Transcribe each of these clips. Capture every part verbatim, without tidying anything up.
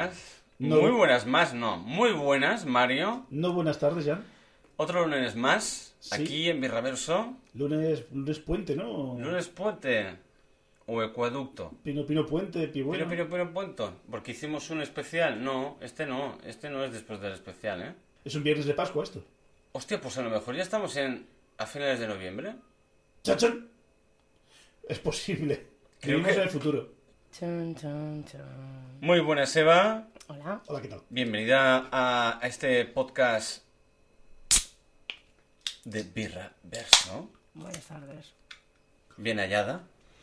buenas. No. Muy buenas más, no. Muy buenas, Mario. No, buenas tardes, Jan. Otro lunes más, Sí. aquí en Birraverso. Lunes, lunes puente, ¿no? Lunes puente o ecuaducto. Pino, pino puente, pigüeno. Pino, pino, pino, puente. Porque hicimos un especial. No, este no. Este no es después del especial, ¿eh? Es un viernes de Pascua esto. Hostia, pues a lo mejor ya estamos en a finales de noviembre. ¡Chachán! Es posible. Creo Vivimos que- en el futuro. Chun, chun, chun. Muy buenas, Eva. Hola. Hola, ¿qué tal? Bienvenida a, a este podcast de Birraverso. Buenas tardes. Bien hallada.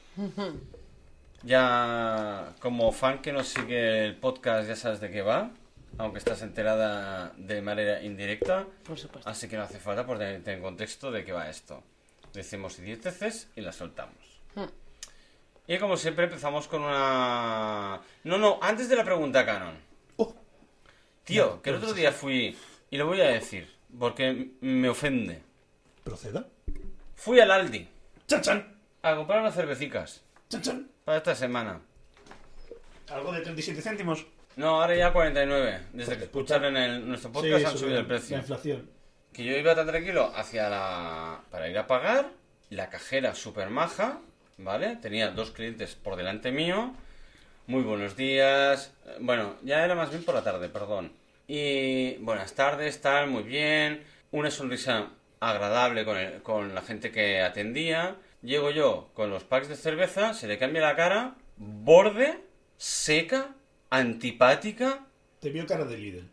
Ya como fan que nos sigue el podcast ya sabes de qué va, aunque estás enterada de manera indirecta, Por supuesto. así que no hace falta ponerte en contexto de qué va esto. Decimos idioteces y las soltamos. Hmm. Y como siempre empezamos con una... No, no, antes de la pregunta canon. Oh, Tío, que el otro día fui, y lo voy a decir, porque me ofende. proceda. Fui al Aldi ¡Chachán! a comprar unas cervecicas ¡Chachán! para esta semana. Algo de treinta y siete céntimos. No, ahora ya cuarenta y nueve. Desde que Joder, escucharon el, nuestro podcast Sí, han subido el la precio. inflación. Que yo iba tan tranquilo hacia la... para ir a pagar. La cajera super maja, ¿vale? Tenía dos clientes por delante mío. Muy buenos días. Eh, Bueno, ya era más bien por la tarde, perdón. Y buenas tardes, tal, muy bien. Una sonrisa agradable con, el- con la gente que atendía. Llego yo con los packs de cerveza, se le cambia la cara, borde, seca, antipática. Te vio cara de Lidl.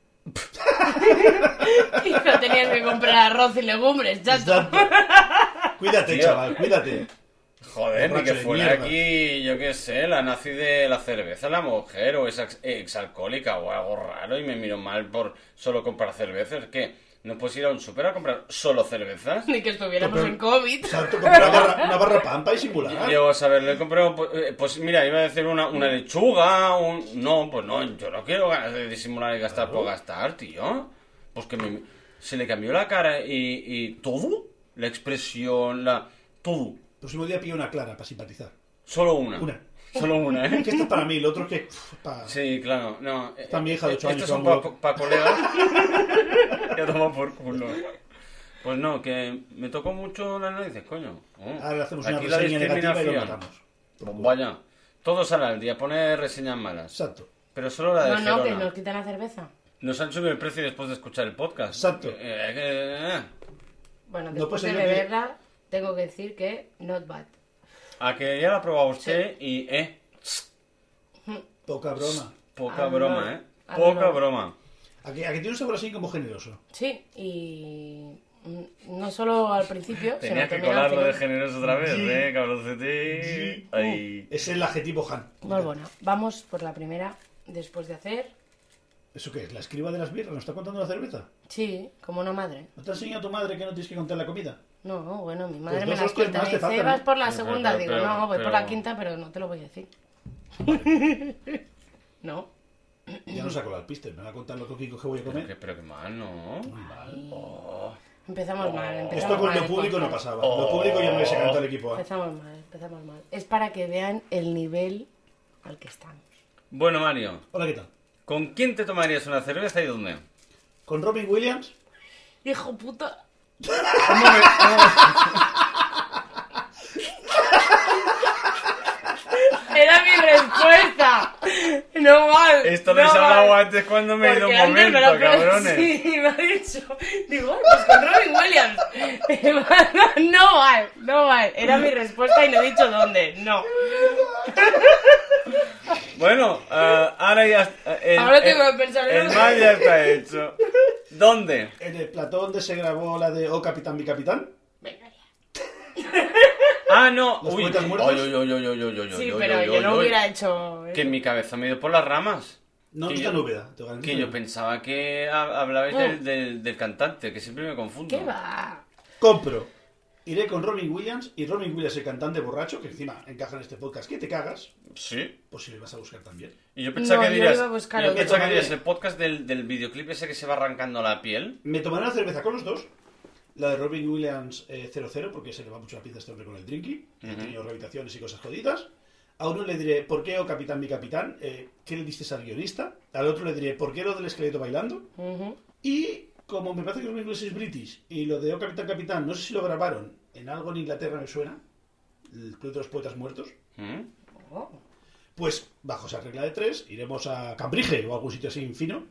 Y no tenías que comprar arroz y legumbres, chato. Exacto. Cuídate, Tío. chaval, cuídate. Joder, ni Borracho que de fuera mierda. aquí, yo qué sé, la nazi de la cerveza, la mujer, o es ex- exalcohólica o algo raro y me miro mal por solo comprar cervezas. ¿Qué? ¿No puedes ir a un súper a comprar solo cervezas? Ni que estuviéramos Pero- en COVID. Exacto, compra una barra, una barra pampa y simular. Llego a saber, le he comprado, pues, eh, pues mira, iba a decir una, una lechuga, un... No, pues no, yo no quiero ganas de disimular y gastar por gastar, tío. Pues que me... se le cambió la cara y, y todo, la expresión, la... todo. Próximo día pillo una clara para simpatizar. Solo una. Una. Solo una, ¿eh? Que esto es para mí, lo otro es que... para... Sí, claro, no. Está mi hija de ocho años, Estos son vamos. para colegas. Que toma por culo. Pues no, que me tocó mucho las narices, coño. Oh, Ahora le hacemos una aquí la reseña negativa y lo discriminación. matamos. Pues vaya, todos al día, poner reseñas malas. Exacto. Pero solo la de No, no, que Gerona. nos quitan la cerveza. Nos han subido el precio después de escuchar el podcast. Exacto. Eh, eh, eh. Bueno, No, después pues de yo que- beberla, tengo que decir que not bad. A que ya la ha probado usted y, eh, Poca broma. poca Ah, broma, no. eh. Ah, Poca no. broma. Aquí, aquí tiene un sabor así como generoso. Sí, y mm, no solo al principio, Tenía sino que también al colarlo de final. generoso otra vez, Sí. eh, cabroncete. Ay. Es el adjetivo Han. Muy buena. Vamos por la primera, después de hacer... ¿Eso qué es? ¿La escriba de las birras? ¿Nos está contando la cerveza? Sí, como una madre. ¿No te ha enseñado tu madre que no tienes que contar la comida? No, bueno, mi madre Pues me dos las hostias cuenta. más Me te dice, faltan, vas ¿eh? por la Pero, segunda. pero, Digo, pero, no, voy por pero- la quinta, pero no te lo voy a decir. No. Ya no saco la alpiste, me va a contar lo que que voy a Pero comer. que, pero que mal, ¿no? Oh. Empezamos mal, empezamos Esto con mal lo el público no podcast. pasaba. Lo público ya no le se canta al equipo A. Empezamos mal, empezamos mal. Es para que vean el nivel al que estamos. Bueno, Mario, Hola, ¿qué tal? ¿con quién te tomarías una cerveza y dónde? ¿Con Robin Williams? Hijo puta. ¿Cómo me- Era mi respuesta. No mal. Esto no les he mal. hablado antes cuando me he ido un Porque antes momento, me lo pre- cabrones. Sí, me ha dicho. Digo, "Ay, pues con Robin Williams. No mal, no mal. Era mi respuesta y no he dicho dónde. No. Bueno, ah, ahora ya... está- el, Ahora tengo el- que pensar en El otro. mal ya está hecho. ¿Dónde? ¿En el plató donde se grabó la de Oh Capitán, mi capitán? Venga ya. Ah, no. ¿Los Uy, poetas uy, muertos? uy, uy, uy, uy, uy, uy, Sí, uy, pero uy, yo uy, no uy. hubiera hecho. Que en mi cabeza me he ido por las ramas. No, Que no está yo- en Úbeda. te garantizo. Que yo pensaba que ha- hablabais No. del, del, del cantante, que siempre me confundo. ¿Qué va? Compro. Iré con Robin Williams y Robin Williams, el cantante borracho, que encima encaja en este podcast, que te cagas. Sí. Pues si le vas a buscar también. Y yo pensaba No, que yo dirías, iba a buscar yo otro. pensaba que Tomaré. dirías el podcast del, del videoclip ese que se va arrancando la piel. Me tomaré una cerveza con los dos. La de Robin Williams eh, cero cero, porque se le va mucho la pinza a este hombre con el drinky. He tenido rehabilitaciones y cosas jodidas. A uno le diré, ¿por qué, oh capitán, mi capitán? Eh, ¿Qué le diste al guionista? Al otro le diré, ¿por qué lo del esqueleto bailando? Ujú. Y como me parece que los ingleses es British y lo de oh capitán, capitán, no sé si lo grabaron en algo en Inglaterra, me suena, el Club de los Poetas Muertos, ¿Mm? Oh. pues bajo esa regla de tres iremos a Cambridge o algún sitio así fino.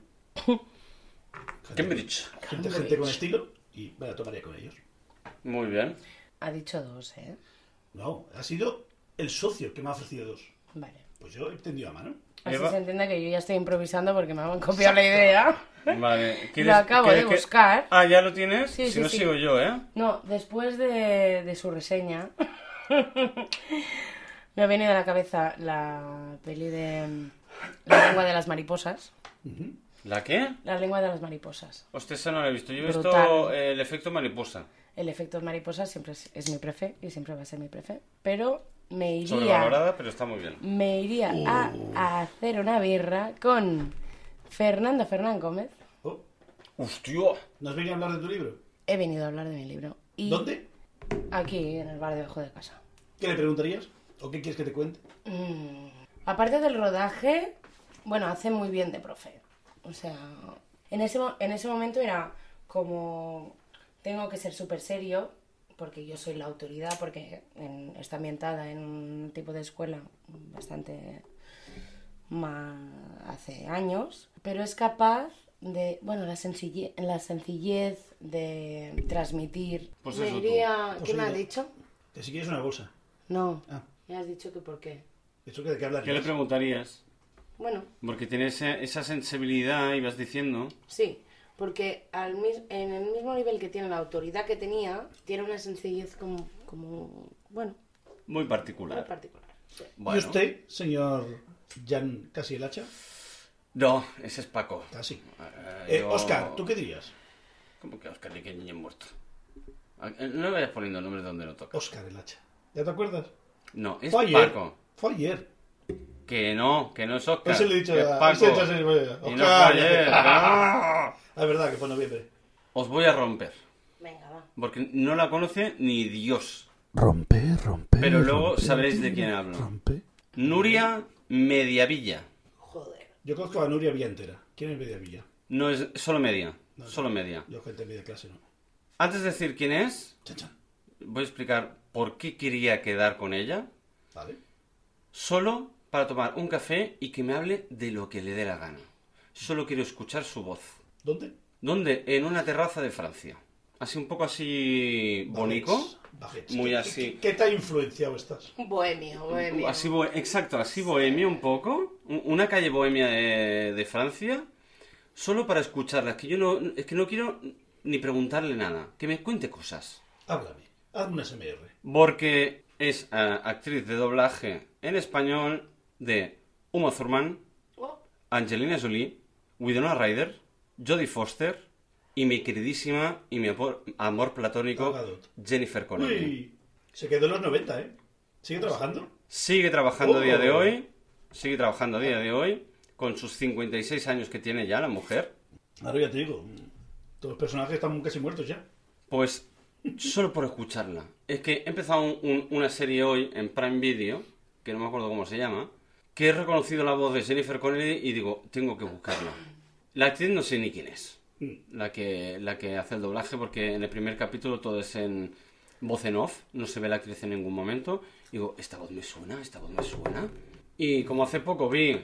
¿Qué me he dicho? Gente, gente con estilo y me la tomaré con ellos. Muy bien. Ha dicho dos, ¿eh? No, ha sido el socio que me ha ofrecido dos. Vale. Pues yo he tendido a mano. Así Eva. se entiende que yo ya estoy improvisando porque me han copiado la idea. Vale. Lo acabo de quieres que- buscar. Ah, ¿ya lo tienes? Sí, si sí, no sí. sigo yo, ¿eh? No, después de, de su reseña, me ha venido a la cabeza la peli de mm, La lengua de las mariposas. ¿La qué? La lengua de las mariposas. Hostia, esa no la he visto. Yo he visto Brutal. eh, el efecto mariposa. El efecto mariposa siempre es, es mi prefe y siempre va a ser mi prefe. Pero me iría, Sobrevalorada, pero está muy bien. me iría a, a hacer una birra con Fernando Fernán Gómez. Oh, ¡Hostia! ¿no has venido a hablar de tu libro? He venido a hablar de mi libro. Y ¿Dónde? Aquí, en el bar debajo de casa. ¿Qué le preguntarías? ¿O qué quieres que te cuente? Mm, Aparte del rodaje, bueno, hace muy bien de profe. O sea, en ese, mo- en ese momento era como, tengo que ser súper serio, porque yo soy la autoridad, porque en- está ambientada en un tipo de escuela bastante más hace años, pero es capaz de, bueno, la sencillez, la sencillez de transmitir. Pues Me eso tú. diría, Pues ¿qué me oye. has dicho? Que si quieres una bolsa. No, Ah, me has dicho que por qué. ¿eso que de qué hablarías? ¿Qué le preguntarías? Bueno, Porque tienes esa, esa sensibilidad, ibas diciendo. sí, porque al mis- en el mismo nivel que tiene la autoridad que tenía, tiene una sencillez como, como bueno, Muy muy particular. particular. Sí. Bueno. ¿Y usted, señor Jan Casi el Hacha? No, ese es Paco. Casi. Eh, Eh, yo- Oscar, ¿tú qué dirías? ¿Cómo que Oscar ni que niño muerto? Ah, eh, No me vayas poniendo nombres donde no toca. Oscar el Hacha. ¿Ya te acuerdas? No, es Fue ayer. Paco. Fue ayer. Que no, que no es Oscar. Pues le he dicho que es a- Paco. ese- ese- ese- Y no Oscar. fue ayer. ¡Ah! Ah, es verdad que fue en noviembre. Os voy a romper. Venga, va. Porque no la conoce ni Dios. Rompe, rompe. Pero luego sabréis de quién hablo. Rompe. Nuria Mediavilla. Joder. Yo conozco a Nuria Villa entera. ¿Quién es Media Villa? No es solo media. No, no. Solo media. Yo gente de media clase, ¿no? Antes de decir quién es, Chan, chan. voy a explicar por qué quería quedar con ella. Vale. Solo para tomar un café y que me hable de lo que le dé la gana. Solo quiero escuchar su voz. ¿Dónde? ¿Dónde? En una terraza de Francia. Así un poco así bonito. Baguettes. Muy ¿Qué- así. ¿Qué, qué tan influenciado estás? Bohemio, bohemio. Así bo- exacto, así bohemia un poco. Un- Una calle bohemia de, de Francia. Solo para escucharla. Es que yo no, es que no quiero ni preguntarle nada. Que me cuente cosas. Háblame. Hazme una S M R. Porque es ah, actriz de doblaje en español de Uma Thurman, Oh, Angelina Jolie, Winona Ryder, Jodie Foster y mi queridísima y mi amor, amor platónico Gal Gadot. Jennifer Connelly. Uy, se quedó en los noventa, ¿eh? ¿Sigue trabajando? Sigue trabajando a día de Oh. hoy, sigue trabajando a día de hoy, con sus cincuenta y seis años que tiene ya la mujer. Ahora ya te digo, todos los personajes están casi muertos ya. Pues solo por escucharla. Es que he empezado un- un- una serie hoy en Prime Video, que no me acuerdo cómo se llama, que he reconocido la voz de Jennifer Connelly y digo, tengo que buscarla. La actriz no sé ni quién es, la que, la que hace el doblaje, porque en el primer capítulo todo es en voz en off, no se ve la actriz en ningún momento. Digo, esta voz me suena, esta voz me suena. Y como hace poco vi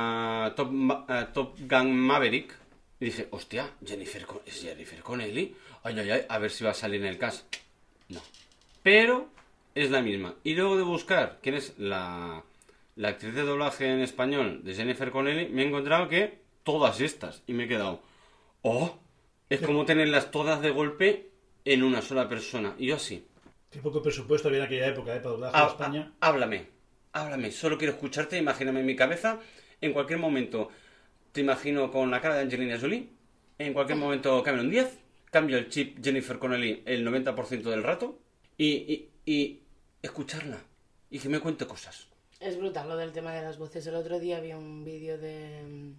a Top, Ma- a Top Gun Maverick, y dije, hostia, Jennifer, Con- ¿es Jennifer Connelly? Ay, ay, ay, a ver si va a salir en el cast. No. Pero es la misma. Y luego de buscar quién es la, la actriz de doblaje en español de Jennifer Connelly, me he encontrado que todas estas. Y me he quedado, oh, es como tenerlas todas de golpe en una sola persona. Y yo así. Qué poco presupuesto había en aquella época, ¿eh? Para doblaje Há- en España. há- háblame, háblame, solo quiero escucharte, imagíname en mi cabeza, en cualquier momento te imagino con la cara de Angelina Jolie, en cualquier momento Cameron Díaz, cambio el chip Jennifer Connelly el noventa por ciento del rato y, y, y escucharla y que me cuente cosas. es brutal lo del tema de las voces. El otro día vi un vídeo de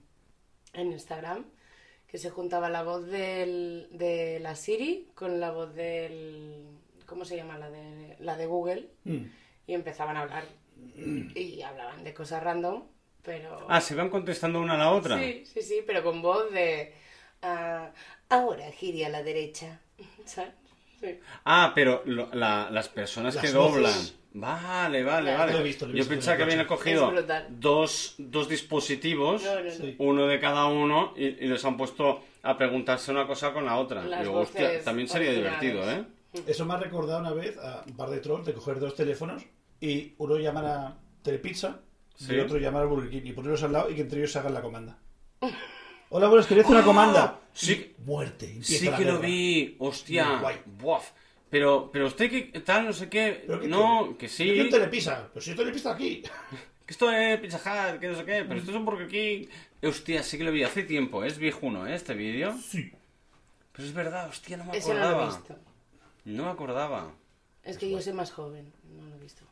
en Instagram que se juntaba la voz del, de la Siri con la voz del... ¿Cómo se llama? La de, la de Google. Mm. Y empezaban a hablar Y hablaban de cosas random, pero... Ah, se van contestando una a la otra. Sí, sí, sí, pero con voz de... ah, ahora gire a la derecha, ¿sabes? Sí. Ah, pero lo- la- las personas Las que doblan. voces. Vale, vale, Claro. vale. Lo he visto, lo he Yo visto pensaba en que el habían coche. cogido Es brutal. dos, dos dispositivos, No, no, no. Sí. uno de cada uno, y, y les han puesto a preguntarse una cosa con la otra. Las Digo, hostia, voces también sería originales. divertido, ¿eh? Eso me ha recordado una vez a un par de trolls de coger dos teléfonos y uno llamar a Telepizza y Sí. el otro llamar a Burger King y ponerlos al lado y que entre ellos se hagan la comanda. Hola, buenas, quería hacer una comanda. Sí. Y muerte. empieza Sí la que lo guerra. vi, hostia. Muy guay. Buaf. Pero, pero usted que tal, no sé qué. ¿Pero qué No, quiere? que Yo sí. quiero un Telepizza. Pues si yo Telepizza aquí. Que esto es Pizza Hut, que no sé qué. Pero esto es un Burger King. Hostia, sí que lo vi hace tiempo, ¿eh? Es viejuno, ¿eh? Este vídeo. Sí. Pero es verdad, hostia, no me Eso no acordaba. lo he visto. No me acordaba. Es que yo soy más joven, no lo he visto.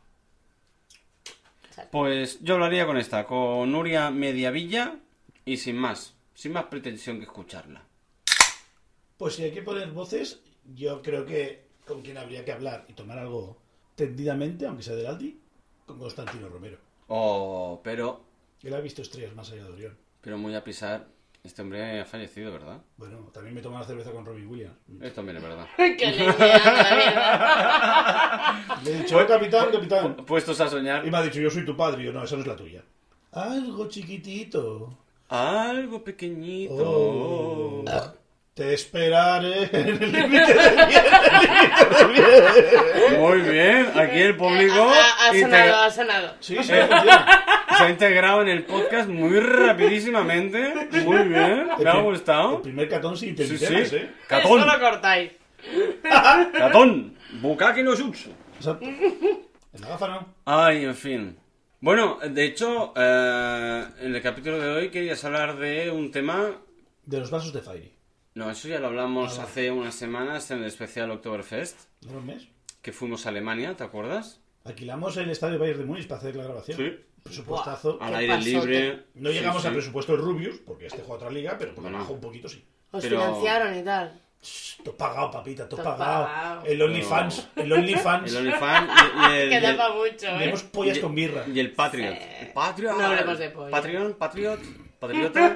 Sal. Pues yo hablaría con esta, con Nuria Mediavilla y sin más. Sin más pretensión que escucharla. Pues si hay que poner voces, yo creo que con quien habría que hablar y tomar algo tendidamente, aunque sea del Aldi, con Constantino Romero. Oh, pero. Él ha visto estrellas más allá de Orión. Pero muy a pisar. Este hombre ha fallecido, ¿verdad? Bueno, también me tomo una cerveza con Robin Williams. Esto también es verdad. ¡Qué leña, la mierda! Le he dicho, eh, capitán, capitán. Puestos a soñar. Y me ha dicho, yo soy tu padre. Y yo, no, esa no es la tuya. Algo chiquitito. Algo pequeñito. Oh. Te esperaré en el límite del bien, el límite del bien. Muy bien, aquí el público Ha, ha integra- sonado, ha sonado. Sí, sí, funciona. se ha integrado en el podcast muy rapidísimamente. Muy bien, me ha El gustado. primer catón sin Sí, sí. intermitentes, ¿eh? Catón, Eso lo cortáis. catón, bukaki no jutsu. Exacto. En la gafa no. Ay, en fin. Bueno, de hecho, eh, en el capítulo de hoy querías hablar de un tema. De los vasos de Fairy. No, eso ya lo hablamos Ah, vale. hace unas semanas en el especial Oktoberfest, ¿No un mes? que fuimos a Alemania, ¿te acuerdas? Alquilamos el estadio Bayern de Múnich para hacer la grabación. Presupuestazo. Buah. Al Qué aire pasote. libre. No llegamos Sí, al sí. presupuesto del Rubius, porque este juega otra liga, pero por Bueno. abajo un poquito sí. Os Pero- financiaron y tal. Shh, Todo pagado, papita, todo Todo pagado. pagado. El OnlyFans, el OnlyFans. El OnlyFans y, y el, Que y da el- para mucho, ¿eh? Tenemos pollas y- con birra. y el Patriot. Sí. El Patriot. No hablemos de pollo. Patreon, Patriot, Patriota.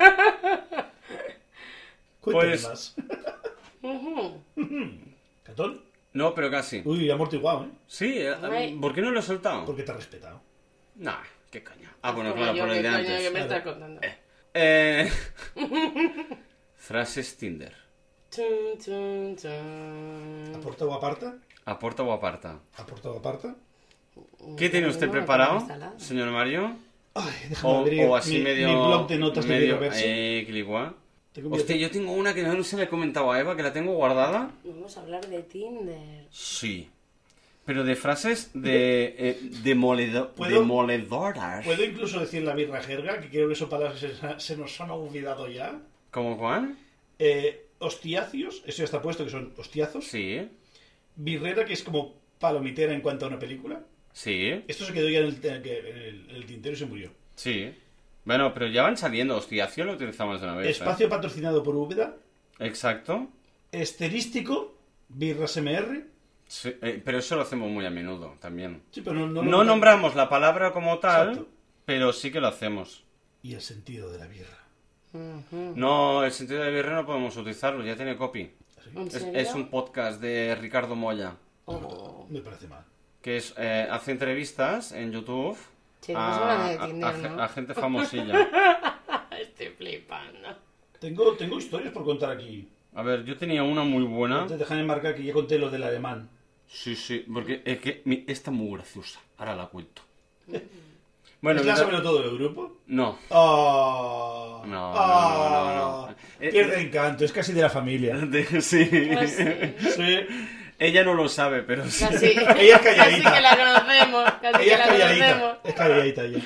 Cuéntame Pues- más. Ujú. ¿Catón? No, pero casi. Uy, amortiguado, ¿eh? Sí, eh, Ay. ¿por qué no lo he soltado? Porque te ha respetado. Nah, qué caña. Ah, bueno, Como claro, yo, por el ¿qué de coño antes. que me Claro. estás contando? Eh... Frases Tinder. Chun, chun, chun. ¿Aporta o aparta? ¿Aporta o aparta? ¿Aporta o aparta? ¿Qué tiene usted No, preparado, no, no, no. señor Mario? Ay, déjame O, abrir o así mi, medio... mi blog de notas de medio, Microverso. eh, cliguá. Tengo un Hostia, billete- yo tengo una que no se le he comentado a Eva, que la tengo guardada. Vamos a hablar de Tinder. Sí. Pero de frases de eh, demoledo- ¿Puedo? demoledoras. ¿Puedo incluso decir la birra jerga? Que creo que eso palabras se, se nos han olvidado ya. ¿Cómo cuál? Eh, hostiacios, eso ya está puesto que son hostiazos. Sí, Birrera, que es como palomitera en cuanto a una película. sí, Esto se quedó ya en el, en el- en el tintero y se murió. sí. Bueno, pero ya van saliendo. Hostiacio lo utilizamos de una vez. ¿eh? Espacio patrocinado por Úbeda. Exacto. Esterístico, birras M R. Sí, eh, pero eso lo hacemos muy a menudo también. Sí, pero no, no, No nombramos la palabra como tal, Exacto. pero sí que lo hacemos. Y el sentido de la birra. Ujú. No, el sentido de birra no podemos utilizarlo, ya tiene copy. ¿En Es, serio? es un podcast de Ricardo Moya, Oh. Me parece mal. que es, eh, hace entrevistas en YouTube Sí, estamos hablando de Tinder, a- ¿no? a gente famosilla. Estoy flipando. Tengo, tengo historias por contar aquí. A ver, yo tenía una muy buena. Te dejan enmarcar que ya conté lo del alemán. Sí, sí, porque es que mi- está muy graciosa. Ahora la cuento. Bueno, ¿Es la mira- sobre todo del grupo? no. Ah, No, ah, no, no, no. Eh, Pierde encanto, es casi de la familia. De- sí. Pues sí. Sí. Ella no lo sabe, pero sí. Casi, Ella es calladita. casi que la conocemos. Casi Ella que es la calladita. conocemos. Es calladita ella.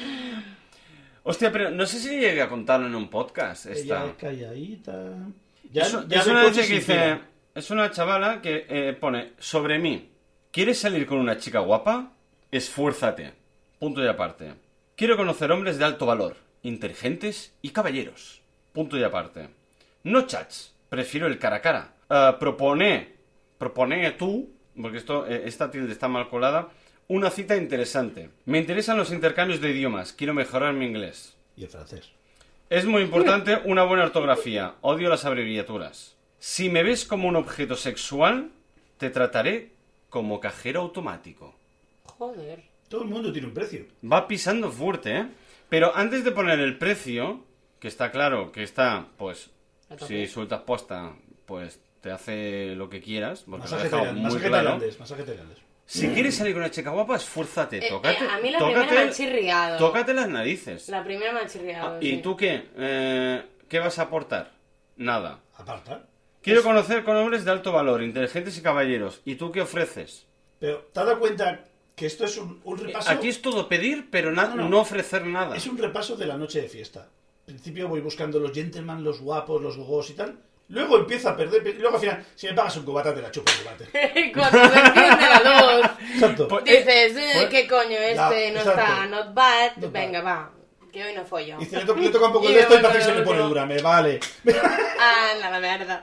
Hostia, pero no sé si llegué a contarlo en un podcast. Ella Esta. es calladita. Ya, es, ya es de una coche vez que dice, sincera. es una chavala que eh, pone sobre mí. ¿Quieres salir con una chica guapa? Esfuérzate. Punto y aparte. Quiero conocer hombres de alto valor, inteligentes y caballeros. Punto y aparte. No chats. Prefiero el cara a cara. Ah, propone, propone tú, porque esto, eh, esta tilde está mal colada. una cita interesante. Me interesan los intercambios de idiomas. Quiero mejorar mi inglés. Y el francés. Es muy importante una buena ortografía. Odio las abreviaturas. Si me ves como un objeto sexual, te trataré como cajero automático. Joder. Todo el mundo tiene un precio. Va pisando fuerte, ¿eh? Pero antes de poner el precio, que está claro que está, pues, A tope. si sueltas posta, pues te hace lo que quieras, porque lo ha Masaje, dejado tailandés, muy masaje claro. tailandés, masaje tailandés. Si quieres salir con una chica guapa, esfuérzate, Eh, tócate, eh, a mí la tócate, primera me ha chirriado. tócate las narices. La primera me ha chirriado, Ah, ¿Y sí. tú qué? Eh, ¿Qué vas a aportar? Nada. Aparta. Quiero conocer con hombres de alto valor, inteligentes y caballeros. ¿Y tú qué ofreces? Pero, ¿te has dado cuenta que esto es un, un repaso? Aquí es todo pedir, pero na- No, no, no, no. ofrecer nada. Es un repaso de la noche de fiesta. Al principio voy buscando los gentlemen, los guapos, los gogos y tal. Luego empiezo a perder. Y luego al final, si me pagas un cubata, te la chupo el cubate. Cuando se enciende la luz, Exacto. Pues- dices, eh, pues- ¿qué coño? Este Ya, no exacto. está, not bad. Not Venga, va. Que hoy no follo. Y dice, le, to- le toca un poco Y el me de esto y vuelvo parece que se le pone loco. dura. Me vale. Ah, la mierda.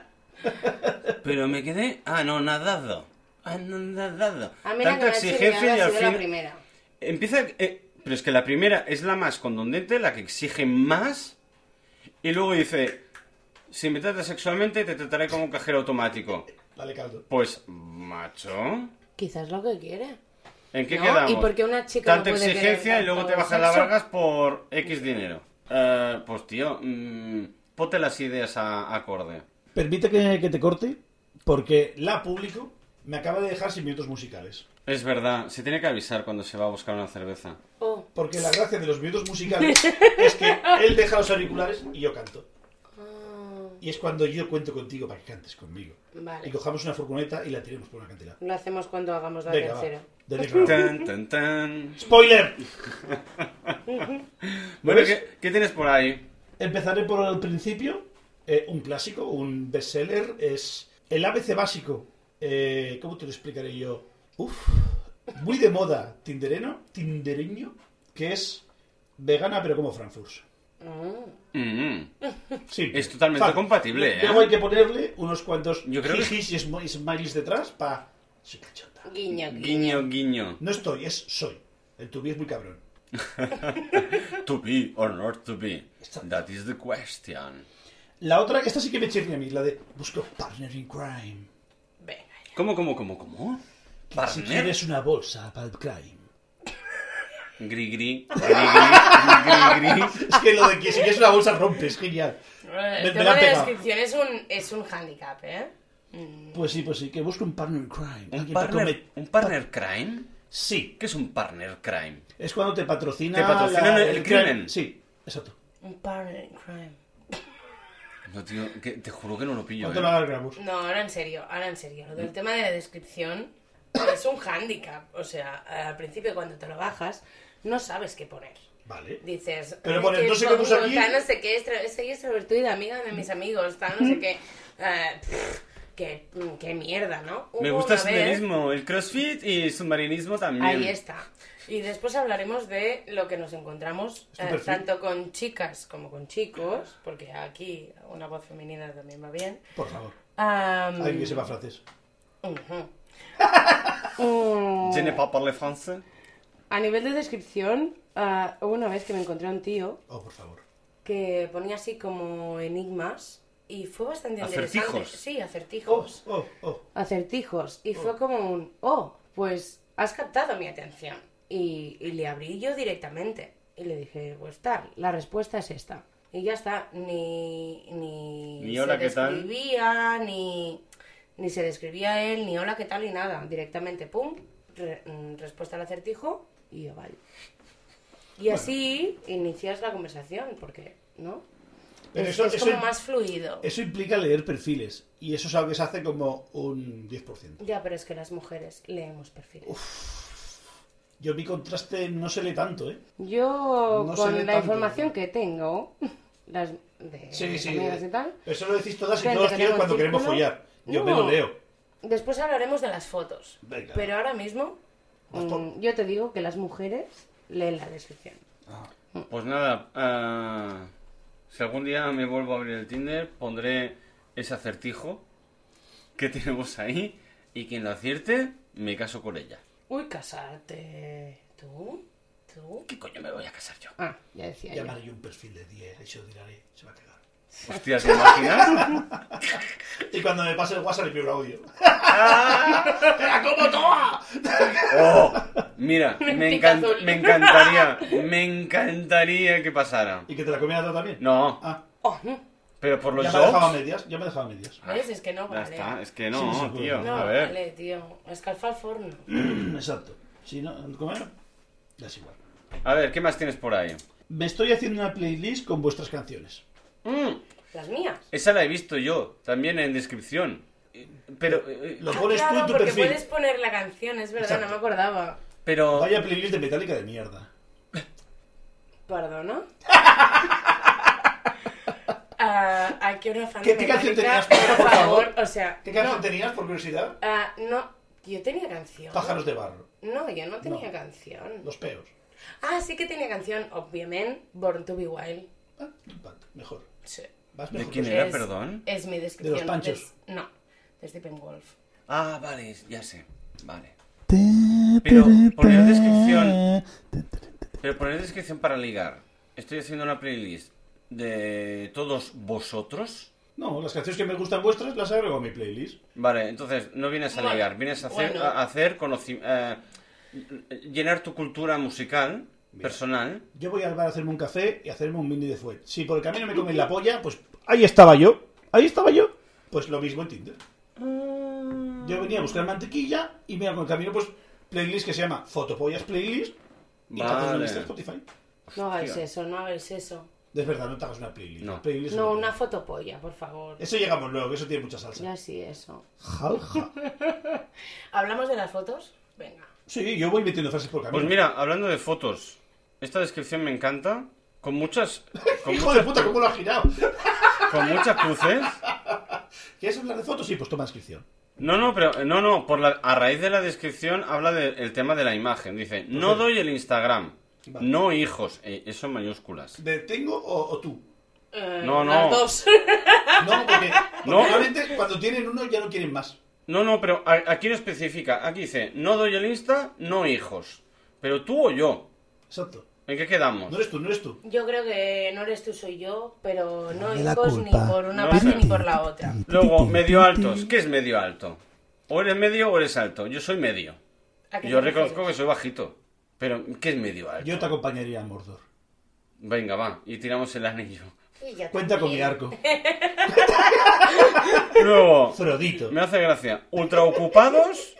Pero me quedé... Ah, no, nadado. Ah, no, nadado. A mí la Tanta que me ha exigencia chirriado y ha al sido la fin... primera. Empieza... eh, pero es que la primera es la más condundente, la que exige más. Y luego dice... Si me tratas sexualmente, te trataré como un cajero automático. Dale caldo. Pues, macho... Quizás lo que quiere. ¿En qué ¿No? quedamos? ¿Y por qué una chica Tanta no puede exigencia querer y luego te tanto bajas las sexo? bragas por X dinero. Eh, pues tío, mm, ponte las ideas a acorde. Permite que, que te corte, porque la público me acaba de dejar sin minutos musicales. Es verdad, se tiene que avisar cuando se va a buscar una cerveza. Oh. Porque la gracia de los minutos musicales es que él deja los auriculares y yo canto. Ah, Y es cuando yo cuento contigo para que cantes conmigo. Y vale. cojamos una furgoneta y la tiremos por una cantidad. Lo hacemos cuando hagamos la Venga, va. tercera. Dale, grabo. Tan, tan, tan. ¡Spoiler! Bueno, ¿Ves? ¿qué, qué tienes por ahí? Empezaré por el principio. Eh, un clásico, un bestseller, es el A B C básico. Eh, ¿Cómo te lo explicaré yo? Uf, muy de moda, tindereno, tindereño, que es vegana pero como Frankfurt. Ah. Mm, Sí, Es totalmente fácil. compatible, ¿eh? Luego hay que ponerle unos cuantos Yo creo que- jijis y sm- y smileys detrás para... Soy cachonda. Guiño, guiño. guiño, guiño. No estoy, es soy. El tubi es muy cabrón. To be or not to be. Exacto. That is the question. La otra, esta sí que me chirría a mí, la de busco partner in crime. Venga. ¿Cómo, cómo, cómo, cómo? Si Partner. quieres una bolsa para el crime. Gri, gri, gri, gri, gri, gri. Es que lo de que si quieres una bolsa rompes, genial. El Me- me tema la han de la pegado. descripción es un, es un handicap, ¿eh? Mm. Pues sí, pues sí, que busco un partner in crime. ¿Un Alguien para partner, comer- ¿Un partner crime? Sí, ¿Qué es un partner crime? es cuando te patrocina... ¿Te patrocinan el crimen? Sí, exacto. Un partner in crime. No, tío, que te juro que no lo pillo, ¿Cuánto ¿eh? lo alargamos? No, ahora en serio, ahora en serio. Lo del tema de la descripción es un handicap. O sea, al principio cuando te lo bajas, no sabes qué poner. Vale. Dices, Pero "Ay, pones, que no sé qué puse como aquí". tal, no sé qué, extra- soy extrovertida, amiga de mis amigos, tal, no sé qué. Eh, pff, qué, qué mierda, ¿no? Me Hubo gusta el una vez- senderismo, el crossfit y submarinismo también. Ahí está. Y después hablaremos de lo que nos encontramos, ¿Es tu eh, perfil? tanto con chicas como con chicos, porque aquí una voz femenina también va bien. Por favor. Am, Alguien que sepa francés. ujú. Mm, Je ne pas parle français. a nivel de descripción, ah, hubo una vez que me encontré a un tío Oh, por favor. que ponía así como enigmas y fue bastante interesante. ¿Acertijos? Sí, Oh, acertijos. oh, oh. Acertijos. Y fue como un, oh, pues has captado mi atención. Y, y le abrí yo directamente. Y le dije, pues tal, la respuesta es esta. Y ya está, ni, ni, Ni hola, se ¿qué tal? describía, ni, ni se describía él, ni hola, qué tal, ni nada. Directamente, pum, re- mm, respuesta al acertijo y yo, vale. Y así inicias la conversación, porque, ¿no? Pero es eso- es eso- como más fluido. Eso implica leer perfiles. Y eso es algo que se hace como un diez por ciento. Ya, pero es que las mujeres leemos perfiles. Yo mi contraste no se lee tanto, ¿eh? Yo, No se con lee la tanto, información ¿no? que tengo, las de Sí, mis sí. amigas eh, y tal, Eso lo decís todas y Gente todos que tíos tengo en cuando queremos círculo. follar. Yo No. me lo leo. después hablaremos de las fotos. Venga. Pero ahora mismo, Las mm, fo- yo te digo que las mujeres leen la descripción. Ah. Pues nada, ah, si algún día me vuelvo a abrir el Tinder, pondré ese acertijo que tenemos ahí y quien lo acierte, me caso con ella. Uy, casarte. ¿Tú? ¿Tú? ¿Qué coño me voy a casar yo? Ah, ya decía yo. Llamaré yo un perfil de diez, eso diré, se va a cagar. Hostia, ¿te imaginas? Y cuando me pase el WhatsApp le pido el audio. ¡Era como toma! Oh, mira, me, Pica encan- azul. me encantaría, me encantaría que pasara. ¿Y que te la comieras tú también? No, Ah, Oh, no. pero por los ya me dejaba jokes... medias, ya me dejaba medias. ¿Ves? Es que no Ya vale. está, es que Sí, no, sí, sí, tío, No a ver. vale, tío. Escalfa al forno. Exacto. Si no, ¿cómo era? Ya es igual. A ver, ¿qué más tienes por ahí? Me estoy haciendo una playlist con vuestras canciones. Mm, Las mías. esa la he visto yo, también en descripción. Pero, eh, Lo Ah, pones tú claro, en tu porque perfil. puedes poner la canción, es verdad, Exacto. no me acordaba. pero... Vaya playlist de Metallica de mierda. ¿Perdona? Ah, aquí una fan ¿Qué- de qué canción Metallica, tenías, por por favor? favor, o sea, ¿Qué canción no, tenías, por curiosidad? ah, no, yo tenía canción. Pájaros de barro. No, yo no tenía No. canción. Los peos. Ah, sí que tenía canción, obviamente, Born to Be Wild. Ah, vale, mejor. Sí. Vas ¿De mejor. quién que era, Es- perdón? Es mi descripción. ¿De los Panchos? Es- no, de Stephen Wolf. Ah, vale, ya sé, vale. Pero poner descripción... Pero poner descripción para ligar. Estoy haciendo una playlist de todos vosotros. No, las canciones que me gustan vuestras las agrego a mi playlist. Vale, entonces no vienes a Bueno, ligar, vienes a hacer, bueno. a hacer conoci- eh, llenar tu cultura musical, personal. Yo voy al bar a hacerme un café y a hacerme un mini de fuet. Si por el camino me comen la polla, pues ahí estaba yo. Ahí estaba yo. Pues lo mismo en Tinder. Yo venía a buscar mantequilla y mira con el camino, pues, playlist que se llama Fotopollas Playlist y te haces una Vale. lista de Spotify. No hagáis Hostia. eso, no hagáis eso. Es verdad, no te hagas una playlist. No. La playlist No, es una fotopolla, por favor. Eso llegamos luego, que eso tiene mucha salsa. Ya sí, eso. Jalja. ¿Hablamos de las fotos? Venga. Sí, yo voy metiendo frases por el camino. Pues mira, hablando de fotos, esta descripción me encanta, con muchas, con Hijo de muchas, puta, ¿cómo lo has girado? con muchas cruces. ¿Quieres hablar de fotos? Sí, pues toma descripción. No, no, pero no, no, por la, a raíz de la descripción habla del tema de la imagen. Dice, no doy el Instagram, Vale. no hijos, eh, eso en mayúsculas. ¿De tengo o, o tú? Eh, No, no. Las dos. No, porque, porque No. realmente cuando tienen uno ya no quieren más. No, no, pero a- aquí no especifica. Aquí dice, no doy el Insta, no hijos. Pero tú o yo. Exacto. ¿En qué quedamos? No eres tú, no eres tú. Yo creo que no eres tú, soy yo, pero no Dame la hijos ni culpa. por una No parte sé. ni por la otra. Luego, medio altos. ¿Qué es medio alto? O eres medio o eres alto. Yo soy medio. ¿A qué Yo te reconozco que refieres? soy bajito. Pero, ¿qué es medio alto? Yo te acompañaría a Mordor. Venga, va. Y tiramos el anillo. Sí, yo Cuenta con mi también. arco. Luego, Frodito. me hace gracia. Ultra ocupados,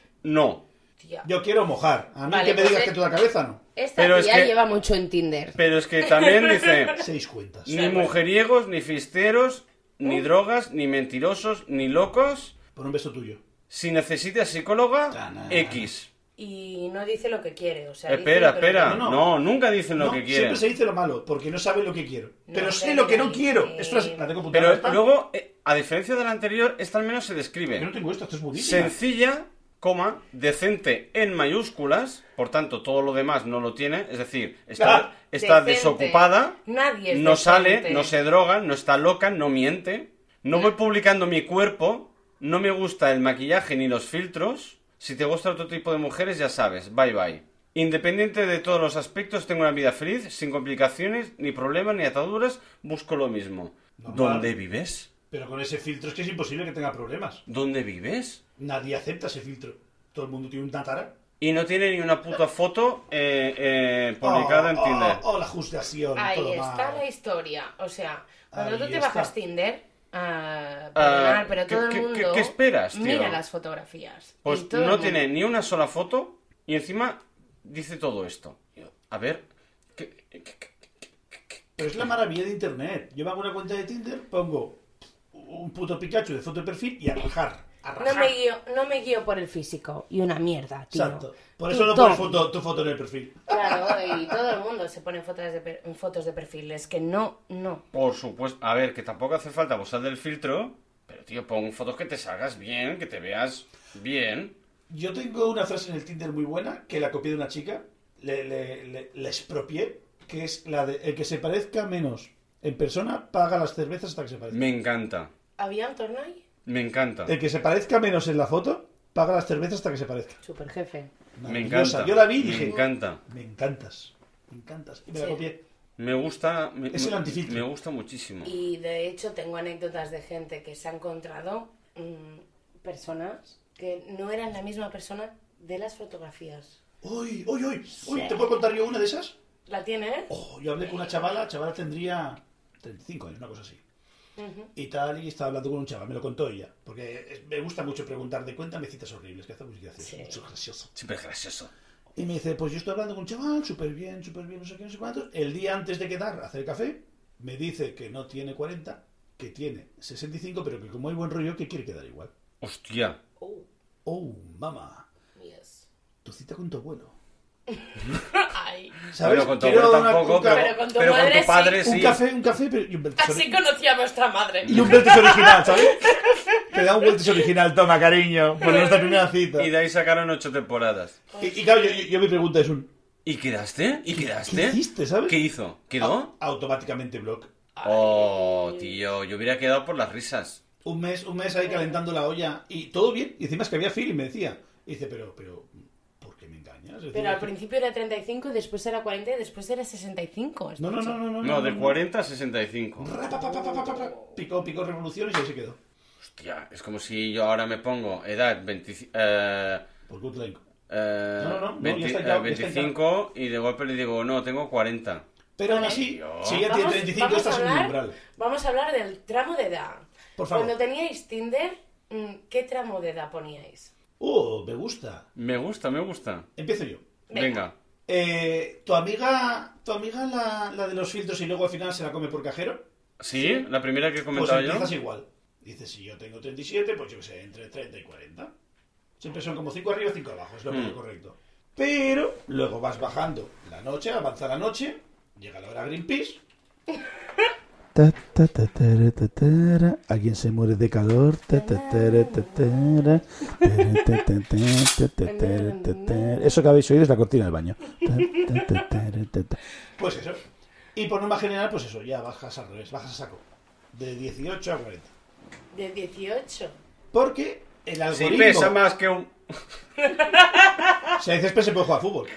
no. Tía. Yo quiero mojar. A mí Vale, que me pues digas eh- que tú la cabeza no. Esta Pero es tía que- lleva mucho en Tinder. Pero es que también dice, Seis cuentas. ni mujeriegos, ni fisteros, ni drogas, ni mentirosos, ni locos. Por un beso tuyo. Si necesitas psicóloga, Ah, no, no, X. Y no dice lo que quiere, o sea... dice Espera, lo que no espera. quiere. No, No, no. nunca dicen lo No, que quieren. siempre se dice lo malo, porque no saben lo que quiero. No, Pero sé pero lo que no dice- quiero. Esto es, la tengo apuntada. Pero ¿está? luego, eh, a diferencia de la anterior, esta al menos se Yo no describe. tengo esto, esto es buenísimo. Sencilla, coma, decente en mayúsculas, por tanto todo lo demás no lo tiene, es decir, está, Ah, está decente. desocupada, Nadie es no sale, decente. no se droga, no está loca, no miente, no voy publicando mi cuerpo, no me gusta el maquillaje ni los filtros, si te gusta otro tipo de mujeres ya sabes, bye bye. Independiente de todos los aspectos, tengo una vida feliz, sin complicaciones, ni problemas, ni ataduras, busco lo mismo. Normal. ¿Dónde vives? Pero con ese filtro es que es imposible que tenga problemas. ¿Dónde vives? Nadie acepta ese filtro. Todo el mundo tiene un tatara. Y no tiene ni una puta foto eh, eh, publicada Oh, en oh, Tinder. Oh, la justificación. Ahí todo está mal. la historia. O sea, cuando Ahí tú te está. bajas Tinder, ah, Ah, perdonar, pero ¿qué- todo el qué- mundo qué- qué esperas, tío? mira las fotografías. Pues Y todo el no mundo- tiene ni una sola foto y encima dice todo esto. Yo, A ver, ¿qué, qué- qué- Pero es la maravilla de internet. Yo me hago una cuenta de Tinder, pongo un puto Pikachu de foto de perfil y a rajar. A No rajar. me, guío, no me guío por el físico. Y una mierda, tío. Exacto. Por Tú eso no toma. pones foto, tu foto en el perfil. Claro, y todo el mundo se pone fotos de, per- fotos de perfil. Es que no, no. Por supuesto. A ver, que tampoco hace falta abusar del filtro. Pero, tío, pon fotos que te salgas bien, que te veas bien. Yo tengo una frase en el Tinder muy buena que la copié de una chica, le, le, le, la expropié, que es la de el que se parezca menos en persona paga las cervezas hasta que se parezca. Me encanta. ¿Había un torneo ahí? Me encanta. El que se parezca menos en la foto paga las cervezas hasta que se parezca. Super jefe. Me Maravillosa. encanta. Yo la vi y Me dije, encanta. me encantas, me encantas. Y me la Sí. copié. Me gusta. Me, Es el antifiltro. Me gusta muchísimo. Y de hecho tengo anécdotas de gente que se ha encontrado mmm, personas que no eran la misma persona de las fotografías. Uy, uy, uy, uy, Sí. ¿te puedo contar yo una de esas? ¿La tienes? Oh, yo hablé con una chavala, la chavala tendría treinta y cinco años, una cosa así. Ujú. Y tal, y estaba hablando con un chaval, me lo contó ella. Porque es- me gusta mucho preguntar de cuéntame citas horribles, que hace muy gracioso, Sí. mucho gracioso. Siempre gracioso. Y me dice, pues yo estoy hablando con un chaval, súper bien, súper bien, no sé qué, no sé cuántos. El día antes de quedar a hacer café, me dice que no tiene cuarenta, que tiene sesenta y cinco, pero que como hay buen rollo, que quiere quedar igual. Hostia. Oh, Oh, mamá, yes. tu cita con tu abuelo. Ay. ¿Sabes? Bueno, con tu Quiero abuelo una- tampoco, un, ca- pero, Pero con tu pero con madre tu padre un sí. café, un café, pero y un vértice, Así ori- conocí a vuestra madre. y un vértice original, ¿sabes? Te da un vértice original, toma, cariño, por nuestra primera cita. Y de ahí sacaron ocho temporadas. Y, y claro, yo, yo, yo mi pregunta es un... ¿Y quedaste? ¿Y quedaste? ¿Qué hiciste, sabes? ¿Qué hizo? ¿Quedó? A- automáticamente block. Oh, tío, yo hubiera quedado por las risas. Un mes, un mes ahí calentando la olla y todo bien. Y encima es que había feeling, me decía. Y dice, pero, pero, ¿por qué me engañas? Es decir, Pero al que- principio era treinta y cinco, y después era cuarenta y después era sesenta y cinco. No, no, no, no, no. No, de cuarenta a sesenta y cinco. Ra, pa, pa, pa, pa, pa, pa, pa. Picó, picó revoluciones y ahí se quedó. Hostia, es como si yo ahora me pongo edad veinticinco, eh, Por good like. eh, No, no, no, no, veinte- ya está, ya- eh, ya está. veinticinco y de golpe le digo, no, tengo cuarenta. Pero aún Vale. así, Tío. si ella tiene treinta y cinco, vamos estás a en un hablar, umbral. Vamos a hablar del tramo de edad. Por favor. Cuando teníais Tinder, mm, ¿qué tramo de edad poníais? Oh, me gusta. Me gusta, me gusta. Empiezo yo. Venga. Venga. Eh, ¿Tu amiga, tu amiga la, la de los filtros y luego al final se la come por cajero? ¿Sí? ¿La primera que he Pues comentado yo? empiezas igual. Dices, si yo tengo treinta y siete, pues yo qué sé, entre treinta y cuarenta. Siempre son como cinco arriba y cinco abajo, es lo Mm. correcto. Pero luego vas bajando la noche, avanza la noche, llega la hora Greenpeace. Ta, ta, ta, tara, ta, tara. Alguien se muere de calor. Ta, ta, tara, ta, tara. Tara, ta, ta, ta, ta, tara, ta, tara. Eso que habéis oído es la cortina del baño. Ta, ta, ta, tara, ta, ta. Pues eso. Y por norma general, pues eso, ya bajas al revés, bajas a saco. De dieciocho a cuarenta. De dieciocho. Porque el Si algoritmo... pesa más que un... Si hay césped se puede jugar a fútbol.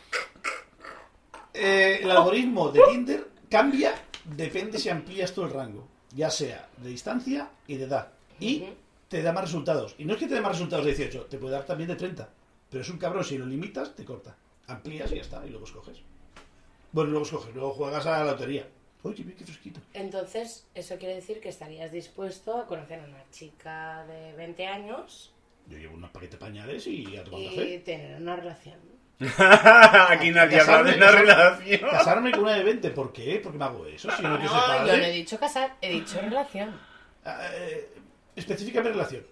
Eh, el algoritmo de Tinder cambia, depende si amplías todo el rango. Ya sea de distancia y de edad. Y Ujú. te da más resultados. Y no es que te dé más resultados de dieciocho, te puede dar también de treinta. Pero es un cabrón, si lo limitas, te corta. Amplías y ya está, y luego escoges. Bueno, luego escoges, luego juegas a la lotería. Uy, qué, qué fresquito. Entonces, eso quiere decir que estarías dispuesto a conocer a una chica de veinte años Yo llevo unos paquetes de pañales y a tomar y café. tener una relación. Aquí nadie habla de una Casarme- relación. Casarme con una de veinte, ¿por qué? ¿Por qué me hago eso? Si no quiero ser No, padre. yo no he dicho casar, he dicho relación. Eh, específicame relación.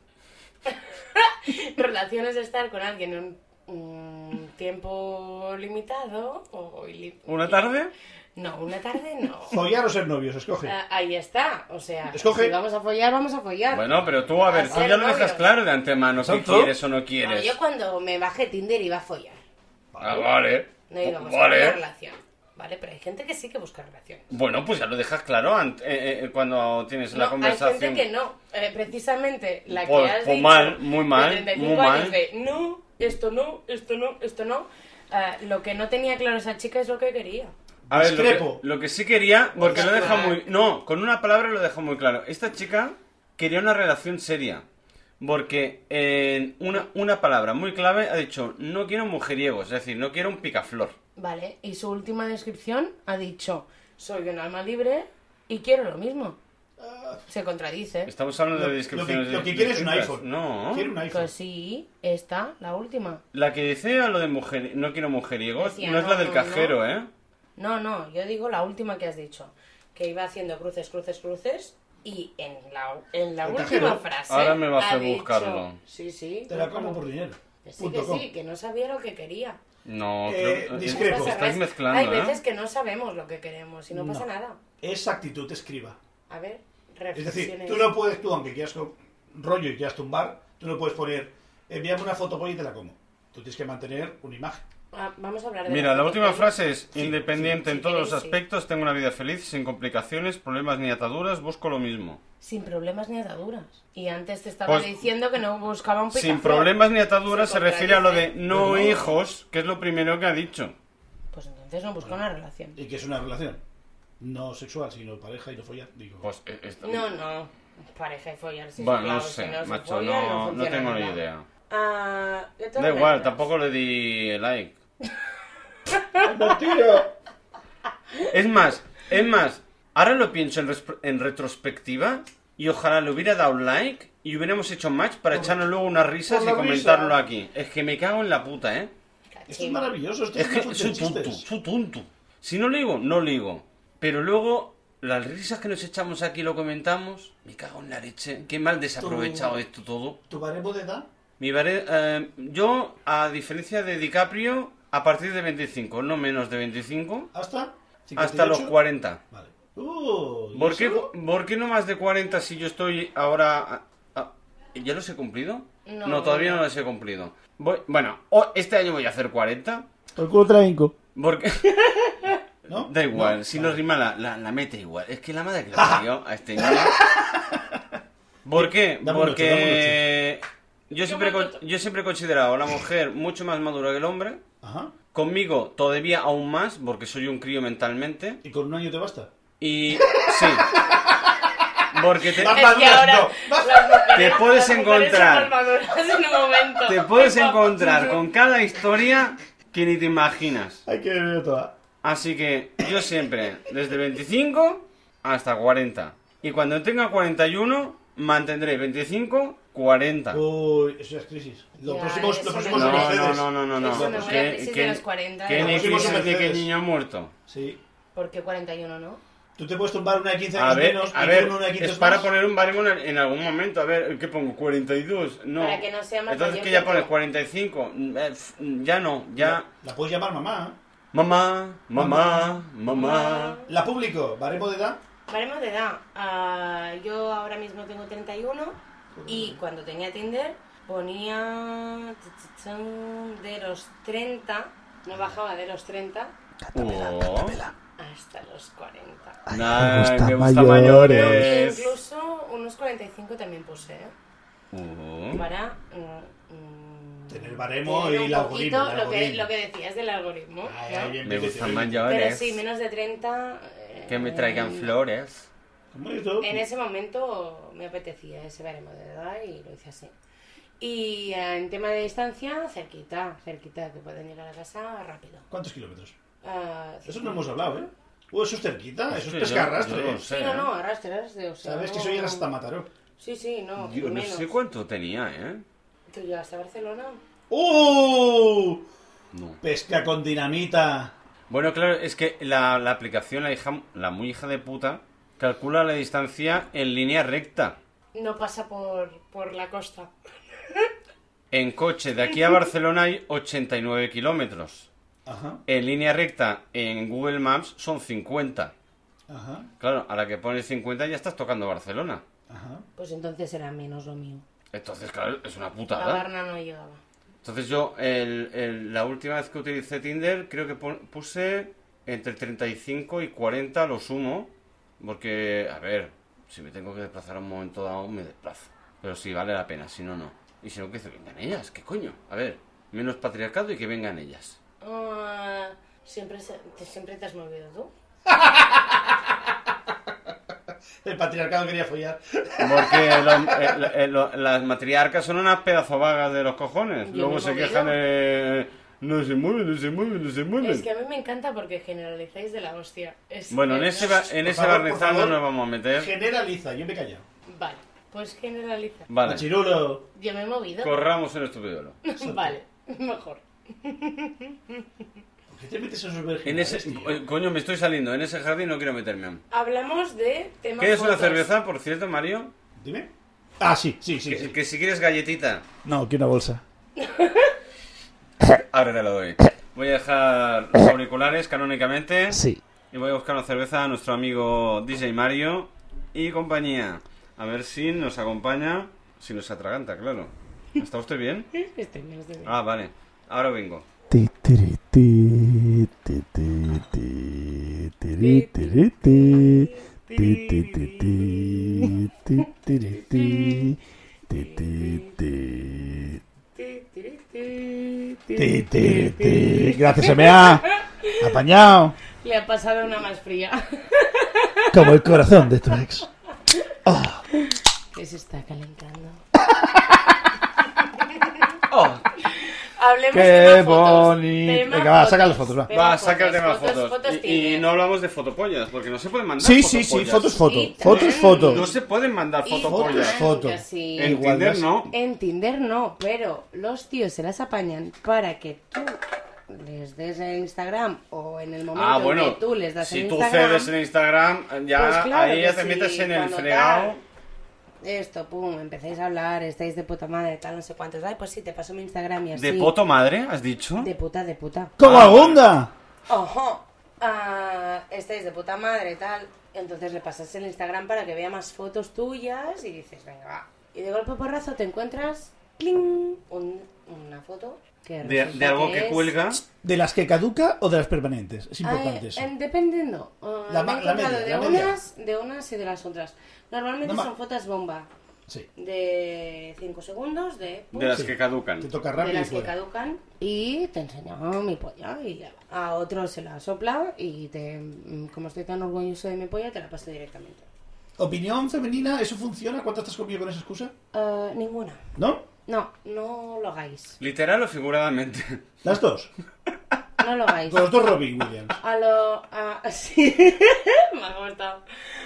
Relación es estar con alguien un, un tiempo limitado o ili- ¿Una tarde? No, una tarde no. Follar o ser novios, escoge. Ah, ahí está, o sea, Escoge. si vamos a follar, vamos a follar. Bueno, pero tú, a ver, tú ser ya lo dejas novios. claro de antemano si Exacto. quieres o no No, quieres. yo cuando me bajé Tinder iba a follar, Ah, vale. no iba a buscar una Vale. relación. Vale, pero hay gente que sí que busca relaciones. Bueno, pues ya lo dejas claro ant- eh, eh, cuando tienes la No, hay conversación. gente que no. Eh, precisamente la que Pues- has pues dicho mal, muy mal, de treinta y cinco muy años mal. de no, esto no, esto no, esto no. Eh, lo que no tenía claro esa chica es lo que quería. A ver, lo que, Discrepo. lo que sí quería, porque lo deja Claro. muy... No, con una palabra lo deja muy claro. Esta chica quería una relación seria. Porque en una, una palabra muy clave ha dicho, no quiero mujeriegos, es decir, no quiero un picaflor. Vale, y su última descripción ha dicho, soy un alma libre y quiero lo mismo. Se contradice. Estamos hablando Lo, de lo que, descripciones lo que de- quiere es un distintas. iPhone. No. Quiere un iPhone. Pues sí, esta, la última. La que decía lo de mujer, no quiero mujeriegos, Decía, no es la no, del no, cajero, ¿eh? No, no, yo digo la última que has dicho. Que iba haciendo cruces, cruces, cruces. Y en la, en la El última cajero. frase. Ahora me vas ha a dicho- buscarlo. Sí, sí. Te la no, como no. por dinero. Que sí, Punto que com. sí, que no sabía lo que quería. No, Eh, creo- discrepo. No pasa estáis nada. mezclando, Hay ¿eh? veces que no sabemos lo que queremos y no, pasa No. nada. Esa actitud escriba. A ver, Es reflexiones. decir, tú no puedes, tú aunque quieras con rollo y quieras tumbar, tú no puedes poner, envíame una foto por y te la como. Tú tienes que mantener una imagen. Ah, vamos a hablar de Mira, la última fotos. frase es: Sí, independiente sí, en si todos los queréis, sí. aspectos, tengo una vida feliz, sin complicaciones, problemas ni ataduras, busco lo mismo. Sin problemas ni ataduras. Y antes te estaba Pues, diciendo que no buscaba un Sin picaflor. problemas ni ataduras se, Se refiere a lo de contradice. no Pero no. hijos, que es lo primero que ha dicho. Pues entonces no busca una relación. ¿Y qué es una relación? No sexual, sino pareja y no follar. Digo. Pues eh, esto- No, no. Pareja y follar. Si Bueno, claro, no si sé, se macho, follan, no, no funciona tengo ni nada. idea. Ah, de todas Da igual, maneras. tampoco le di like. ¡Mentira! Es más, es más, ahora lo pienso en, res- en retrospectiva y ojalá le hubiera dado like y hubiéramos hecho match para Por- echarnos luego unas risas por y la comentarlo risa. aquí. Es que me cago en la puta, ¿eh? Esto es maravilloso. Esto Es es que una soy de tonto, chistes. soy tonto. Si no ligo, no ligo. Pero luego, las risas que nos echamos aquí lo comentamos, me cago en la leche. Qué mal desaprovechado Tú- esto todo. ¿Tu baremo de edad? Mi bare- eh, yo, a diferencia de DiCaprio, a partir de veinticinco, no menos de veinticinco, ¿Hasta? hasta los cincuenta y ocho. cuarenta. Vale. Uh, ¿y ¿Por qué, eso? ¿Por qué no más de cuarenta si yo estoy ahora... a- a- ¿Ya los he cumplido? No. todavía no los he cumplido. Voy, bueno, o- este año voy a hacer cuarenta. El culo traigo. Porque... ¿No? Da igual, ¿No? si Vale. no rima la, la, la mete igual. Es que la madre que le parió a este niño... ¿Por qué? Dame un ocho, dame Porque... Yo siempre, con- yo siempre he considerado a la mujer mucho más madura que el hombre. Ajá. Conmigo todavía aún más, porque soy un crío mentalmente. ¿Y con un año te basta? Y... Sí. Porque te, Más Es que maduras, ahora no. las mujeres- Te puedes las mujeres encontrar. son más maduras en un momento. te puedes encontrar con cada historia que ni te imaginas. Hay que ver toda. Así que yo siempre, desde veinticinco hasta cuarenta. Y cuando tenga cuarenta y uno, mantendré veinticinco, cuarenta. Uy, eso ya es crisis. Los Ya, próximos, eso los me próximos No, muere. son no, Mercedes. no, no, no, no. Eso me Pues muere a ¿Qué- crisis qué- de los cuarenta. ¿Qué ¿eh? ni Los próximos son crisis de que Mercedes. niño ha muerto? Sí. ¿Por qué cuarenta y uno no? Tú te puedes tumbar una de quince A años ver, menos a y ver, tú una de quince es para más. poner un baremo en, en algún momento. A ver, ¿qué pongo? ¿cuarenta y dos? No. Para que no sea más Entonces, mayor ¿qué que ya tú. pones? ¿cuarenta y cinco? Eh, f- Ya no, ya... La puedes llamar mamá. Mamá, mamá, mamá... La público, baremo de edad. Veremos de edad. Ah, yo ahora mismo tengo treinta y uno y cuando tenía Tinder ponía de los treinta, no bajaba de los treinta Oh. hasta los cuarenta. Ay, me gusta me gusta mayores. mayores. Incluso unos cuarenta y cinco también puse, ¿eh? Oh. Para mm, mm, Tener baremo tener y un el poquito algoritmo, el lo que, algoritmo. lo que decías del algoritmo. Ay, ¿no? ay, bien, Me bien, gustan bien. Pero mayores. sí, menos de treinta. eh, Que me traigan flores. ¿Cómo es esto? En ese momento me apetecía ese baremo de edad y lo hice así. Y eh, en tema de distancia, cerquita, cerquita, que pueden llegar a casa rápido. ¿Cuántos kilómetros? Ah, Eso no hemos hablado, ¿eh? Uh, eso es cerquita, eso es Sí, pesca yo- arrastre, yo ¿eh? lo sé. Sí, no, no, arrastre, arrastre. O sea, Sabes que no- eso llegas hasta Mataró. Sí, sí, no, Yo no menos. sé cuánto tenía, ¿eh? ¿Tú llegaste a Barcelona? ¡Uh! No. Pesca con dinamita. Bueno, claro, es que la, la aplicación, la hija, la muy hija de puta, calcula la distancia en línea recta. No pasa por, por la costa. En coche de aquí a Barcelona hay ochenta y nueve kilómetros. Ajá, En línea recta en Google Maps son cincuenta. ajá, Claro, a la que pones cincuenta ya estás tocando Barcelona. ajá. Pues entonces era menos lo mío. Entonces, claro, es una La putada. Barna no llegaba. Entonces yo, el, el- la última vez que utilicé Tinder, creo que pon- puse entre treinta y cinco y cuarenta lo sumo. Porque, a ver, si me tengo que desplazar a un momento dado, me desplazo. Pero sí, vale la pena, si no, no. Y si no, que se vengan ellas, ¿qué coño? A ver, menos patriarcado y que vengan ellas. Ah, siempre, se- te, siempre te has movido tú. El patriarcado quería follar. Porque los- eh, eh, lo- las matriarcas son unas pedazo vagas de los cojones. Yo Luego me he se movido. quejan de... No se mueven, no se mueven, no se mueven. Es que a mí me encanta porque generalizáis de la hostia. Es- Bueno, en es- ese, ba- en Por ese favor, por barnizal no favor. nos vamos a meter. Generaliza, yo me he callado. Vale, pues generaliza. Vale, Machirulo. Yo me he movido. corramos el estupidolo. Vale, mejor. ¿Por qué te metes en esos En vergines, ese, tío? eh, coño, me estoy saliendo. En ese jardín no quiero meterme. Hablamos de temas ¿Quieres una fotos. cerveza, por cierto, Mario? Dime. Ah, sí, sí, sí. que, sí. que si quieres galletita, No, que una bolsa. ahora te la doy. Voy a dejar los auriculares canónicamente Sí. y voy a buscar una cerveza a nuestro amigo D J Mario y compañía. A ver si nos acompaña, si nos atraganta, claro. ¿Está usted bien? Estoy bien, estoy bien. Ah, vale. Ahora vengo. Ti, tiri, ti, ti, ti, ti, tiri, tiri, ti, ti, ti, ti, ti, ti, tiri, ti, ti, ti, ti. Ti, ti, ti. Gracias, se me ha apañado Le ha pasado una más fría. como el corazón de tu ex. Oh. Que se está calentando. Oh, Hablemos Qué de fotos. bonito. Tema Venga, va, fotos. saca las fotos, va. Tema va, saca el tema fotos, fotos. fotos Y- y, Tinder. no hablamos de fotopollas, porque no se pueden mandar Sí, fotopollas. sí, sí, fotos, foto. Y Fotos, también- foto. No se pueden mandar Y fotopollas. tanto foto. así. En Igual Tinder más- no. En Tinder no, pero los tíos se las apañan para que tú les des el Instagram o en el momento Ah, en bueno, que tú les das si el tú Instagram. cedes en Instagram, ya Pues claro ahí que ya te sí, metes en el cuando fregado. tal, esto, pum, empezáis a hablar, estáis de puta madre, tal, no sé cuántos. Ay, pues sí, te paso mi Instagram y así. ¿De poto madre, has dicho? De puta, de puta. ¡Como abunda! Ojo, ah, estáis de puta madre, tal. Entonces le pasas el Instagram para que vea más fotos tuyas y dices, venga, va. Y de golpe porrazo te encuentras, ¡cling! un- una foto que De, resulta de algo que es- cuelga. ¿De las que caduca o de las permanentes? Es importante Ay, eso. en- dependiendo. Uh, La me he ma- la encontrado media, de la media. unas, de unas y de las otras. Normalmente No ma- son fotos bomba. Sí. De cinco segundos, de... De las Sí. que caducan. Te toca de rápido y las que fuera. caducan y te enseña mi polla y ya. A otro se la sopla y te, mm, como estoy tan orgulloso de mi polla, te la paso directamente. Opinión femenina, ¿eso funciona? ¿Cuánto estás conmigo con esa excusa? Eh, ninguna. ¿No? No, no lo hagáis. Literal o figuradamente. Las dos. No lo hagáis. Con los dos Robin Williams. A lo... A, sí. Me ha gustado.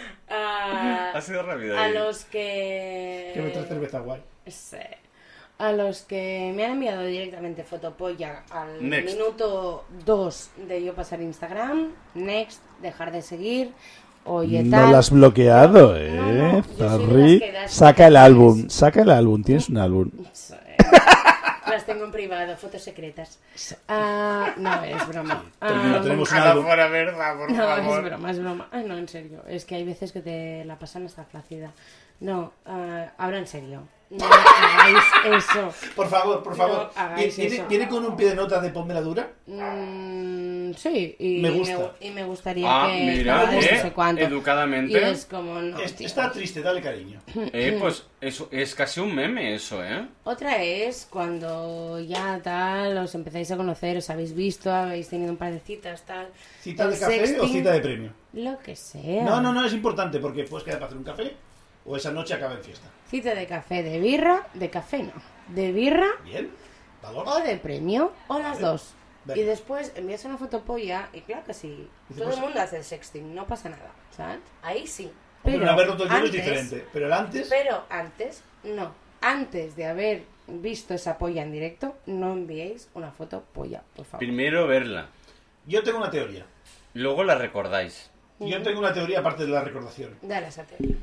A, Ha sido rápido. a ahí. los que... Que me trae cerveza guay. Sí. A los que me han enviado directamente fotopolla al Next. minuto dos de yo pasar Instagram, next, dejar de seguir, oye No tal. la has bloqueado, Yo- ¿eh? no, no, yo soy de las Zarri. que das Saca el corazones. álbum, saca el álbum, tienes un álbum. Sí. Las tengo en privado, fotos secretas. Ah, no, es broma. Termina, Ah, tenemos un Ojalá álbum. fuera verdad, por no, favor. es broma, es broma. Ay, no, en serio. Es que hay veces que te la pasan hasta flácida. No, ah, ahora en serio. No hagáis eso. Por favor, por favor. No hagáis ¿Viene, eso. viene con un pie de nota de ponme la dura? Mm, sí, y Me gusta. y me gustaría Ah, que mira, fuerais eh, no sé cuánto. educadamente. Y es como, no, Es- tío. Está triste, dale cariño. Eh, pues eso es casi un meme eso, ¿eh? Otra es cuando ya tal, os empezáis a conocer, os habéis visto, habéis tenido un par de citas, tal. ¿Cita El de café o sexting, cita de premio? Lo que sea. No, no, no, es importante porque puedes quedar para hacer un café o esa noche acaba en fiesta. Cita de café, de birra, de café no. De birra ¿Bien? ¿Valor? o de premio, o las dos. Venga. Y después envías una fotopolla y claro que sí. Dice, Todo pues- el mundo hace el sexting, no pasa nada, ¿sabes? Ahí sí. Hombre, Pero haber roto el hielo es antes- diferente. Pero el antes... Pero antes, no. Antes de haber visto esa polla en directo, no enviéis una foto polla, por favor. Primero verla, Yo tengo una teoría. luego la recordáis. Yo tengo una teoría aparte de la recordación. Dale esa teoría.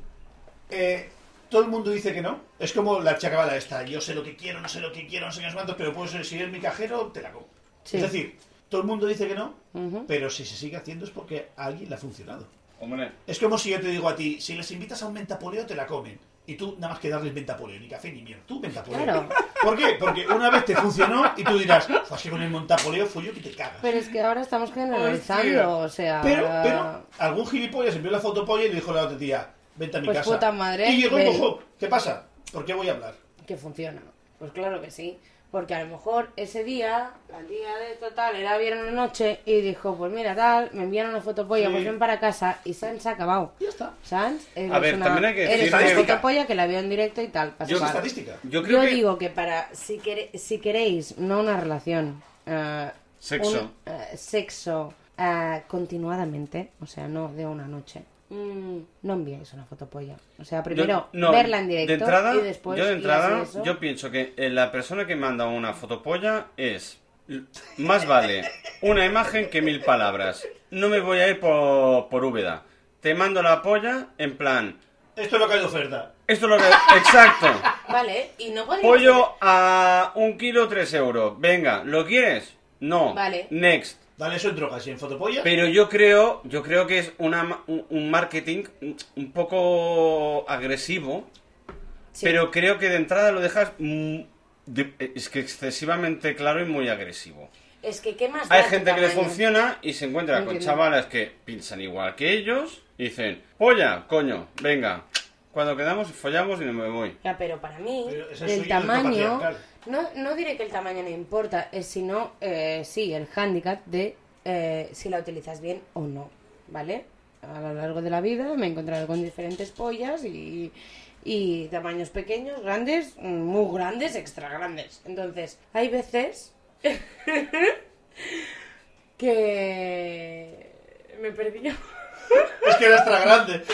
Eh, todo el mundo dice que no. Es como la chacabala esta. Yo sé lo que quiero, no sé lo que quiero, no sé qué cuántos, pero puedo ser, si eres mi cajero, te la como. Sí. Es decir, todo el mundo dice que no, Ujú. pero si se sigue haciendo es porque a alguien le ha funcionado. Hombre, Es como si yo te digo a ti, si les invitas a un mentapoleo, te la comen. Y tú nada más que darles mentapoleo, ni café ni mierda. Tú mentapoleo. Claro. ¿Por qué? Porque una vez te funcionó y tú dirás, pues que con el mentapoleo fue yo que te cagas. Pero es que ahora estamos Hostia. generalizando, o sea... Pero, pero, algún gilipollas envió la fotopolla y le dijo a la otra tía, vente a mi Pues casa. puta madre, Y llegó y ven. cojo, ¿qué pasa? ¿Por qué voy a hablar? Que funciona. Pues claro que sí. Porque a lo mejor ese día, el día de total, era viernes noche y dijo, pues mira tal, me envían una fotopolla, Sí. pues ven para casa y Sans se ha acabado. Ya está. Sans, eres A ver, una, también hay que eres decir una que- fotopolla que la veo en directo y tal. pasa Yo- Es mal. estadística. yo creo Yo que... digo que para, si, quere- si queréis, no una relación, eh, Sexo. un, eh, sexo eh, continuadamente, o sea, no de una noche, mm, no enviáis una fotopolla. O sea, primero Yo- no, verla en directo de entrada, y después yo de ir entrada, así eso. yo pienso que eh, la persona que manda una fotopolla es l- más vale una imagen que mil palabras. No me voy a ir por, por Úbeda. Te mando la polla en plan, Esto es lo que hay de oferta. esto es lo que... Exacto. Vale, y no podemos... Pollo a un kilo tres euros. Venga, ¿lo quieres? No. Vale. Next. Dale eso en drogas y en fotopolla. Pero yo creo, yo creo que es una, ma- un, un marketing un- un poco agresivo, Sí. pero creo que de entrada lo dejas mm, de- es que excesivamente claro y muy agresivo. Es que, ¿qué más da Hay tu gente que le tamaño? funciona y se encuentra No con entiendo. chavalas que piensan igual que ellos y dicen, polla, coño, venga, cuando quedamos follamos y no me voy. Ya, pero para mí, Pero ese el sueño tamaño... patriarcal. No, no diré que el tamaño no importa, es sino, eh, sí, el hándicap de eh, si la utilizas bien o no, ¿vale? A lo largo de la vida me he encontrado con diferentes pollas y, y tamaños pequeños, grandes, muy grandes, extra grandes. Entonces, hay veces que me perdí yo. Es que era extra grande. Es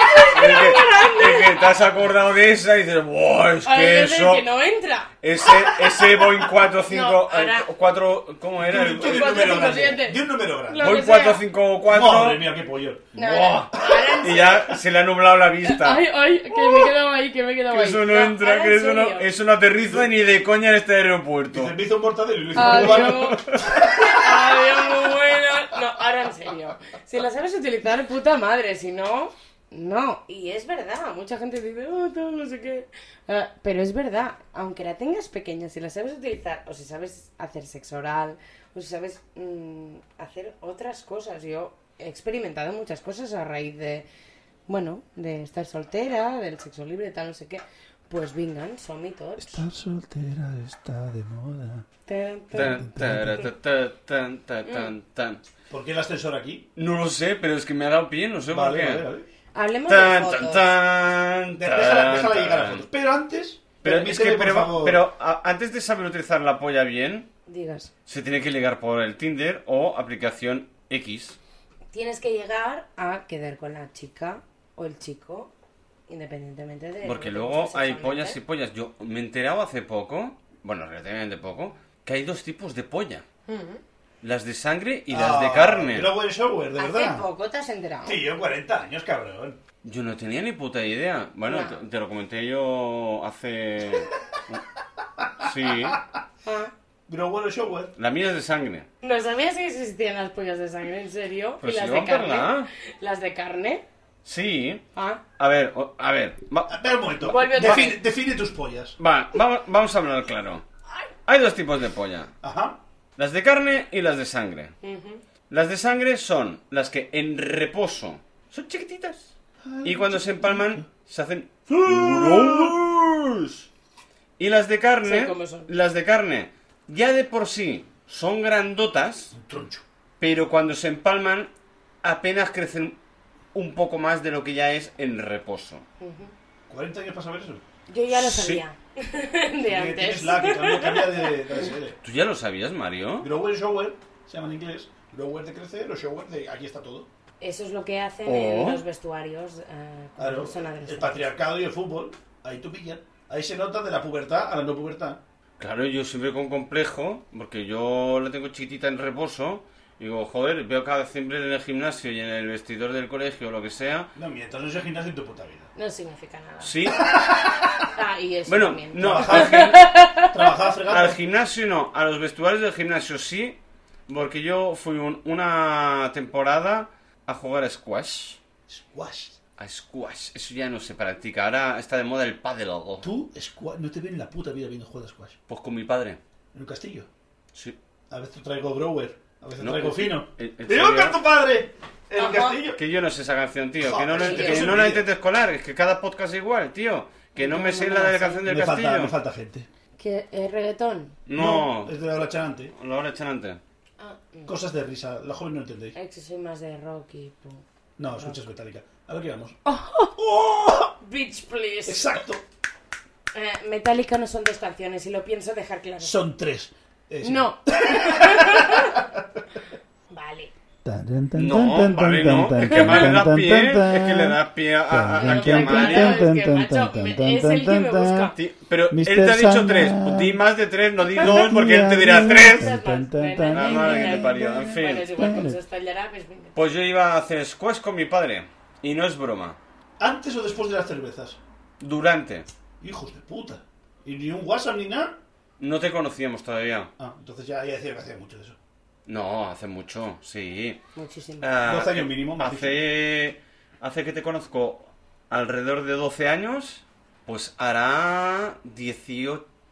que, es que te has acordado de esa y dices, ¡buah! Es Hay que veces eso... que no entra. Ese, ese Boeing cuatro cinco... No, ahora- cuatro, ¿cómo era? De El, un cuatro, número cinco, grande. siete. De un número grande. Lo Boeing que sea. cuatro cinco cuatro... Madre mía, qué pollo. No, ¡Buah! ahora en Y ya se le ha nublado la vista. Ay, ay, que me he quedado ahí, que me he quedado Que ahí. eso no No, entra, ahora que en eso no, serio. eso no aterriza ni de coña en este aeropuerto. Dice, me hizo un mortadelo y lo hizo un cubano. Adiós. Adiós, muy buena. No, ahora en serio. Si la sabes utilizar, puta madre. Si no, no. Y es verdad. Mucha gente dice, oh, no, no sé qué. Ah, pero es verdad. Aunque la tengas pequeña, si la sabes utilizar, o si sabes hacer sexo oral, o si sabes mm, hacer otras cosas. Yo he experimentado muchas cosas a raíz de, bueno, de estar soltera, del sexo libre, tal, no sé qué. Pues vengan, son mi tots. Estar soltera está de moda. Tan, Tan, tan. tara, ta, ta, tan, ta, tan, tan. ¿Por qué el ascensor aquí? No lo sé, pero es que me ha dado pie, no sé Vale, por qué. vale, vale. Hablemos de Tan, fotos. tan, tan, De- Déjala, déjala tan, llegar a tan. fotos. Pero antes, Pero es permíteme, que, por pero, favor. pero a- antes de saber utilizar la polla bien, Digas. se tiene que ligar por el Tinder o aplicación X. Tienes que llegar a quedar con la chica o el chico, independientemente de... Porque lo que te luego guste hay sexualmente. pollas y pollas. Yo me he enterado hace poco, bueno, relativamente poco, que hay dos tipos de polla. Ujú. Las de sangre y las de Ah, carne. Grower Shower, de Hace verdad. poco te has enterado. Tío, cuarenta años, cabrón. Yo no tenía ni puta idea. Bueno, No. te, te lo comenté yo hace... Sí, Ah, Grower Shower. la mía es de sangre. ¿no sabías que existían las pollas de sangre, en serio? Pues ¿Y las sí, de van carne? verdad. ¿Las de carne? Sí. Ah, A ver, o- a ver. Va, Espera un momento. Vuelve otra Define, vez. define tus pollas. va, vamos, vamos a hablar claro. Hay dos tipos de polla. Ajá. Las de carne y las de sangre. ujú. Las de sangre son las que en reposo son chiquititas. Y cuando se empalman se hacen... grandes. Y las de carne, Sí, ¿cómo son? las de carne, ya de por sí son grandotas, Un troncho. pero cuando se empalman apenas crecen un poco más de lo que ya es en reposo. ¿cuarenta años para saber eso? Yo ya lo Sí. sabía. De Eh, antes. Tienes la que cambia, cambia de, de serie. ¿Tú ya lo sabías, Mario? Grower Shower, se llama en inglés. Grower de crecer o Shower de aquí está todo. Eso es lo que hacen Oh. en los vestuarios. eh, cuando Claro, son el adolescentes. patriarcado y el fútbol, ahí tú pillas. Ahí se nota de la pubertad a la no pubertad. Claro, yo siempre con complejo, porque yo la tengo chiquitita en reposo. Digo, joder, veo cada vez siempre en el gimnasio y en el vestidor del colegio o lo que sea. No mientas, no es el gimnasio en tu puta vida. No significa nada. Sí, Ah, y eso bueno, también. no, al, Trabajaba, gim- trabajaba fregando. al gimnasio no, a los vestuarios del gimnasio sí, porque yo fui un- una temporada a jugar a squash. Squash. A squash, eso ya no se practica, ahora está de moda el pádel. Tú, squash, no te ven en la puta vida viendo jugar a squash. Pues con mi padre, En un castillo. sí. A veces traigo Grower, a veces No, traigo en- Fino. en- en ¡Digo serio. que es tu padre! En el Ajá. castillo. Que yo no sé esa canción, tío. Que no, Joder, lo- sí, que es no un la vídeo. intentes colar. Es que cada podcast es igual, tío. Que no, No, me no sé me la la de la sé. canción del Me falta, castillo. me falta gente. ¿Qué es reggaetón? No, Es de la hora chanante. lo habré hecho antes. Ah, no. Cosas de risa, la joven no entendéis. Es que soy más de rock y... pu- No, escuchas Metallica. A lo que vamos. Bitch, please. Exacto. Eh, Metallica no son dos canciones y lo pienso dejar claro. Son tres. Eh, sí. No. Vale. No, vale, no. Es que más le das pie. Es que le das pie a, a- a- aquí a Pero Mario. claro, es que, macho, me- es el que me busca. Ti- Pero él mister te ha dicho Sandman. tres. Pues di más de tres, no di dos, porque él te dirá tres. Tan, tan, tan, La madre que te parió, en fin. Bueno, es igual, como se estallará, pues venga. Pues yo iba a hacer squash con mi padre. Y no es broma. ¿Antes o después de las cervezas? Durante. Hijos de puta. ¿Y ni un WhatsApp ni nada? No te conocíamos todavía. Ah, entonces ya, ya decía que hacía mucho de eso. No, hace mucho, sí. Muchísimo. Ah, doce años mínimo, me has Hace, hace que te conozco alrededor de doce años, pues hará dieciocho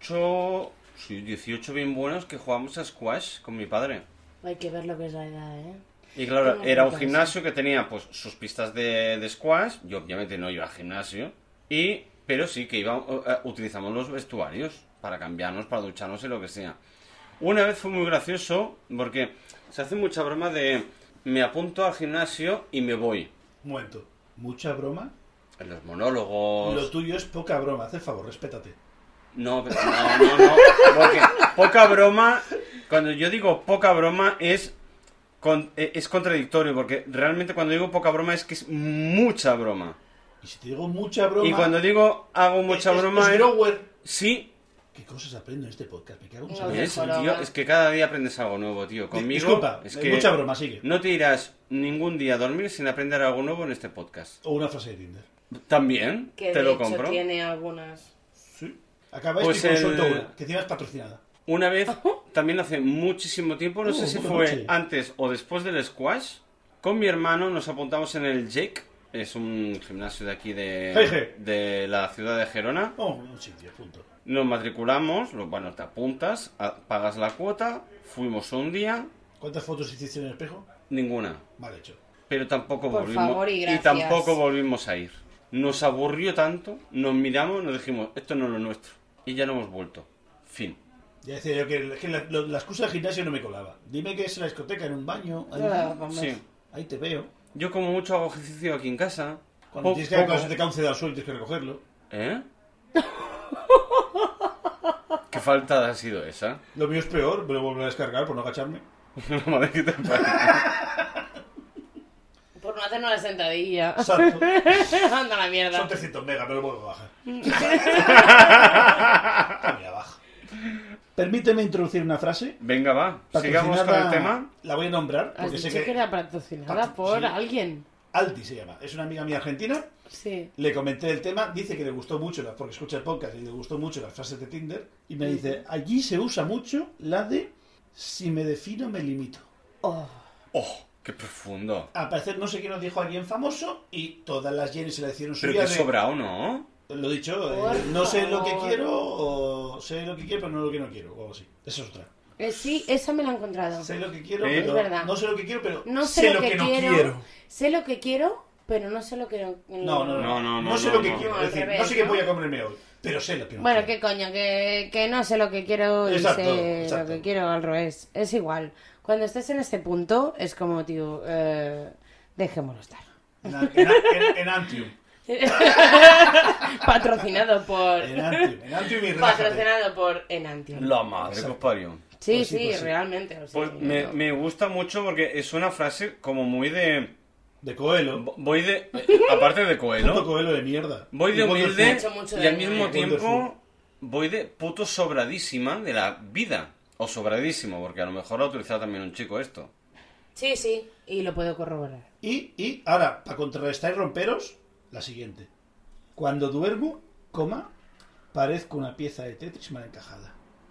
dieciocho... Sí, dieciocho bien buenos que jugamos a squash con mi padre. Hay que ver lo que es la edad, ¿eh? Y claro, Tengo era un muchas. gimnasio que tenía pues sus pistas de, de squash. Yo obviamente no iba al gimnasio. Y, pero sí que iba, uh, utilizamos los vestuarios para cambiarnos, para ducharnos y lo que sea. Una vez fue muy gracioso porque se hace mucha broma de me apunto al gimnasio y me voy. Un momento. ¿Mucha broma? En los monólogos... Lo tuyo es poca broma. Haz el favor, respétate. No, pero- no, no, no. Porque poca broma, cuando yo digo poca broma es, con- eh, es contradictorio, porque realmente cuando digo poca broma es que es mucha broma. Y si te digo mucha broma... Y cuando digo hago mucha es, broma es es... grower. Sí, ¿Qué cosas aprendo en este podcast? Me cago en No, su ¿ves, Joder, tío? joder. Es que cada día aprendes algo nuevo, tío. Conmigo Disculpa, es eh, que mucha broma, sigue. no te irás ningún día a dormir sin aprender algo nuevo en este podcast. O una frase de Tinder. También, Que te de lo hecho compro. tiene algunas... Sí. Acaba Pues esto y el- suelto una, que encima es patrocinada. Una vez, también hace muchísimo tiempo, no Uh, sé si buena fue noche. antes o después del squash, con mi hermano nos apuntamos en el Jake, es un gimnasio de aquí de, Jeje. de la ciudad de Gerona. Oh, un sitio, punto. Nos matriculamos, lo- bueno, te apuntas, a- pagas la cuota, fuimos un día, ¿Cuántas fotos hiciste en el espejo? ninguna, Mal hecho. pero tampoco Por volvimos favor y gracias. tampoco volvimos a ir. Nos aburrió tanto, nos miramos, nos dijimos, esto no es lo nuestro, y ya no hemos vuelto. Fin. Ya decía yo que, que la, lo- la excusa del gimnasio no me colaba. Dime que es en la discoteca, en un baño. Ahí, Ah, vamos. Sí. ahí te veo. Yo como mucho hago ejercicio aquí en casa. Cuando Po- tienes que poco. cuando se te cae un cedal al suelo y tienes que recogerlo. ¿Eh? ¿Qué falta ha sido esa? Lo mío es peor, me lo volveré a descargar por no agacharme. Madre que te parió. Por no hacer una sentadilla. Exacto. Anda la mierda. Son trescientos megas, me lo vuelvo a bajar. También abajo. Permíteme introducir una frase. Venga, va. Sigamos con patrocinada- el tema. La voy a nombrar Has porque sé dicho que... que era patrocinada Patro- por sí. alguien. Aldi se llama. Es una amiga mía argentina. Sí. Le comenté el tema, dice que le gustó mucho, la- porque escucha el podcast y le gustó mucho las frases de Tinder. Y me dice, allí se usa mucho la de si me defino me limito. Oh. ¡Oh! ¡Qué profundo! Al parecer no sé quién nos dijo alguien famoso y todas las Jenny se la hicieron Pero suya que de... sobrado, ¿no? Lo dicho, eh, Por no sé lo que favor. quiero o sé lo que quiero pero no lo que no quiero o algo así. Esa es otra. Eh, sí, esa me la he encontrado. Sé lo que quiero, ¿Eh? pero Es verdad. no sé lo que quiero, pero No sé, sé lo que, no quiero, quiero. Sé lo que quiero, pero no sé lo que no. No, no, no. No, no, no, sé no, lo que no. quiero. No, Es al decir, revés, no sé qué ¿no? voy a comerme hoy, pero sé lo que no Bueno, quiero. qué coño, que, que no sé lo que quiero y Exacto, sé exacto. lo que quiero al revés. Es igual. Cuando estés en este punto, es como, tío, eh, dejémoslo estar. En, en, en, en Antium. Patrocinado por. Enantium. Enantium y relájate. Patrocinado por Enantium. La madre que os parió. Sí, Pues sí, sí, pues sí. realmente. o sea, Pues sí, me, no. me gusta mucho porque es una frase como muy de... De Coelho. Voy de... Aparte de Puto Coelho. Coelho de mierda. Voy de Y Wonderful. humilde Mucho, mucho y al daño, mismo eh. tiempo Wonderful. voy de puto sobradísima de la vida. O sobradísimo, porque a lo mejor lo ha utilizado también un chico esto. Sí, sí, y lo puedo corroborar. Y, y ahora, para contrarrestar y romperos, la siguiente. Cuando duermo, coma, parezco una pieza de Tetris mal encajada.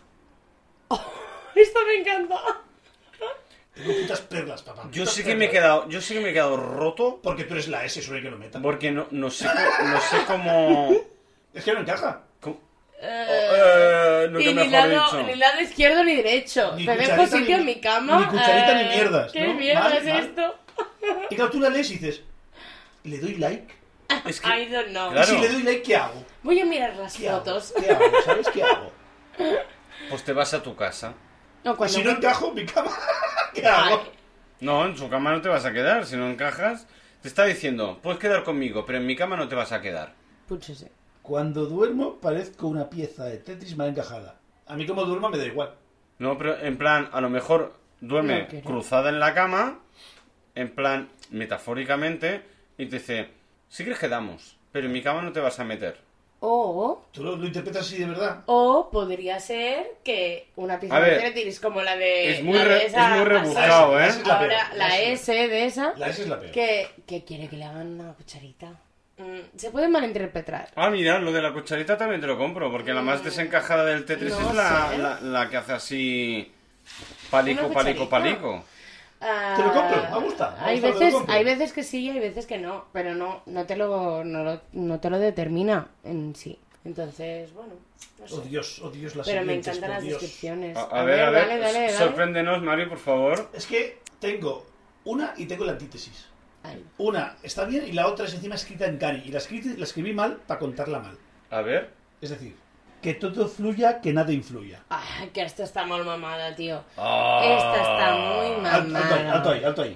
Esto me encanta. Tengo putas perlas, papá. Yo putas sí que me he perlas. quedado, yo sí que me he quedado roto Porque tú eres la S, eso hay que lo meta. porque no, no sé co- no sé cómo, Es que no encaja. cómo- Eh, eh, nunca y ni mejor lado, dicho. ni lado izquierdo ni derecho. Ni Te dejo cucharita sitio ni- en mi cama. ni cucharita eh, ni mierdas, ¿Qué ¿no? mierda Mal, es mal. esto? Y claro, tú la lees y dices, ¿le doy like? Es que- I don't know. Claro. Y si le doy like, ¿qué hago? Voy a mirar las ¿Qué hago? fotos. ¿Qué hago? ¿Sabes qué hago? pues te vas a tu casa. No, Y cuando... si no encajo, mi cama, ¿qué hago? Ay, No, en su cama no te vas a quedar. Si no encajas, te está diciendo, puedes quedar conmigo, pero en mi cama no te vas a quedar. púchese. Cuando duermo, parezco una pieza de Tetris mal encajada. A mí como duerma me da igual. No, pero en plan, a lo mejor duerme No quiero. cruzada en la cama, en plan, metafóricamente, y te dice, sí que quedamos, pero en mi cama no te vas a meter. O, ¿Tú lo, lo interpretas así de verdad? o podría ser que una pieza A de ver, Tetris como la de... es muy la de re- esa es muy pasada, rebuscado, ¿eh? Esa es la Ahora, peor, la esa es S de esa, La S es la peor. que, que quiere que le hagan una cucharita. Mm, se puede malinterpretar. Ah, mira, lo de la cucharita también te lo compro, porque la más desencajada del Tetris No es la, sé. la, la que hace así palico, Una palico, cucharita. palico. Ah, Te lo compro, me ha gustado, me ha Hay gustado, te lo veces, compro. hay veces que sí y hay veces que no, pero no, no te lo, no, lo- no te lo determina en sí. Entonces, bueno, no sé. Oh Dios, oh Dios, las Pero me siguientes, encantan por las Dios. descripciones. A, a ver, a ver, dale, dale, dale. sorpréndenos, Mari, por favor. Es que tengo una y tengo la antítesis. Ay. Una está bien y la otra es encima escrita en cari. Y la escribí, la escribí mal para contarla mal. A ver. Es decir, que todo fluya, que nada influya. Ay, que esta está muy mamada, tío. Ah. Esta está muy Alto, alto ahí, mamada. alto ahí, alto ahí.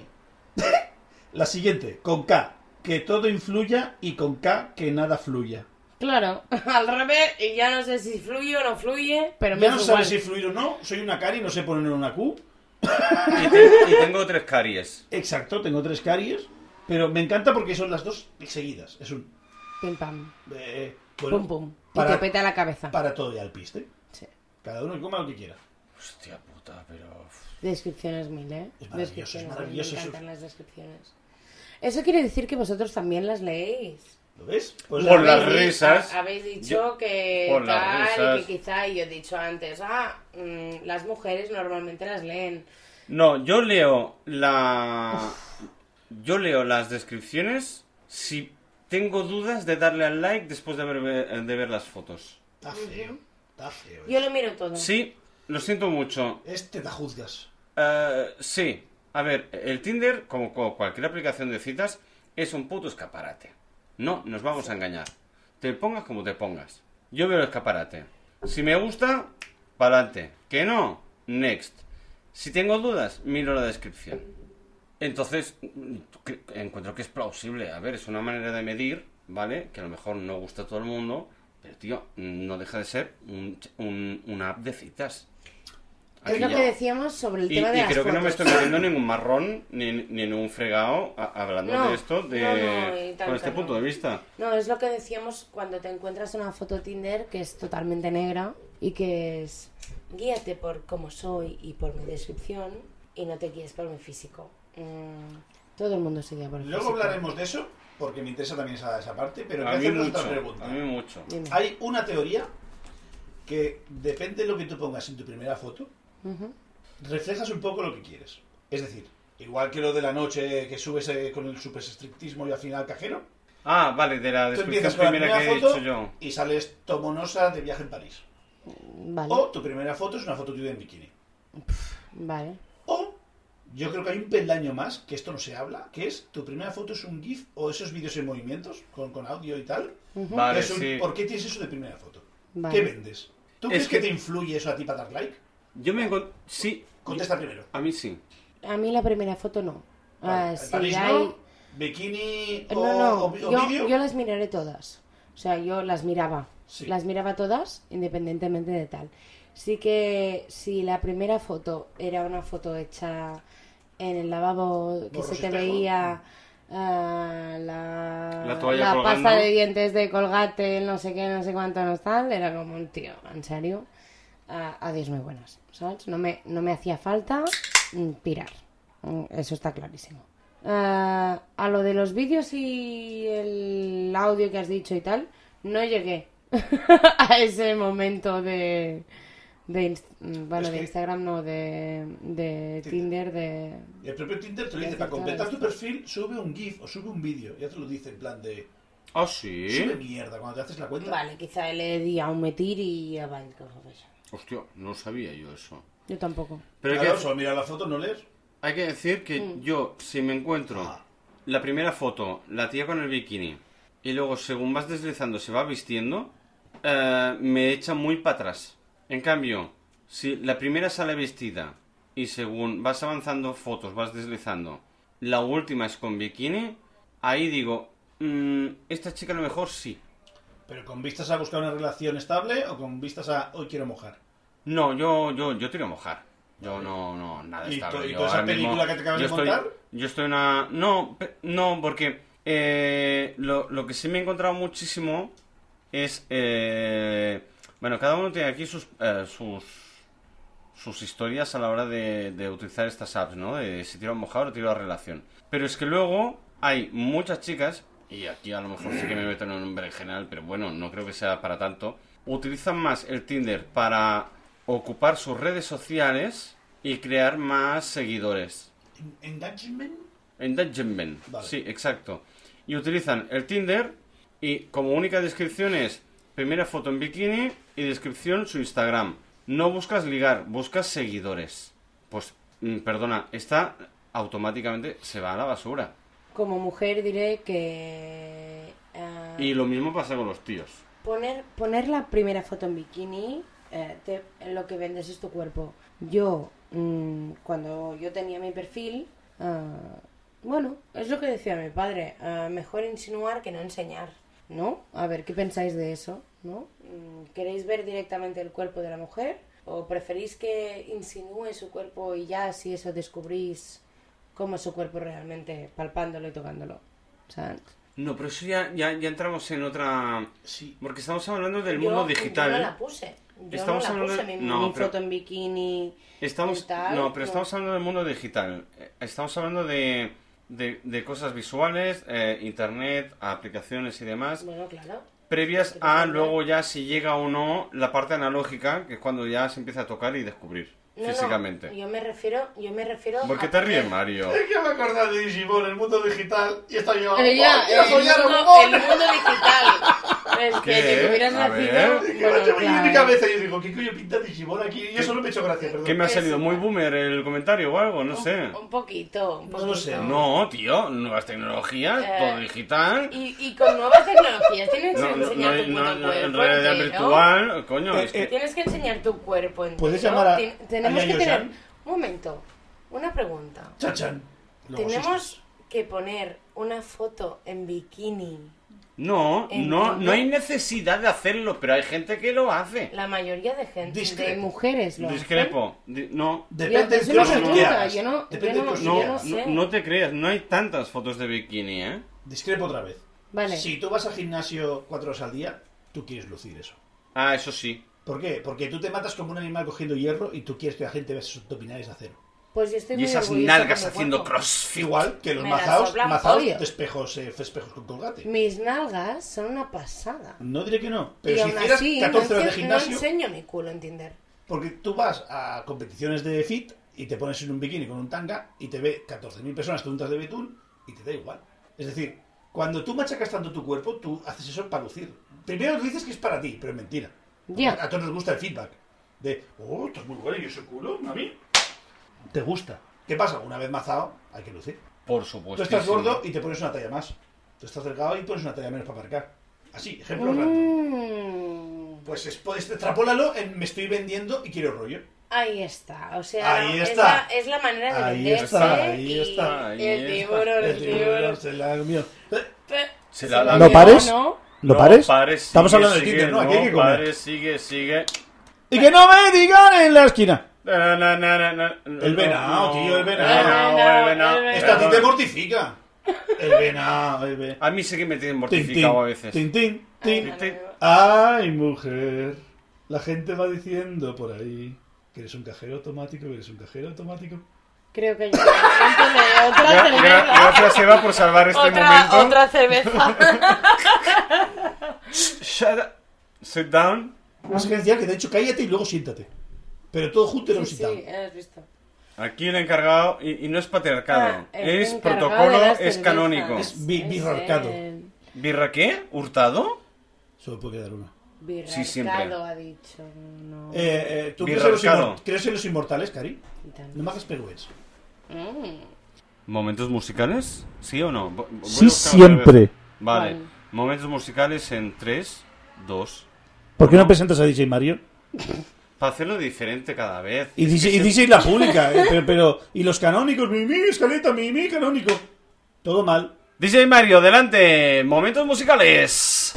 La siguiente, con K, que todo influya y con K, que nada fluya. Claro, al revés, y ya no sé si fluye o no fluye, pero me Ya es no igual. sabes si fluir o no. Soy una cari, no sé poner una Q. Y, te- y tengo tres caries. Exacto, tengo tres caries. Pero me encanta porque son las dos seguidas. Es un... Pim pam, eh, bueno, pum pum. Y para, te peta la cabeza. para todo y al piste. Sí. Cada uno que coma lo que quiera. Hostia puta, pero... Descripciones mil, ¿eh? Es maravilloso, Descripciones es mil, maravilloso Me eso. encantan las descripciones. Eso quiere decir que vosotros también las leéis. ¿Lo ves? Pues Por la- las Habéis di- risas. ha- Habéis dicho Yo- que por las tal, risas. y que quizá, y yo he dicho antes, ah, mm, las mujeres normalmente las leen. No, yo leo la... Yo leo las descripciones si tengo dudas de darle al like después de ver, de ver las fotos. Está feo. Está feo. Yo lo miro todo. Sí, lo siento mucho. Este te juzgas. Eh, sí, a ver, el Tinder, como co- cualquier aplicación de citas, es un puto escaparate. No, nos vamos a engañar. Te pongas como te pongas. Yo veo el escaparate. Si me gusta, pa'lante. Que no, next. Si tengo dudas, miro la descripción. Entonces, cre- encuentro que es plausible. A ver, es una manera de medir, ¿vale? Que a lo mejor no gusta a todo el mundo, pero tío, no deja de ser un, un- una app de citas. Es Aquí lo ya- que decíamos sobre el y, tema de y las creo que no me fotos. estoy metiendo en ningún marrón ni, ni en un fregado a- hablando No, de esto de, no, no, y tanto con este no. punto de vista. No, es lo que decíamos cuando te encuentras una foto Tinder que es totalmente negra y que es guíate por cómo soy y por mi descripción y no te guíes por mi físico. Mm, todo el mundo se guía por el Luego físico. hablaremos de eso, porque me interesa también esa, esa parte, pero voy A a mí hacernos mucho, otra pregunta. a mí mucho. Dime. Hay una teoría que depende de lo que tú pongas en tu primera foto, Ujú. reflejas un poco lo que quieres. Es decir, igual que lo de la noche que subes eh, con el super estrictismo y al final cajero, Ah, vale, de la tú descripción empiezas con la primera primera que he foto dicho yo. y sales tomonosa de viaje en París. Vale, O tu primera foto es una foto tuya en bikini. vale. O yo creo que hay un peldaño más, que esto no se habla, que es tu primera foto es un GIF o esos vídeos en movimientos con, con audio y tal. Ujú. Vale, que es un- sí. ¿Por qué tienes eso de primera foto? Vale. ¿Qué vendes? ¿Tú Es crees que... que- te influye eso a ti para dar like? Yo me encont- Sí, Contesta primero. a mí sí. A mí la primera foto no. Vale, Ah, en si París hay... no, bikini o, No, no, o vi- o yo, vídeo. yo las miraré todas. O sea, yo las miraba. Sí. Las miraba todas, independientemente de tal. Sí que si la primera foto era una foto hecha en el lavabo que Borros se te espejo. veía ah, la, La toalla colgando. pasta de dientes de Colgate, el no sé qué, no sé cuánto, no tal, era como un tío, en serio. Ah, adiós muy buenas, ¿sabes? No me, no me hacía falta mm, pirar. Mm, Eso está clarísimo. Ah, a lo de los vídeos y el audio que has dicho y tal, no llegué a ese momento de, de Inst- bueno, Es de que- Instagram, no, de, de Tinder, de... El propio Tinder te lo dice, Ya para está, completar ya tu está. perfil, sube un GIF o sube un vídeo. Ya te lo dice en plan de... Ah, Sube sí. mierda cuando te haces la cuenta. Vale, quizá le di a un metir y ya va. Hostia, no sabía yo eso. Yo tampoco. Pero hay Claro, que, solo mira la foto, no lees. hay que decir que Mm. yo, si me encuentro Ah. la primera foto, la tía con el bikini, y luego según vas deslizando se va vistiendo, eh, me echa muy para atrás. En cambio, si la primera sale vestida y según vas avanzando fotos, vas deslizando, la última es con bikini, ahí digo, mm, esta chica a lo mejor sí. Pero con vistas a buscar una relación estable o con vistas a hoy quiero mojar. No, yo, yo, yo tiro a mojar. Yo no, no, nada ¿Y estable. to- y Yo toda esa ahora mismo- película que te acabas yo de estoy, montar? Yo estoy una... No, pe- no, porque eh, lo, lo que sí me he encontrado muchísimo es... eh, bueno, cada uno tiene aquí sus, eh, sus, sus historias a la hora de, de utilizar estas apps, ¿no? De si tiro a mojar o tiro a relación. Pero es que luego hay muchas chicas, y aquí a lo mejor sí que me meto en un berenjenal, pero bueno, no creo que sea para tanto, utilizan más el Tinder para ocupar sus redes sociales y crear más seguidores. ¿Engagement? Engagement. Vale. Sí, exacto. Y utilizan el Tinder y como única descripción es primera foto en bikini y descripción su Instagram. No buscas ligar, buscas seguidores. Pues, mm, perdona, esta automáticamente se va a la basura. Como mujer diré que... Uh, Y lo mismo pasa con los tíos. poner, poner la primera foto en bikini, eh, te, lo que vendes es tu cuerpo. Yo, mmm, cuando yo tenía mi perfil, uh, bueno, es lo que decía mi padre, uh, mejor insinuar que no enseñar, ¿no? A ver, ¿qué pensáis de eso? ¿No? ¿Queréis ver directamente el cuerpo de la mujer? ¿O preferís que insinúe su cuerpo y ya si eso descubrís cómo es su cuerpo realmente, palpándolo y tocándolo? ¿Sabes? No, pero eso ya, ya, ya entramos en otra... Sí. Porque estamos hablando del Yo- mundo digital. Yo no ¿eh? la puse. Yo Estamos no la hablando puse, de- mi, no, mi pero- foto en bikini Estamos, y tal. no, pero estamos hablando del mundo digital. Eh, Estamos hablando de, de, de cosas visuales, eh, internet, aplicaciones y demás, Bueno, claro. previas ¿Qué a pasa? luego ya si llega o no la parte analógica, que es cuando ya se empieza a tocar y descubrir No, físicamente. no, yo me refiero, yo me refiero ¿Por qué a te ríes, poner- Mario? Es que me acordaba de Digimon, el mundo digital, y está yo... Eh, ya, ¡Oh, quiero el, follar mundo, Pokémon! el mundo digital. Es que, ¿Qué? que hubieras A nacido. ver. Es que Bueno, macho, me viene en mi claro. cabeza y yo digo, ¿qué coño pinta Digimon aquí? Y eso no me ha hecho gracia, perdón. ¿Qué me ha Es- salido? ¿Muy boomer el comentario o algo? No sé. Un, un poquito, un No poquito. lo sé. No, tío, nuevas tecnologías, Eh, todo digital. Y, y con nuevas tecnologías tienes que No, no, enseñar no, tu puto no, no, cuerpo en realidad entero. virtual, coño, Eh, es que... eh, Tienes que enseñar tu cuerpo entero. ¿Puedes llamar a- Ten- tenemos a que Yayo tener... San? Un momento, una pregunta. Chachan. Luego, Tenemos sí, que poner una foto en bikini. No, En no, Tinder. no hay necesidad de hacerlo, pero hay gente que lo hace. La mayoría de gente, Discrepo. de mujeres lo Discrepo. Di- No, Depende Yo- es del una closet que pregunta, hagas. yo no- Depende yo del no- closet no, que yo no hagas. sé. no, no te creas, no hay tantas fotos de bikini, ¿eh? Discrepo otra vez. Vale. Si tú vas al gimnasio cuatro horas al día, tú quieres lucir eso. Ah, eso sí. ¿Por qué? Porque tú te matas como un animal cogiendo hierro y tú quieres que la gente vea sus abdominales a cero. Pues yo estoy Y muy esas orgullosa nalgas con mi haciendo cuerpo. crossfit. Igual que los Me la mazaos, soplan mazaos pollo. de espejos, eh, espejos con colgate. Mis nalgas son una pasada. No diré que no, pero y si aún hicieras así, catorce no, horas de ense- no gimnasio, enseño mi culo en Tinder. porque tú vas a competiciones de fit y te pones en un bikini con un tanga y te ve catorce mil personas juntas de betún y te da igual. Es decir, cuando tú machacas tanto tu cuerpo, tú haces eso para lucir. Primero tú dices que es para ti, pero es mentira. Ya. A todos nos gusta el feedback. De, oh, estás muy bueno y ese culo, a mí. Te gusta. ¿Qué pasa? Una vez mazado, hay que lucir. Por Tú supuesto. estás gordo y te pones una talla más. Tú estás delgado y pones una talla menos para marcar. Así, ejemplo random. Mm, Pues es, pues, extrapólalo en me estoy vendiendo y quiero rollo. ahí está. O sea, Ahí es está. la, es la manera de Ahí venderse. está, ahí y está, ahí el está. tiburón, el El tiburón tiburón. se la comió. Eh, Pe- Se la- la- ¿No comió, pares? ¿no? ¿No pares? Estamos sigue, hablando de sigue, Tinder, ¿no? Aquí hay que no comer. pares, sigue, sigue. Y que no me digan en la esquina. Na, na, na, na, na, na, El venado, no, tío, el venado. El venado, el venado. El venado. Esto a ti te mortifica. El venado, el venado. A mí sí que me tienen Tin, mortificado a tin, veces. tin, tin, tin. Ay, tin. Ay, mujer. La gente va diciendo por ahí que eres un cajero automático, que eres un cajero automático. Creo que yo de otra Gra- gra- cerveza. Gracias, Eva, por salvar este Otra, momento. otra cerveza. Shut up. Sit down. Más que decir que de hecho cállate y luego siéntate. Pero todo junto era un Sí, sit down. sí, has visto. Aquí el encargado, y, y no es patriarcado, Ah, el es encargado protocolo, de las es cervezas. canónico. Es bi- Es birrarcado. el ¿Birra qué? ¿Hurtado? Solo puede quedar uno. Sí, siempre. birrarcado, ha dicho. No. Eh, eh, ¿Tú crees en, los Birrarcado. inmor- crees en los inmortales, Cari? Y tal. No me hagas perues. Mm. ¿Momentos musicales? ¿Sí o no? Vo- voy a Sí, buscar otra vez. siempre. Vale. Vale. Momentos musicales en tres, dos. ¿Por qué uno. no presentas a D J Mario? Para hacerlo diferente cada vez. Y Es D J, que y se- D J la pública, eh, pero, pero- y los canónicos, mi, mi, escaleta, mi, mi, canónico. Todo mal. D J Mario, delante. Momentos musicales.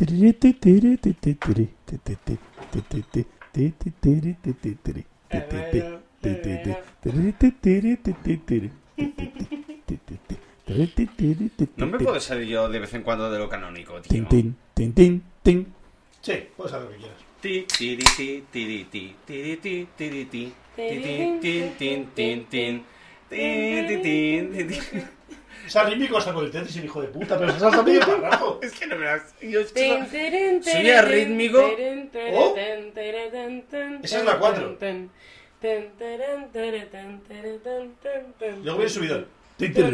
No me puedo salir yo de vez en cuando de lo canónico, tío. Tin, tin, tin, tin, tin. Sí, puedes hacer lo que quieras. Ti, tiri, ti, tiri, ti, tiri, ti, tiri, ti, ti, tin, tin, tin, tin, tin. Tin, tin, tin, tin, tin. Esa rítmico está con el Tetris, el hijo de puta, pero se salta medio parrajo. Es que no me das. Yo es que Tin, so- tirin, soy tirin, arrítmico. tirin, tirin, Oh. tin, tirin, tin, tin, Esa es la cuatro. tin, tin, tirin, tirin, tin, tirin, tin, tin, tin. Luego viene el subidón. Tin, No,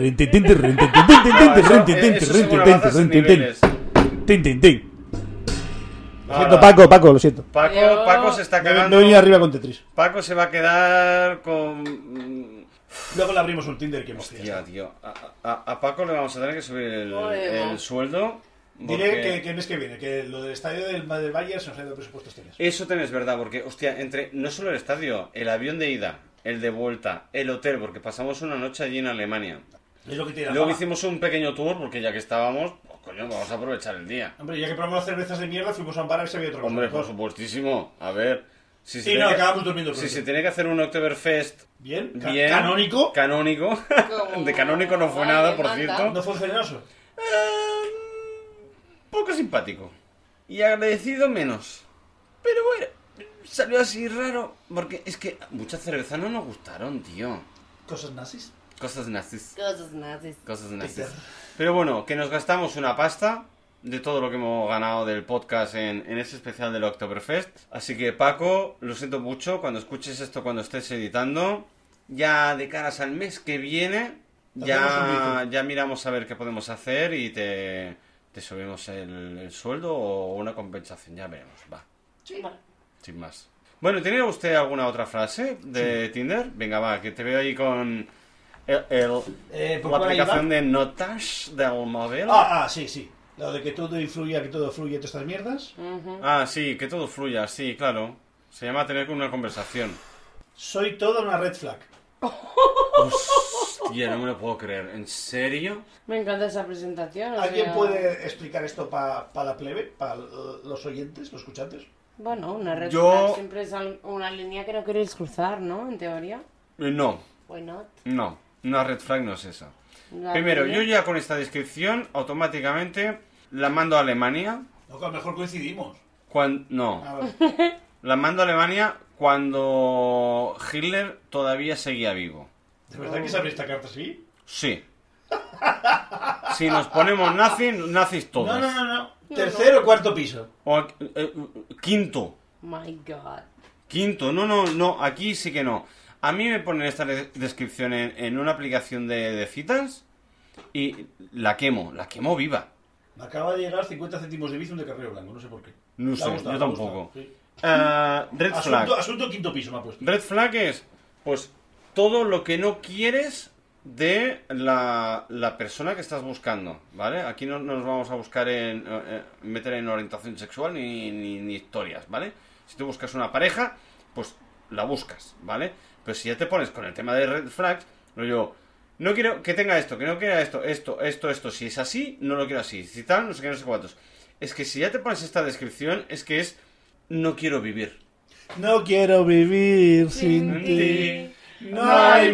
eso- eso son las bazas en niveles. tin, tin, tin. Lo siento, Paco, Paco, lo siento. Paco, Yo- Paco se está Me, me he quedando. venido arriba con Tetris. Paco se va a quedar con. Luego le abrimos un Tinder que hemos Hostia, tío. A, a- a Paco le vamos a tener que subir el, Joder. el sueldo. Diré porque- que, que el mes que viene, que lo del estadio del, del Bayern se nos ha ido el presupuesto este mes. Eso tenés verdad, porque, hostia, entre no solo el estadio, el avión de ida, el de vuelta, el hotel, porque pasamos una noche allí en Alemania. Es lo que tiene la Luego fama. hicimos un pequeño tour, porque ya que estábamos, pues coño, vamos a aprovechar el día. Hombre, ya que probamos las cervezas de mierda, fuimos a un bar a ver si había otra cosa. Hombre, por mejor. supuestísimo. A ver, si se Y tiene no, que- acabamos durmiendo si pronto. se tiene que hacer un Oktoberfest Bien, ca- bien, canónico. canónico, Como de canónico no fue alguien nada, por manda. cierto. No fue generoso. Eh, poco simpático. Y agradecido menos. Pero bueno, salió así raro. Porque es que muchas cervezas no nos gustaron, tío. Cosas nazis. Cosas nazis. Cosas nazis. Cosas nazis. Peter. Pero bueno, que nos gastamos una pasta de todo lo que hemos ganado del podcast en, en ese especial del Oktoberfest. Así que Paco, lo siento mucho, cuando escuches esto, cuando estés editando, ya de caras al mes que viene, Hacemos un ya, bizu. ya miramos a ver qué podemos hacer y te, te subimos el, el sueldo o una compensación, ya veremos, va, Vale. sin más. Bueno, ¿tiene usted alguna otra frase de Tinder? Venga, va, que te veo ahí con el, el- Eh, ¿por la cuál aplicación iba? de notas del móvil. Ah, ah, sí, sí. Lo de que todo influya, que todo fluya, todas estas mierdas. Ujú. Ah, sí, que todo fluya, sí, claro. Se llama tener una conversación. Soy toda una red flag. Hostia, no me lo puedo creer. ¿En serio? Me encanta esa presentación. o ¿Alguien sea, puede explicar esto para la plebe, para los oyentes, los escuchantes? Bueno, una red Yo- flag siempre es al- una línea que no queréis cruzar, ¿no? En teoría. Eh, No, Why not? no. Una red flag no es esa. La Primero, línea- yo ya con esta descripción automáticamente la mando a Alemania. No, que a lo mejor coincidimos. Cuando, no, A ver. la mando a Alemania cuando Hitler todavía seguía vivo. ¿De verdad que sabes esta carta así? Sí. Si nos ponemos nazis, nazis todos. No, no, no, no. Tercero o cuarto piso. O, eh, eh, quinto. My God. Quinto, no, no, no, aquí sí que no. A mí me ponen esta de- descripción en, en una aplicación de, de citas y la quemo, la quemo viva. Me acaba de llegar cincuenta céntimos de Bizum de Carrero Blanco, no sé por qué. No Le ha sé, gustado, yo le ha tampoco. gustado, sí. Ah, red flag. Asunto, asunto quinto piso me ha puesto. Red flag es, pues, todo lo que no quieres de la, la persona que estás buscando, ¿vale? Aquí no, no nos vamos a buscar en eh, meter en orientación sexual ni, ni, ni historias, ¿vale? Si tú buscas una pareja, pues la buscas, ¿vale? Pero si ya te pones con el tema de red flags, lo digo, no quiero que tenga esto, que no quiera esto, esto, esto, esto. Si es así, no lo quiero así. Si tal, no sé qué, no sé cuántos. Es que si ya te pones esta descripción, es que es no quiero vivir. No quiero vivir sin Sin ti. ti No hay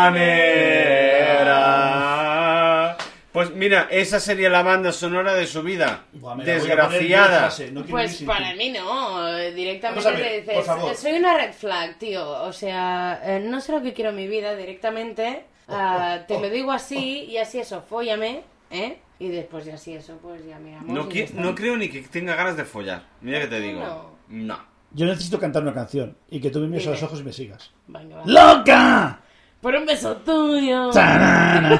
manera. Pues mira, esa sería la banda sonora de su vida. Buah, me la voy a poner yo de Desgraciada. frase, no quiero vivir Pues sin para ti. mí no, eh, directamente Vamos a ver, le dices, por favor. soy una red flag, tío, o sea, eh, no sé lo que quiero en mi vida, directamente ah, te lo digo así y así eso, fóllame, ¿eh? Y después de así eso, pues ya miramos. No, y qui- ya está. no creo ni que tenga ganas de follar. Mira que te ¿Por qué digo. no? No. Yo necesito cantar una canción y que tú me mires a los Dime. ojos y me sigas. Venga, va. ¡Loca! Por un beso tuyo. ¡Tarana!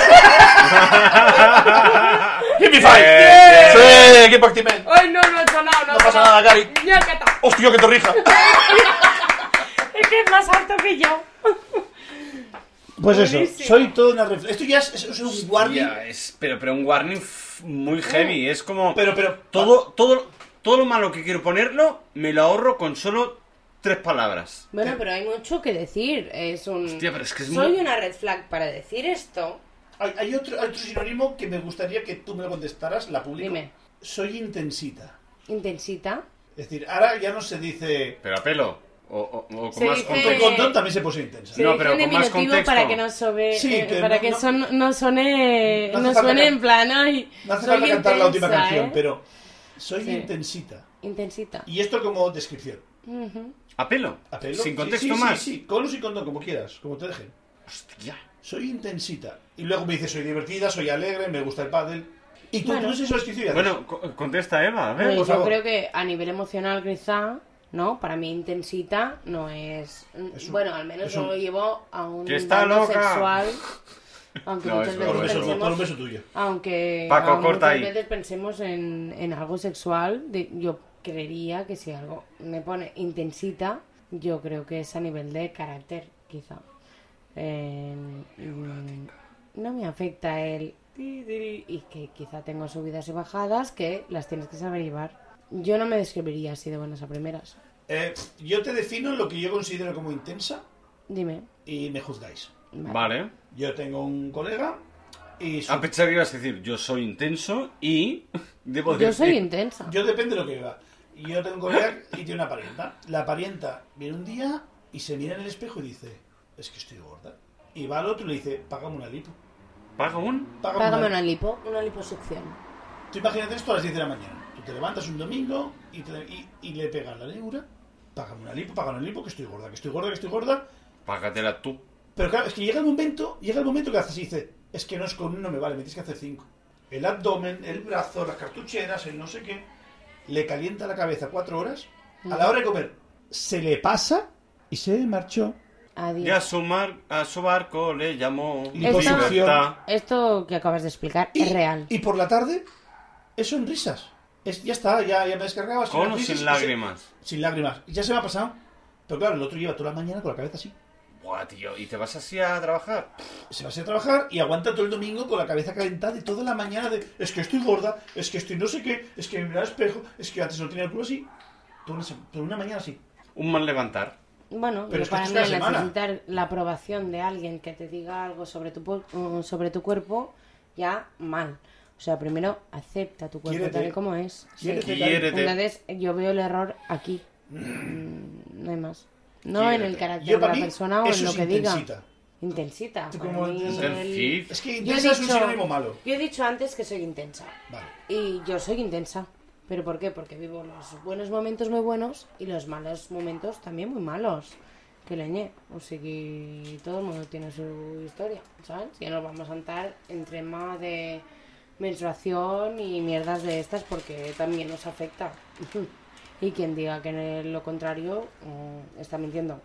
¡Give me five! Eh, ¡Sí! ¡Equipo Actimel! Ay, no, no he hecho nada, no, No pasa nada, Gary. Ya, que está. ¡Hostia, que te rija! Es que es más alto que yo. Pues eso, Buenísimo. soy toda una reflexión. Esto ya es, es- es un warning. Ya, es, pero, pero un warning f- muy heavy. Es como. Pero, pero. Todo, todo, todo lo malo que quiero ponerlo, me lo ahorro con solo tres palabras. Bueno, pero hay mucho que decir. Es un. Hostia, pero es que es Soy muy- una red flag para decir esto. Hay, hay otro, hay otro sinónimo que me gustaría que tú me lo contestaras, la publico. Dime. Soy intensita. Intensita. Es decir, ahora ya no se dice. Pero a pelo. O, o- o con Se más dice- Con contexto. condón también se puede ser intensa. Se No, dice pero en con más diminutivo contexto. para que no sobre, Sí, eh, que para no- que no- son, no suene, No no, hace falta suene can- en plan, ay, No hace soy falta cantar la última intensa, canción, ¿eh? pero soy Sí. intensita. Intensita. Y esto como descripción. Ujú. A pelo. ¿A pelo? Sin Sí, contexto sí, más. Sí, sí, con o sin condón, como quieras, como te dejen. Hostia. Soy intensita. Y luego me dice, soy divertida, soy alegre, me gusta el pádel. Y tú, Bueno. tú no sé eso descripción. Bueno, co- contesta Eva, a ver. Bueno, por yo favor. creo que a nivel emocional quizá, ¿no? Para mí intensita no es... Es un- bueno, al menos es yo un- lo llevo a un ¡Que está bando loca! sexual. Aunque No, muchas es Por un broma, veces beso, es por pensemos... un beso tuyo. Aunque Paco, aún corta muchas ahí. veces pensemos en, en algo sexual, de- yo creería que si algo me pone intensita, yo creo que es a nivel de carácter, quizá. Eh, mm, no me afecta el... y que quizá tengo subidas y bajadas que las tienes que saber llevar. Yo no me describiría así de buenas a primeras. Eh, yo te defino lo que yo considero como intensa Dime. y me juzgáis. Vale. Yo tengo un colega y... Su... A pesar que ibas a decir, yo soy intenso y... Debo Yo decir... soy intensa. Yo depende de lo que vea. Yo tengo un colega y tiene una parienta. La parienta viene un día y se mira en el espejo y dice, es que estoy gorda. Y va al otro y le dice, págame una lipo. ¿Paga un? Págame, Págame una una lipo, una liposucción. Tú imagínate esto a las diez de la mañana. Tú te levantas un domingo y, te, y, y le pegas la neura. Págame una lipo, págame una lipo, que estoy gorda, que estoy gorda, que estoy gorda. Págatela tú. Pero claro, es que llega el momento, llega el momento que haces y dice, es que no es con uno me vale, me tienes que hacer cinco. El abdomen, el brazo, las cartucheras, el no sé qué. Le calienta la cabeza cuatro horas. A la hora de comer, se le pasa y se marchó. Adiós. Y a su, mar... a su barco le llamó... Liposucción. Libertad. Esto que acabas de explicar Y, es real. y por la tarde, es sonrisas. Es, ya está, ya, ya me descargaba. Con o sonrisas, sin y se- lágrimas. Sin lágrimas. Y ya se me ha pasado. Pero claro, el otro lleva toda la mañana con la cabeza así. Buah, tío, ¿y te vas así a trabajar? Se va a ir a trabajar y aguanta todo el domingo con la cabeza calentada y toda la mañana de es que estoy gorda, es que estoy no sé qué, es que me mira al espejo, es que antes no tenía el culo así. Toda una, sema- toda una mañana así. Un mal levantar. Bueno, Pero yo es que para esto mí es cada semana. necesitar la aprobación de alguien que te diga algo sobre tu, pu- uh, sobre tu cuerpo, ya mal. O sea, primero acepta tu cuerpo Quiérete. tal y como es. Sí. Quiérete, Quiérete. Entonces yo veo el error aquí. Mm, No hay más. No en Quiérete. el carácter Yo de para la mí, persona o en eso lo es que diga. intensita. Intensita. Tú Para como mí dices, El el- Cid. Es que Yo he intensa es un dicho- sinónimo malo. Yo he dicho antes que soy intensa. Vale. Y yo soy intensa. ¿Pero por qué? Porque vivo los buenos momentos muy buenos y los malos momentos también muy malos. Que leñe. O sea que todo el mundo tiene su historia, ¿sabes? Ya nos vamos a entrar en tema de menstruación y mierdas de estas porque también nos afecta. Y quien diga que lo contrario mm, está mintiendo.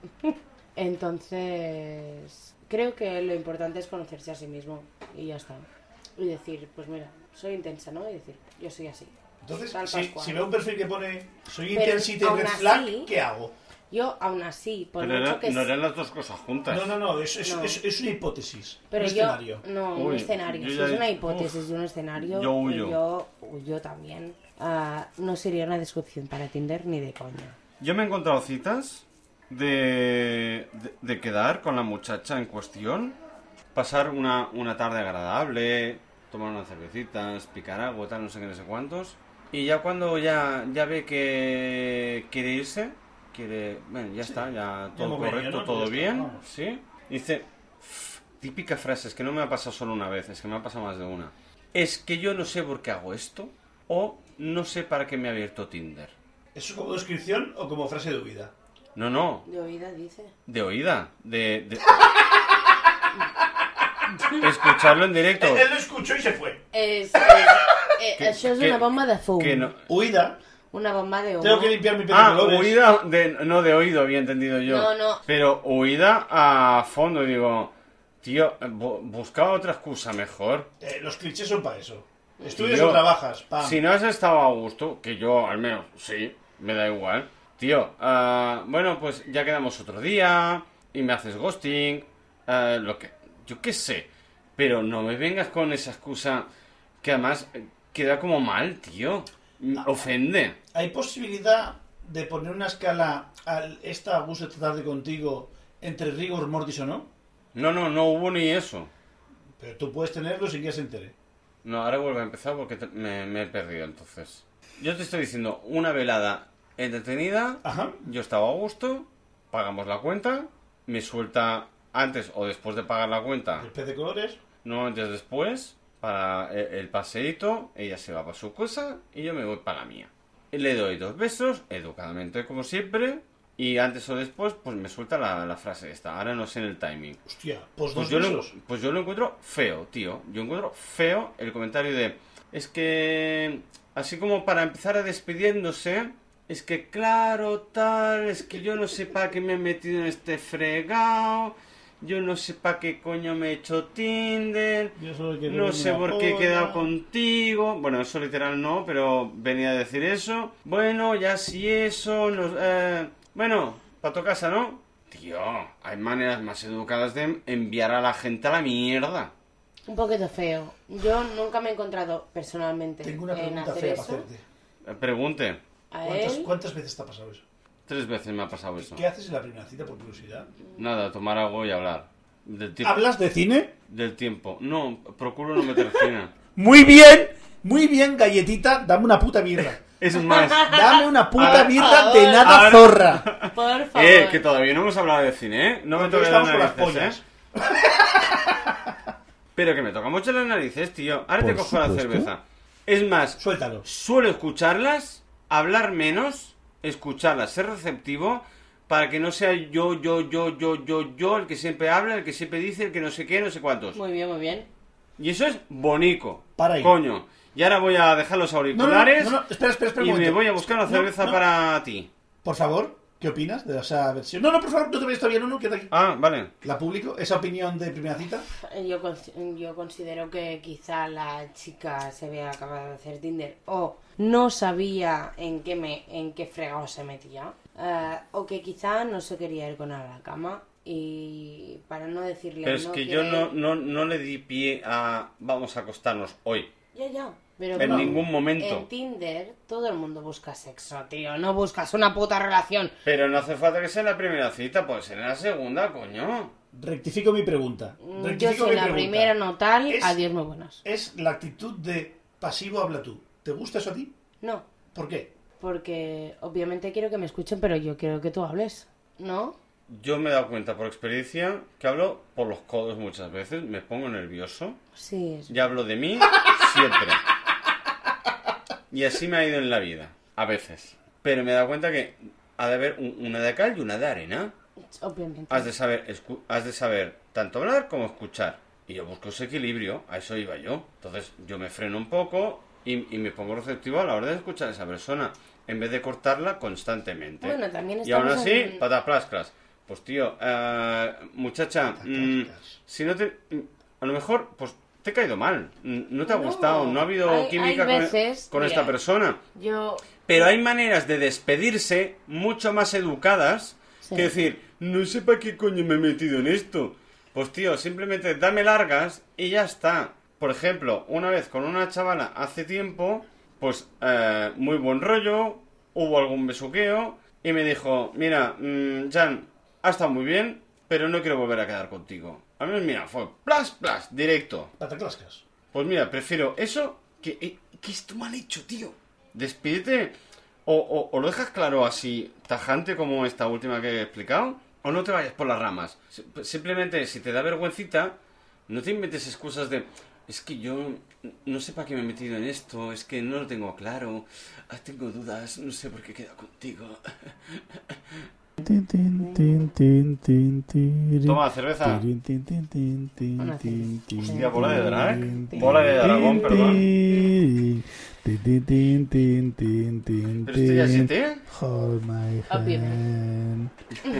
Entonces, creo que lo importante es conocerse a sí mismo y ya está. Y decir, pues mira, soy intensa, ¿no? Y decir, yo soy así. Entonces, Tal si, Pascual. si veo un perfil que pone soy Pero intensita y aún red así- flag, ¿qué hago? Yo, aún así, por Pero mucho era- que... no s- eran las dos cosas juntas. No, no, no, es, es, No. es, es una hipótesis. Pero un yo, escenario. no, un Uy, escenario. yo Si ya- es una hipótesis de un escenario, yo huyo. yo huyo también. Ah, no sería una descripción para Tinder ni de coña. Yo me he encontrado citas de, de, de quedar con la muchacha en cuestión, pasar una, una tarde agradable, tomar unas cervecitas, picar algo, tal, no sé qué, no sé cuántos. Y ya cuando ya, ya ve que quiere irse, quiere, bueno, ya está, ya todo hemos venido, correcto, ¿no? todo Ya está, bien, vamos. ¿sí? Dice, típica frase, es que no me ha pasado solo una vez, es que me ha pasado más de una. Es que yo no sé por qué hago esto, o no sé para qué me ha abierto Tinder. ¿Eso como descripción o como frase de huida? No, no, De oída, dice. de oída, de... de- escucharlo en directo. Él, él lo escuchó y se fue. Es, es- eh, Que- eso es que- una bomba de fumo. Que no... Huida. Una bomba de humo. Tengo que limpiar mi pelo Ah, de colores. huida, de, no de oído, había entendido yo. No, no. Pero huida a fondo, digo, tío, bu- busca otra excusa mejor. Eh, los clichés son para eso. Estudias Tío, o trabajas. Pam. Si no has estado a gusto, que yo al menos sí, me da igual. Tío, ah, bueno, pues ya quedamos otro día y me haces ghosting, ah, lo que, yo qué sé. Pero no me vengas con esa excusa que además eh, queda como mal, tío. M- Ofende. ¿Hay posibilidad de poner una escala al esta a gusto de tratar de contigo entre rigor mortis o no? No, no, no hubo ni eso. Pero tú puedes tenerlo sin que se entere. No, ahora vuelvo a empezar porque te- me, me he perdido entonces. Yo te estoy diciendo, una velada entretenida, Ajá. yo estaba a gusto, pagamos la cuenta, me suelta antes o después de pagar la cuenta, El pez de colores. no antes después, para el, el paseíto, ella se va para su cosa y yo me voy para la mía. Y le doy dos besos, educadamente como siempre, y antes o después pues me suelta la, la frase esta, ahora no sé en el timing. Hostia, pues, Pues dos yo, lo, besos. pues yo lo encuentro feo, tío. Yo encuentro feo el comentario de... Es que... Así como para empezar a despidiéndose... Es que claro, tal... Es que yo no sé para qué me he metido en este fregado... yo no sé para qué coño me he hecho Tinder, Yo solo quiero no ver sé una por qué he polla. quedado contigo. Bueno, eso literal no, pero venía a decir eso. Bueno, ya si eso, nos, eh, bueno, para tu casa, ¿no? Tío, hay maneras más educadas de enviar a la gente a la mierda. Un poquito feo. Yo nunca me he encontrado personalmente Tengo una en pregunta hacer fea para eso. hacerte. Eh, Pregunte. A ¿Cuántas, él, ¿Cuántas veces te ha pasado eso? Tres veces me ha pasado eso. ¿Qué haces en la primera cita por curiosidad? Nada, tomar algo y hablar. Del tiempo. ¿Hablas de cine? Del tiempo. No, procuro no meter cine. Muy bien, muy bien, galletita, dame una puta birra. Eso es más. Dame una puta Ahora- birra de ahora- nada ahora- zorra. por favor. Eh, que todavía no hemos hablado de cine, ¿eh? No me Porque hoy toques las estamos con las narices, pollas. ¿eh? Pero que me toca mucho las narices, tío. Ahora te Por cojo la supuesto. cerveza. Es más, Suéltalo. suelo escucharlas, hablar menos, escucharlas, ser receptivo, para que no sea yo, yo, yo, yo, yo, yo, el que siempre habla, el que siempre dice, el que no sé qué, no sé cuántos. Muy bien, muy bien. Y eso es bonico. Para ahí. Coño. Y ahora voy a dejar los No, no, no, auriculares no, no, espera, espera, espera un y me momento. voy a buscar una No, cerveza no. para ti. Por favor, ¿qué opinas de esa versión? No, no, por favor, no te vayas todavía, no, no, queda aquí. Ah, vale. La publico, esa opinión de primera cita. Yo, cons- yo considero que quizá la chica se había acabado de hacer Tinder o no sabía en qué me en qué fregado se metía, eh, o que quizá no se quería ir con él a la cama y para no decirle Pero es no que yo quiere- no, no, no le di pie a vamos a acostarnos hoy. ya ya pero En no, ningún momento. en Tinder todo el mundo busca sexo, tío, no buscas una puta relación. Pero no hace falta que sea en la primera cita, puede ser en la segunda, coño. Rectifico mi pregunta. Mm, Yo Rectifico soy mi la pregunta. primera no tal, Es- adiós muy buenas. Es la actitud de pasivo habla tú. ¿Te gusta eso a ti? No, ¿Por qué? porque obviamente quiero que me escuchen, pero yo quiero que tú hables, ¿no? Yo me he dado cuenta por experiencia que hablo por los codos muchas veces, me pongo nervioso, Sí, es y hablo de mí siempre. Y así me ha ido en la vida, a veces. Pero me he dado cuenta que ha de haber un- una de cal y una de arena. obviamente. Has de saber, escu- has de saber tanto hablar como escuchar. Y yo busco ese equilibrio, a eso iba yo. Entonces yo me freno un poco y, y me pongo receptivo a la hora de escuchar a esa persona, en vez de cortarla constantemente. Bueno, también Y aún estamos así, en- pataplasclas. Pues tío, eh, muchacha, mm, Pataplasclas. si no te... mm, A lo mejor, pues te he caído mal. mm, No te ha No, gustado, no ha habido hay- química hay con- veces, con, mira, esta persona. Yo... Pero hay maneras de despedirse mucho más educadas Sí. que decir, no sé para qué coño me he metido en esto. Pues tío, simplemente dame largas y ya está. Por ejemplo, una vez con una chavala hace tiempo, pues eh, muy buen rollo, hubo algún besuqueo y me dijo, mira, mmm, Jan, ha estado muy bien, pero no quiero volver a quedar contigo. A mí, mira, fue plas, plas, directo. Pataclascas. Pues mira, prefiero eso que... eh, ¿Qué esto mal hecho, tío? Despídete. O, o, o lo dejas claro así, tajante como esta última que he explicado, o no te vayas por las ramas. Si- Simplemente, si te da vergüencita, no te inventes excusas de... Es que yo no sé para qué me he metido en esto, es que no lo tengo claro, ah, tengo dudas, no sé por qué he quedado contigo. Toma, cerveza. Hostia, bola de drag. Bola de dragón, perdón. ¿Pero esto ya es E T? Hold my Obviamente.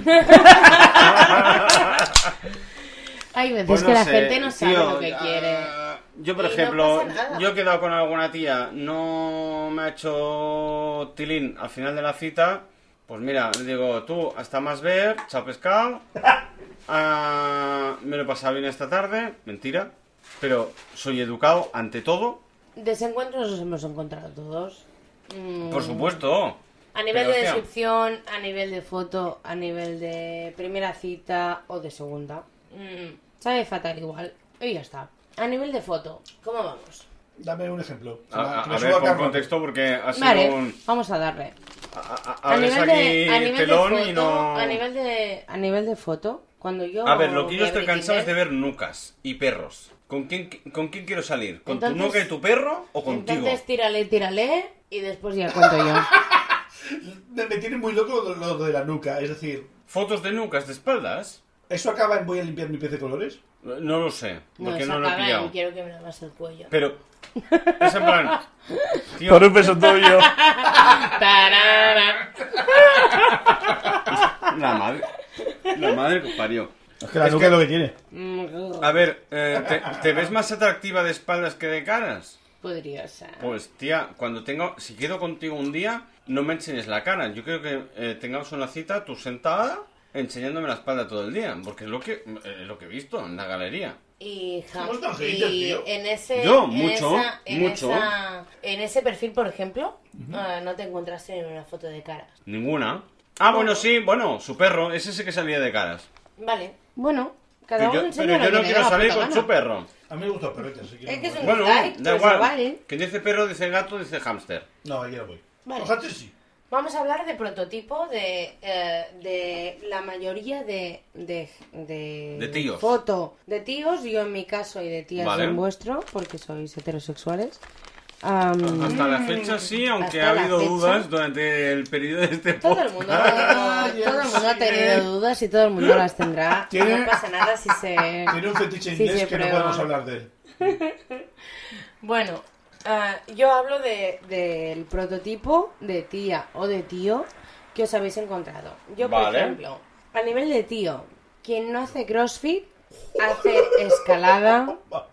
hand. Hay veces Pues que la sé, gente no sabe tío, lo que ah, quiere. Yo, por Y no ejemplo, pasa nada. yo he quedado con alguna tía, no me ha hecho tilín al final de la cita. Pues mira, le digo, tú, hasta más ver, chao pescado. Ah, me lo he pasado bien esta tarde, mentira. Pero soy educado ante todo, Desencuentros nos hemos encontrado todos. Mm, por supuesto. A nivel Pero, de hostia, descripción, a nivel de foto, a nivel de primera cita o de segunda. Mm, sabe fatal igual. Y ya está. A nivel de foto, ¿cómo vamos? Dame un ejemplo. A, a- Que me a suba ver, al con carro. contexto, porque ha sido Vale, un... vamos a darle. A, a- A abres nivel, aquí de, a, nivel de telón foto, y no... a nivel de a nivel de foto, cuando yo A ver, lo que yo me estoy abrí cansado es de Tinder, ver nucas y perros. ¿Con quién, con quién quiero salir? ¿Con Entonces- tu nuca y tu perro o contigo? Entonces tírale, tírale y después ya cuento yo. Me, me tiene muy loco lo, lo de la nuca. Es decir, ¿Fotos de nucas de espaldas? ¿eso acaba en voy a limpiar mi pez de colores? No lo sé, porque eso no, lo he acaba en pillado. quiero que me lamas el cuello. Pero, es en plan... Tío, Por un beso tuyo. Tarara. la madre... La madre que parió. Es que la Es nuca que- es lo que tiene. Mm, A ver, eh, ¿te, te ves más atractiva de espaldas que de caras? Podría ser. Pues tía, cuando tengo, si quedo contigo un día, no me enseñes la cara. Yo quiero que eh, tengamos una cita, tú sentada, enseñándome la espalda todo el día, porque es lo que, eh, lo que he visto en la galería. Y, ja- ¿Cómo están haters, y tío? en ese Yo, en mucho, esa- en mucho. esa- en ese perfil, por ejemplo, ah, no te encontraste en una foto de caras. Ninguna. Ah, bueno, sí, bueno, su perro, es ese que salía de caras. Vale. Bueno, cada Pero uno yo, enseña pero lo yo que no le quiero da la salir puta con gana. su perro. A mí me gusta el perrete, así que Es no que es voy. un Bueno, dislike, da pues igual. vale. Que dice perro, dice gato, dice hámster. No, aquí no voy. Vale. Ojalá sí. Vamos a hablar de prototipo de, eh, de la mayoría de, de, de, De tíos. foto de tíos, yo en mi caso y de tías Vale. en vuestro, porque sois heterosexuales. Am, Hasta la fecha sí, aunque Hasta ha la habido fecha. dudas durante el periodo de este todo el podcast. mundo, ha tenido, todo el mundo ha tenido dudas y todo el mundo las tendrá. Tiene- No pasa nada si se... Tiene un fetiche Sí, inglés sí, que no pero- podemos hablar de él. Bueno, ah, yo hablo de, del prototipo de tía o de tío que os habéis encontrado. Yo, por Vale. ejemplo, a nivel de tío, quien no hace CrossFit, hace escalada,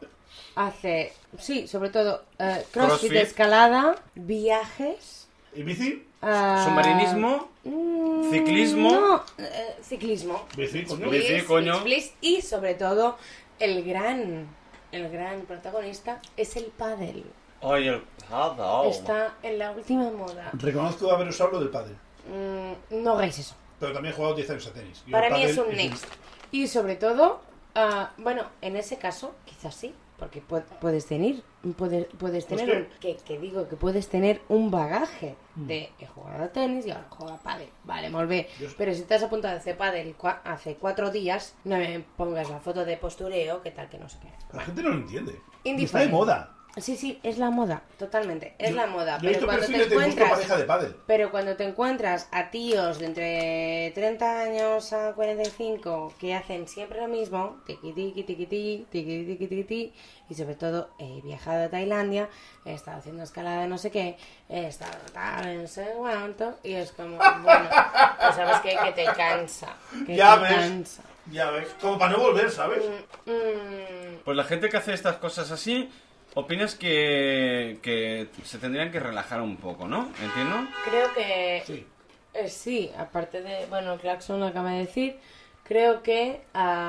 hace, sí, sobre todo eh, CrossFit, Crossfit. escalada, viajes, ¿Y bici? ah, Submarinismo, mm, ciclismo. no, eh, ciclismo. Bici, coño. Bici, Please, coño. please, please. Y sobre todo, el gran, el gran protagonista es el pádel. Ay, el paddle. Está en la última moda. Reconozco haber usado lo del pádel. Mm, no hagáis eso. Pero también he jugado diez años a tenis. Y el Para mí pádel es un next. Y sobre todo, ah, bueno, en ese caso, quizás sí, porque pu- puedes tener, puedes, puedes tener, Hostia. un, que, que digo que puedes tener un bagaje de he jugado a tenis y ahora juego a pádel. Vale, molt bé. Dios. Pero si te has apuntado a hacer pádel cua- hace cuatro días, no me pongas la foto de postureo, que tal, que no sé qué. La Bueno, gente no lo entiende. Indiferente. Y está de moda. sí, sí, es la moda, totalmente, es Yo- la moda. Yo he Pero visto cuando te perfiles de busco encuentras... pareja de pádel. Pero cuando te encuentras a tíos de entre treinta años a cuarenta y cinco que hacen siempre lo mismo, tiqui tiqui tiqui tiqui tiqui tiqui tiqui tiqui, y sobre todo he viajado a Tailandia, he estado haciendo escalada de no sé qué, he estado tal, no sé cuánto, y es como, bueno, pues sabes que, que te cansa, que Ya te ves. cansa. Ya ves. Como para no volver, ¿sabes? Mm, Pues la gente que hace estas cosas así, opinas que, que se tendrían que relajar un poco, ¿no? ¿Entiendo? creo que Sí. Eh, sí, aparte de, bueno, Claxon lo acaba de decir, creo que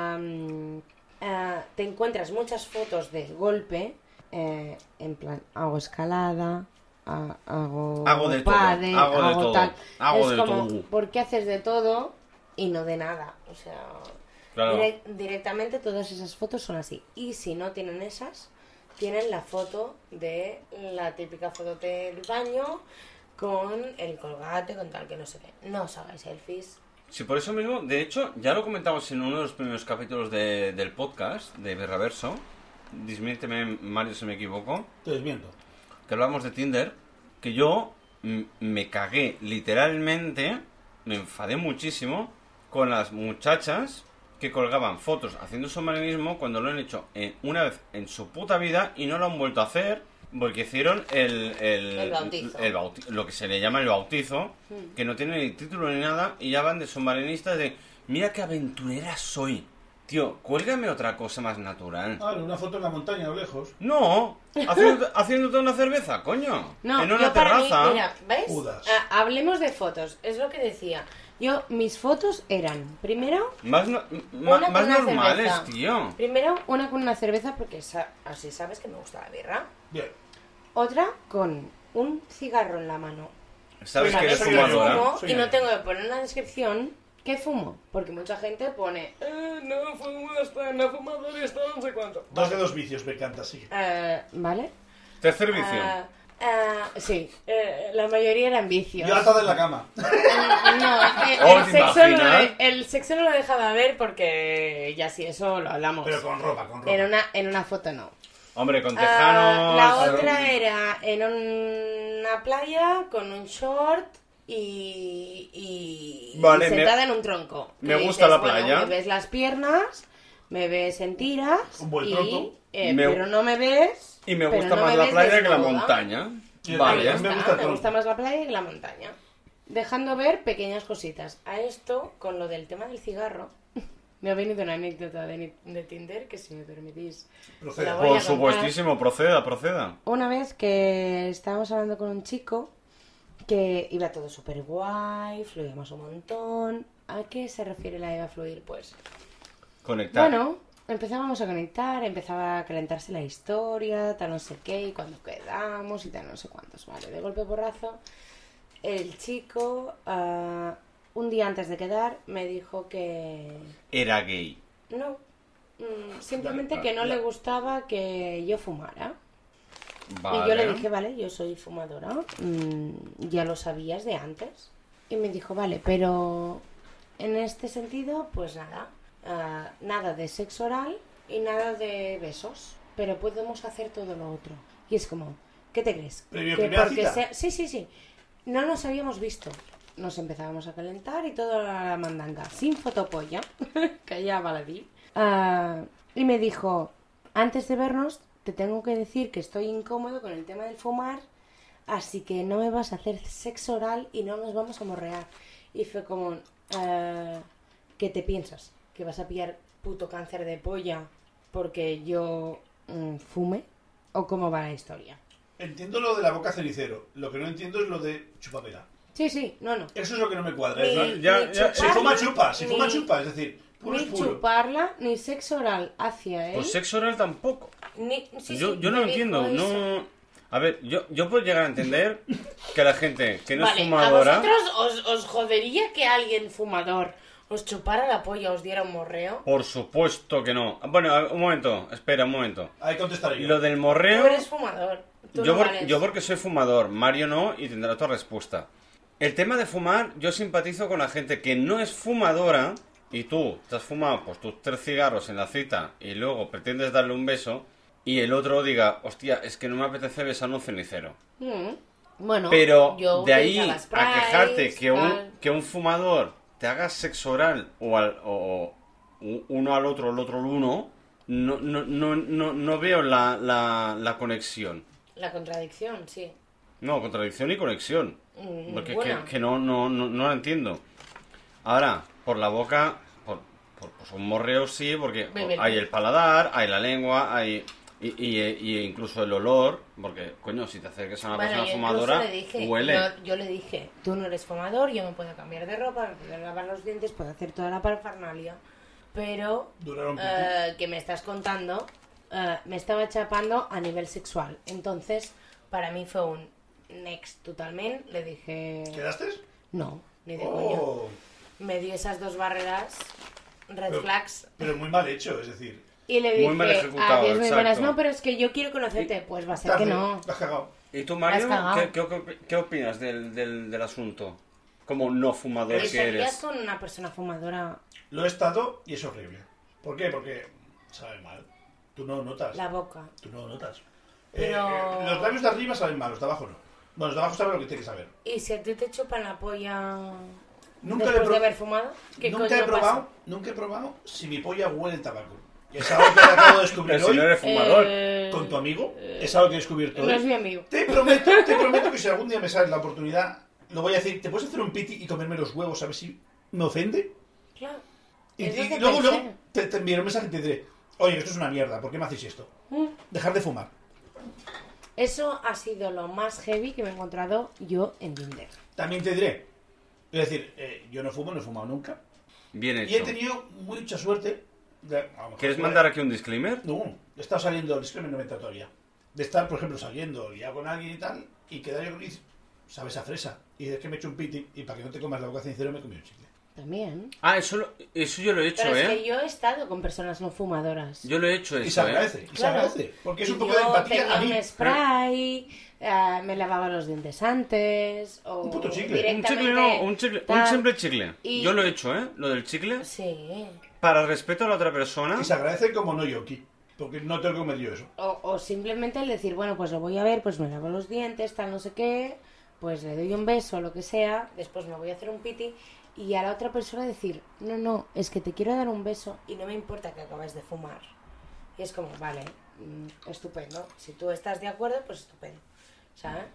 am, ah, te encuentras muchas fotos de golpe, eh, en plan, hago escalada, ha- hago, Hago de todo, pádel, hago de todo, tal. hago es de como, todo. ¿por qué haces de todo y no de nada? O sea, Claro. direc- directamente todas esas fotos son así. Y si no tienen esas, tienen la foto de la típica foto del baño con el colgate, con tal que no sé qué. No os hagáis selfies. Sí, por eso mismo, de hecho, ya lo comentamos en uno de los primeros capítulos de- del podcast de Berraverso. Dismiénteme, Mario, si me equivoco. Te desmiento. Que hablamos de Tinder. Que yo mm, me cagué literalmente, me enfadé muchísimo con las muchachas que colgaban fotos haciendo submarinismo cuando lo han hecho en- una vez en su puta vida y no lo han vuelto a hacer porque hicieron el, el, El bautizo. el bauti- lo que se le llama el bautizo, que no tiene ni título ni nada, y ya van de submarinistas de mira qué aventurera soy. Tío, cuélgame otra cosa más natural. Ah, una foto en la montaña a lo lejos. No, haciéndote, haciéndote una cerveza, coño. No, en una yo para terraza. mí, mira, ¿ves? Judas. Ah, hablemos de fotos, es lo que decía. Yo, mis fotos eran, primero, Más, no- ma- Una más con una normales, cerveza. tío. primero una con una cerveza porque sa- así sabes que me gusta la birra. Bien. Otra con un cigarro en la mano. Sabes Una que eres vez soy que fumadora. fumo Soy y no yo. tengo que poner en la descripción que fumo. Porque mucha gente pone, eh, no fumo hasta, no fumador está, no sé cuánto. Dos de dos vicios, me encanta, sí. Eh, ¿Vale? Tercer vicio. Ah, ah, sí, eh, la mayoría eran vicios. Yo atada en la cama. No, es que Oh, el, ¿te sexo no lo, imaginas? he- el sexo no lo he dejado ver porque ya sí, eso lo hablamos. Pero con ropa, con ropa. En una, en una foto no. Hombre, con Ah, tejanos. la otra era en una playa con un short y, y, Vale, y me- sentada en un tronco. me Que gusta la bueno, playa. me ves las piernas, me ves en tiras Un buen y, tronco. eh, Me- pero no me ves. Y me pero gusta no más me la ves playa que la desnuda. montaña. Sí, Vale. me Ahí está, gusta el me tronco. gusta más la playa que la montaña. Dejando ver pequeñas cositas. A esto, con lo del tema del cigarro, Me ha venido una anécdota de, de Tinder que, si me permitís, Proceda. la voy a Por contar. supuestísimo, proceda, proceda. Una vez que estábamos hablando con un chico que iba todo súper guay, fluíamos un montón. ¿A qué se refiere la iba a fluir? Pues, Conectar. bueno, empezábamos a conectar, empezaba a calentarse la historia, tal no sé qué, y cuando quedamos y tal no sé cuántos. Vale, de golpe porrazo, el chico, uh, un día antes de quedar, me dijo que... Era gay. No, mm, simplemente Vale, que no vale. le gustaba que yo fumara. Vale. Y yo le dije, vale, yo soy fumadora, mm, ya lo sabías de antes. Y me dijo, vale, pero en este sentido, pues nada, ah, nada de sexo oral y nada de besos, pero podemos hacer todo lo otro. Y es como, ¿qué te crees? ¿Previo Que primera porque cita? sea- Sí, sí, sí. No nos habíamos visto. Nos empezábamos a calentar y toda la mandanga, sin fotopolla, que ya baladí. Ah, y me dijo, antes de vernos, te tengo que decir que estoy incómodo con el tema del fumar, así que no me vas a hacer sexo oral y no nos vamos a morrear. Y fue como, ah, ¿qué te piensas? ¿Que vas a pillar puto cáncer de polla porque yo mm, fume? ¿O cómo va la historia? Entiendo lo de la boca cenicero. Lo que no entiendo es lo de chupapela. Sí, sí, no, no. Eso es lo que no me cuadra. Ni- Es decir, ya- ni ya- si chuparla, fuma, chupa. Si ni- fuma, chupa. Es decir, puro Ni es puro. chuparla, ni sexo oral hacia él. Pues sexo oral tampoco. Ni, sí, yo sí, yo no me lo dijo entiendo. eso. No. A ver, yo, yo puedo llegar a entender que la gente que no Vale, es fumadora. ¿a vosotros os, os jodería que alguien fumador os chupara la polla, os diera un morreo? Por supuesto que no. Bueno, a- un momento, espera un momento. Ahí contestaré yo. Lo del Tú morreo. eres fumador. Tú Yo, no por- vales. yo porque soy fumador, Mario no, y tendrá otra respuesta. El tema de fumar, yo simpatizo con la gente que no es fumadora, y tú te has fumado pues tus tres cigarros en la cita y luego pretendes darle un beso, y el otro diga, hostia, es que no me apetece besar un cenicero. Mm. Bueno, Pero yo de ahí utilizaba a sprays, quejarte que un, tal. que un fumador te haga sexo oral o, al, o, o uno al otro, el otro al uno, no, no, no, no, no veo la, la, la conexión. La contradicción, sí. No, contradicción y conexión. Mm, Porque buena. que, que no, no, no, no la entiendo. Ahora, por la boca, por, por pues un morreo sí, porque Beber. hay el paladar, hay la lengua, hay y, y, y incluso el olor, porque, coño, si te acercas a una Bueno, persona yo incluso fumadora, le dije, huele. Yo, yo le dije, tú no eres fumador, yo me puedo cambiar de ropa, me puedo lavar los dientes, puedo hacer toda la parafernalia, pero Duraron un eh, que me estás contando, eh, me estaba chapando a nivel sexual. Entonces, para mí fue un next totalmente. Le dije, ¿Quedaste? no, ni de coña. Oh, Me dio esas dos barreras, red Pero- flags, pero muy mal hecho, es decir. y le Muy dije, mal ejecutado, adiós, muy exacto. buenas. No, pero es que yo quiero conocerte. Pues va a ser que tarde, no. la has cagado. ¿Y tú, Me has Mario, cagado. qué, qué, qué opinas del, del, del asunto? Como no fumador ¿Te que estarías eres. con una persona fumadora Lo he estado y es horrible. ¿Por qué? Porque sabe mal. Tú no notas. la boca? Tú no notas. Pero- Eh, los labios de arriba saben mal, los de abajo no. Bueno, los de abajo saben lo que tiene que saber. ¿Y si a ti te chupan la polla Nunca le he después pro- de haber fumado? ¿Qué Nunca coño he probado, pasa? nunca he probado si mi polla huele el tabaco. Es algo que acabo de descubrir Pero si hoy no eres fumador. Eh, con tu amigo. Es algo que he descubierto No hoy. es mi amigo. Te prometo, te prometo que si algún día me sale la oportunidad, lo voy a decir. ¿Te puedes hacer un piti y comerme los huevos a ver si me ofende? Claro. Y, Es lo y que luego, pensé. luego te, te enviaré un mensaje y te diré, oye, esto es una mierda, ¿por qué me hacéis esto? Mm. Dejar de fumar. Eso ha sido lo más heavy que me he encontrado yo en Tinder. También te diré, es decir, eh, yo no fumo, no he fumado nunca. Bien Y he hecho. tenido mucha suerte. de- a lo mejor ¿Quieres fuera- mandar aquí un disclaimer? No, he estado saliendo, es que no me entra todavía. De estar, por ejemplo, saliendo ya con alguien y tal, y quedar yo con él, sabes a fresa. Y es que me he hecho un piti, y para que no te comas la boca sincero me he comido un chicle. También. Ah, eso, lo- eso yo lo he hecho, Pero es ¿eh? que yo he estado con personas no fumadoras. Yo lo he hecho Y se eso, ¿eh? agradece, y se Claro. agradece. Porque es un Y poco yo de empatía tenía a mí. un spray, eh, me lavaba los dientes antes, o Un puto chicle. Un directamente chicle no, un chicle, un tal. simple chicle. Y- Yo lo he hecho, ¿eh? Lo del chicle. Sí. Para el respeto a la otra persona. Y se agradece como no yoki. Porque no tengo que comer yo eso. O, o simplemente el decir, bueno, pues lo voy a ver, pues me lavo los dientes, tal, no sé qué, pues le doy un beso, lo que sea, después me voy a hacer un piti, y a la otra persona decir, no, no, es que te quiero dar un beso y no me importa que acabes de fumar. Y es como, vale, mm, estupendo. Si tú estás de acuerdo, pues estupendo. ¿Sabes?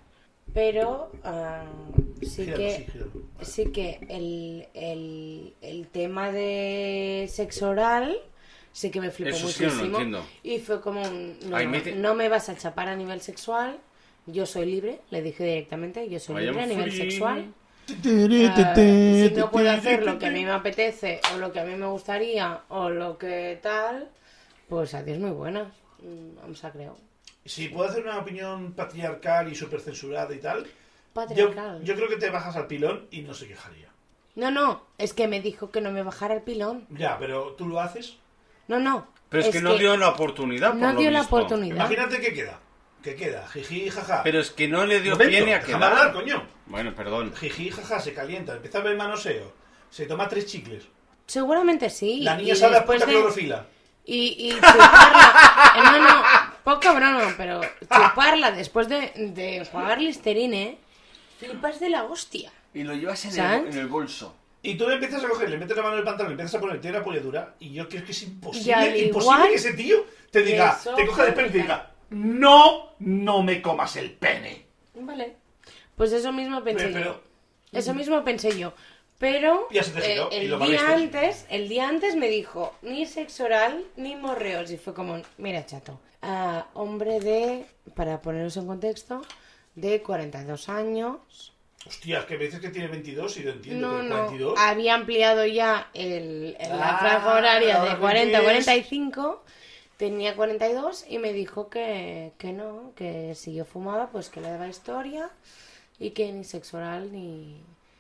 pero ah, sí Gíralo, que sí, gíralo. sí que el, el, el tema de sexo oral sí que me flipó Eso sí que no lo muchísimo. entiendo. Y fue como un, no, Ay, mete- no me vas a chapar a nivel sexual, yo soy libre, le dije directamente, yo soy I am libre a nivel free. sexual. Ah, si no puedo hacer lo que a mí me apetece o lo que a mí me gustaría o lo que tal, pues adiós muy buena. Mm, Em sap greu. Si puedo hacer una opinión patriarcal y súper censurada y tal, yo, Patriarcal. yo creo que te bajas al pilón y no se quejaría. No, no, es que me dijo que no me bajara el pilón. Ya, pero tú lo haces. No, no. Pero es, que no dio la oportunidad, por no lo dio la visto. oportunidad. Imagínate qué queda. ¿Qué queda? Jiji, jaja. Pero es que no le dio Momento, pie ni a déjame quedar. hablar, coño. Bueno, perdón. Jiji, jaja, se calienta, empieza a ver manoseo, se toma tres chicles. Seguramente sí. La niña y sabe a después puta de- clorofila. Y, y chuparla. Eh, no, no, poca broma, pero chuparla después de, de jugar Listerine, flipas de la hostia. Y lo llevas en ¿Sabes? el, en el bolso. Y tú le empiezas a coger, le metes la mano en el pantalón, le empiezas a poner tiene la polladura. Y yo creo que es Y imposible, al imposible igual que ese tío te diga, eso te coja del pelo y te fue- diga, no, no me comas el pene. Vale. Pues eso mismo pensé Pero- yo. Eso mismo pensé yo. Pero Ya se te eh, giró y el lo día barriste. antes, el día antes me dijo ni sexo oral ni morreos y fue como, mira chato, ah, hombre de, para poneros en contexto, de cuarenta y dos años. Hostia, es que me dices que tiene veintidós y lo entiendo, No, pero no, cuarenta y dos. había ampliado ya el, el- la Ah, franja horaria ahora de que cuarenta a ves. cuarenta y cinco, tenía cuarenta y dos y me dijo que, que no, que si yo fumaba pues que le daba historia y que ni sexo oral ni,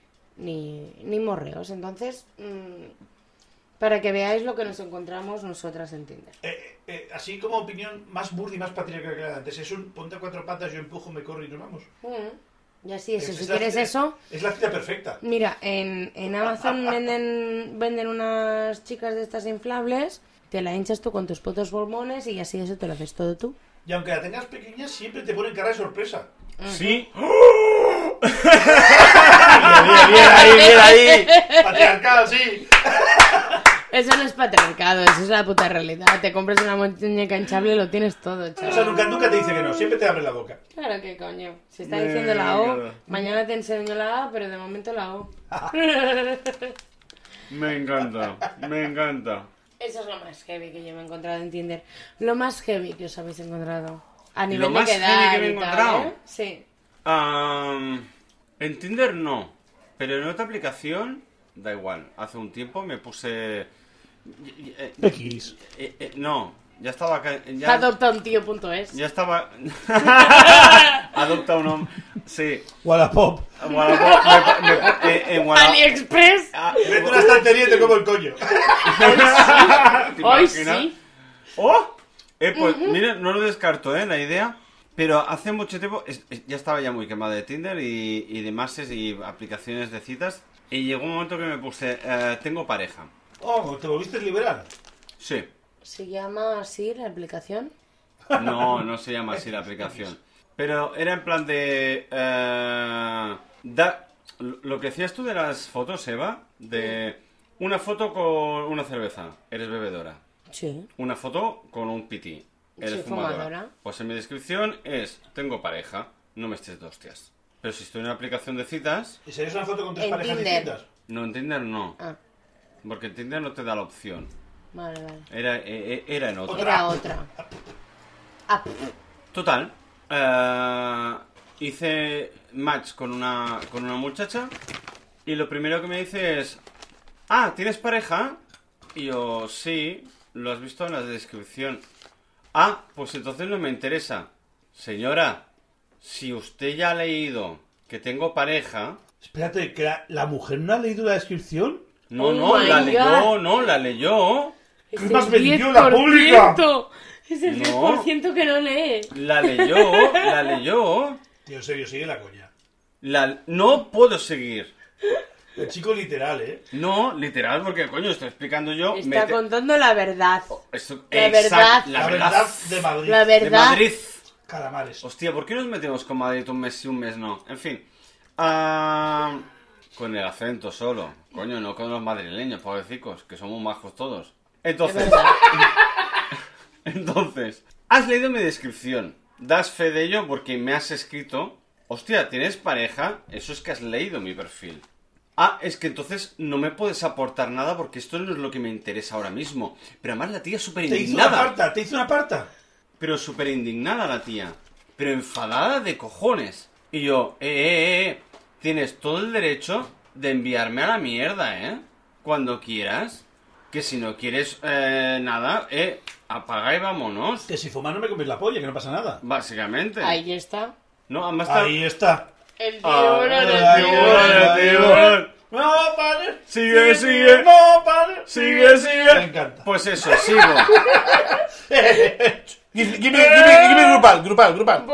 ni, ni morreos. Entonces, mm, para que veáis lo que nos encontramos nosotras en Tinder. Eh, eh, así como opinión más burda y más patriarcal que la de antes, es un ponte a cuatro patas, yo empujo, me corro y nos vamos. Mm, Y así eso, Es- si es la quieres cita- eso... Es la cita perfecta. Mira, en, en Amazon venden, venden unas chicas de estas inflables, te la hinchas tú con tus putos pulmones y así eso te lo haces todo tú. Y aunque la tengas pequeña, siempre te ponen cara de sorpresa. Sí. Bien, bien, ahí, bien ahí. Patriarcal, sí. Eso no es patriarcado, eso es la puta realidad. Te compras una muñeca hinchable y lo tienes todo, O sea, chaval. nunca, nunca te dice que no, siempre te abre la boca. Claro que coño. Si está diciendo la O, mañana te enseño la A, pero de momento la O. Me encanta, me encanta. Eso es lo más heavy que yo me he encontrado en Tinder. Lo más heavy que os habéis encontrado. A nivel más de heavy quedar que me he y tal, encontrado. ¿eh? Sí. Am, en Tinder no, pero en otra aplicación, da igual. Hace un tiempo me puse... eh, X. eh, eh, no, ya estaba... acá- Ya, Adopta un tío punto es. ya estaba... Adopta un hombre... Sí. Wallapop. Wallapop, me- me- eh, en Wallapop- AliExpress. Ah, Mete una estantería y te como el coño. ¿te Hoy imaginas? sí. ¡Oh! Eh, pues, mira, no lo descarto, ¿eh? La idea. Pero hace mucho tiempo es- es- ya estaba ya muy quemado de Tinder y, y de Masses y aplicaciones de citas. Y llegó un momento que me puse, eh, tengo pareja. Oh, ¿te volviste liberal? Sí. Se llama así la aplicación. No, no se llama así la aplicación. Pero era en plan de... eh, da, lo que decías tú de las fotos, Eva, de una foto con una cerveza, eres bebedora. Sí. Una foto con un piti, eres Sí, fumadora. fumadora. Pues en mi descripción es, tengo pareja, no me estés de hostias. Pero si estoy en una aplicación de citas, ¿Y serías una foto con tres En parejas Tinder. distintas? no en Tinder no. Ah, Porque en Tinder no te da la opción. vale, vale. Era, eh, eh, era en otra. Era otra. Ah, Total, eh, hice match con una, con una muchacha y lo primero que me dice es, ah, ¿tienes pareja? Y yo, sí, lo has visto en la descripción. Ah, pues entonces no me interesa. Señora, si usted ya ha leído que tengo pareja... Espérate, ¿que la, la mujer no ha leído la descripción? No, Oh no, my la God. leyó, no, la leyó. es ¿Qué más el vendió la pública? diez por ciento. Es el No. diez por ciento que no lee. La leyó, la leyó. Tío, en serio, sigue la coña. La... No puedo seguir. El chico literal, ¿eh? No, literal, porque coño, estoy explicando yo. Está mete- contando la verdad. Esto- La exact- verdad. La, verdad de Madrid. La de verdad. Madrid. Calamares. Hostia, ¿por qué nos metemos con Madrid un mes y un mes no? En fin. Ah, con el acento solo. Coño, no con los madrileños, pobrecicos, que somos majos todos. Es Entonces, verdad. entonces, has leído mi descripción. Das fe de ello porque me has escrito hostia, ¿tienes pareja? Eso es que has leído mi perfil. Ah, es que entonces no me puedes aportar nada porque esto no es lo que me interesa ahora mismo. Pero además la tía es súper Te hizo una indignada. parta, te hizo una parta. Pero súper indignada la tía. Pero enfadada de cojones. Y yo, eh, eh, eh, tienes todo el derecho de enviarme a la mierda, ¿eh? Cuando quieras. Que si no quieres eh, nada, eh, apaga y vámonos. Que si fumas no me comes la polla, que no pasa nada. Básicamente. Ahí está. No, además está... Ahí está. El Ah, tiburón, el el tiburón, tiburón. el tiburón. No, padre. Sigue, sigue. No, padre. Sigue, sigue. Me encanta. Pues eso, sigo. Give, give me, give me, give me grupal, grupal, grupal.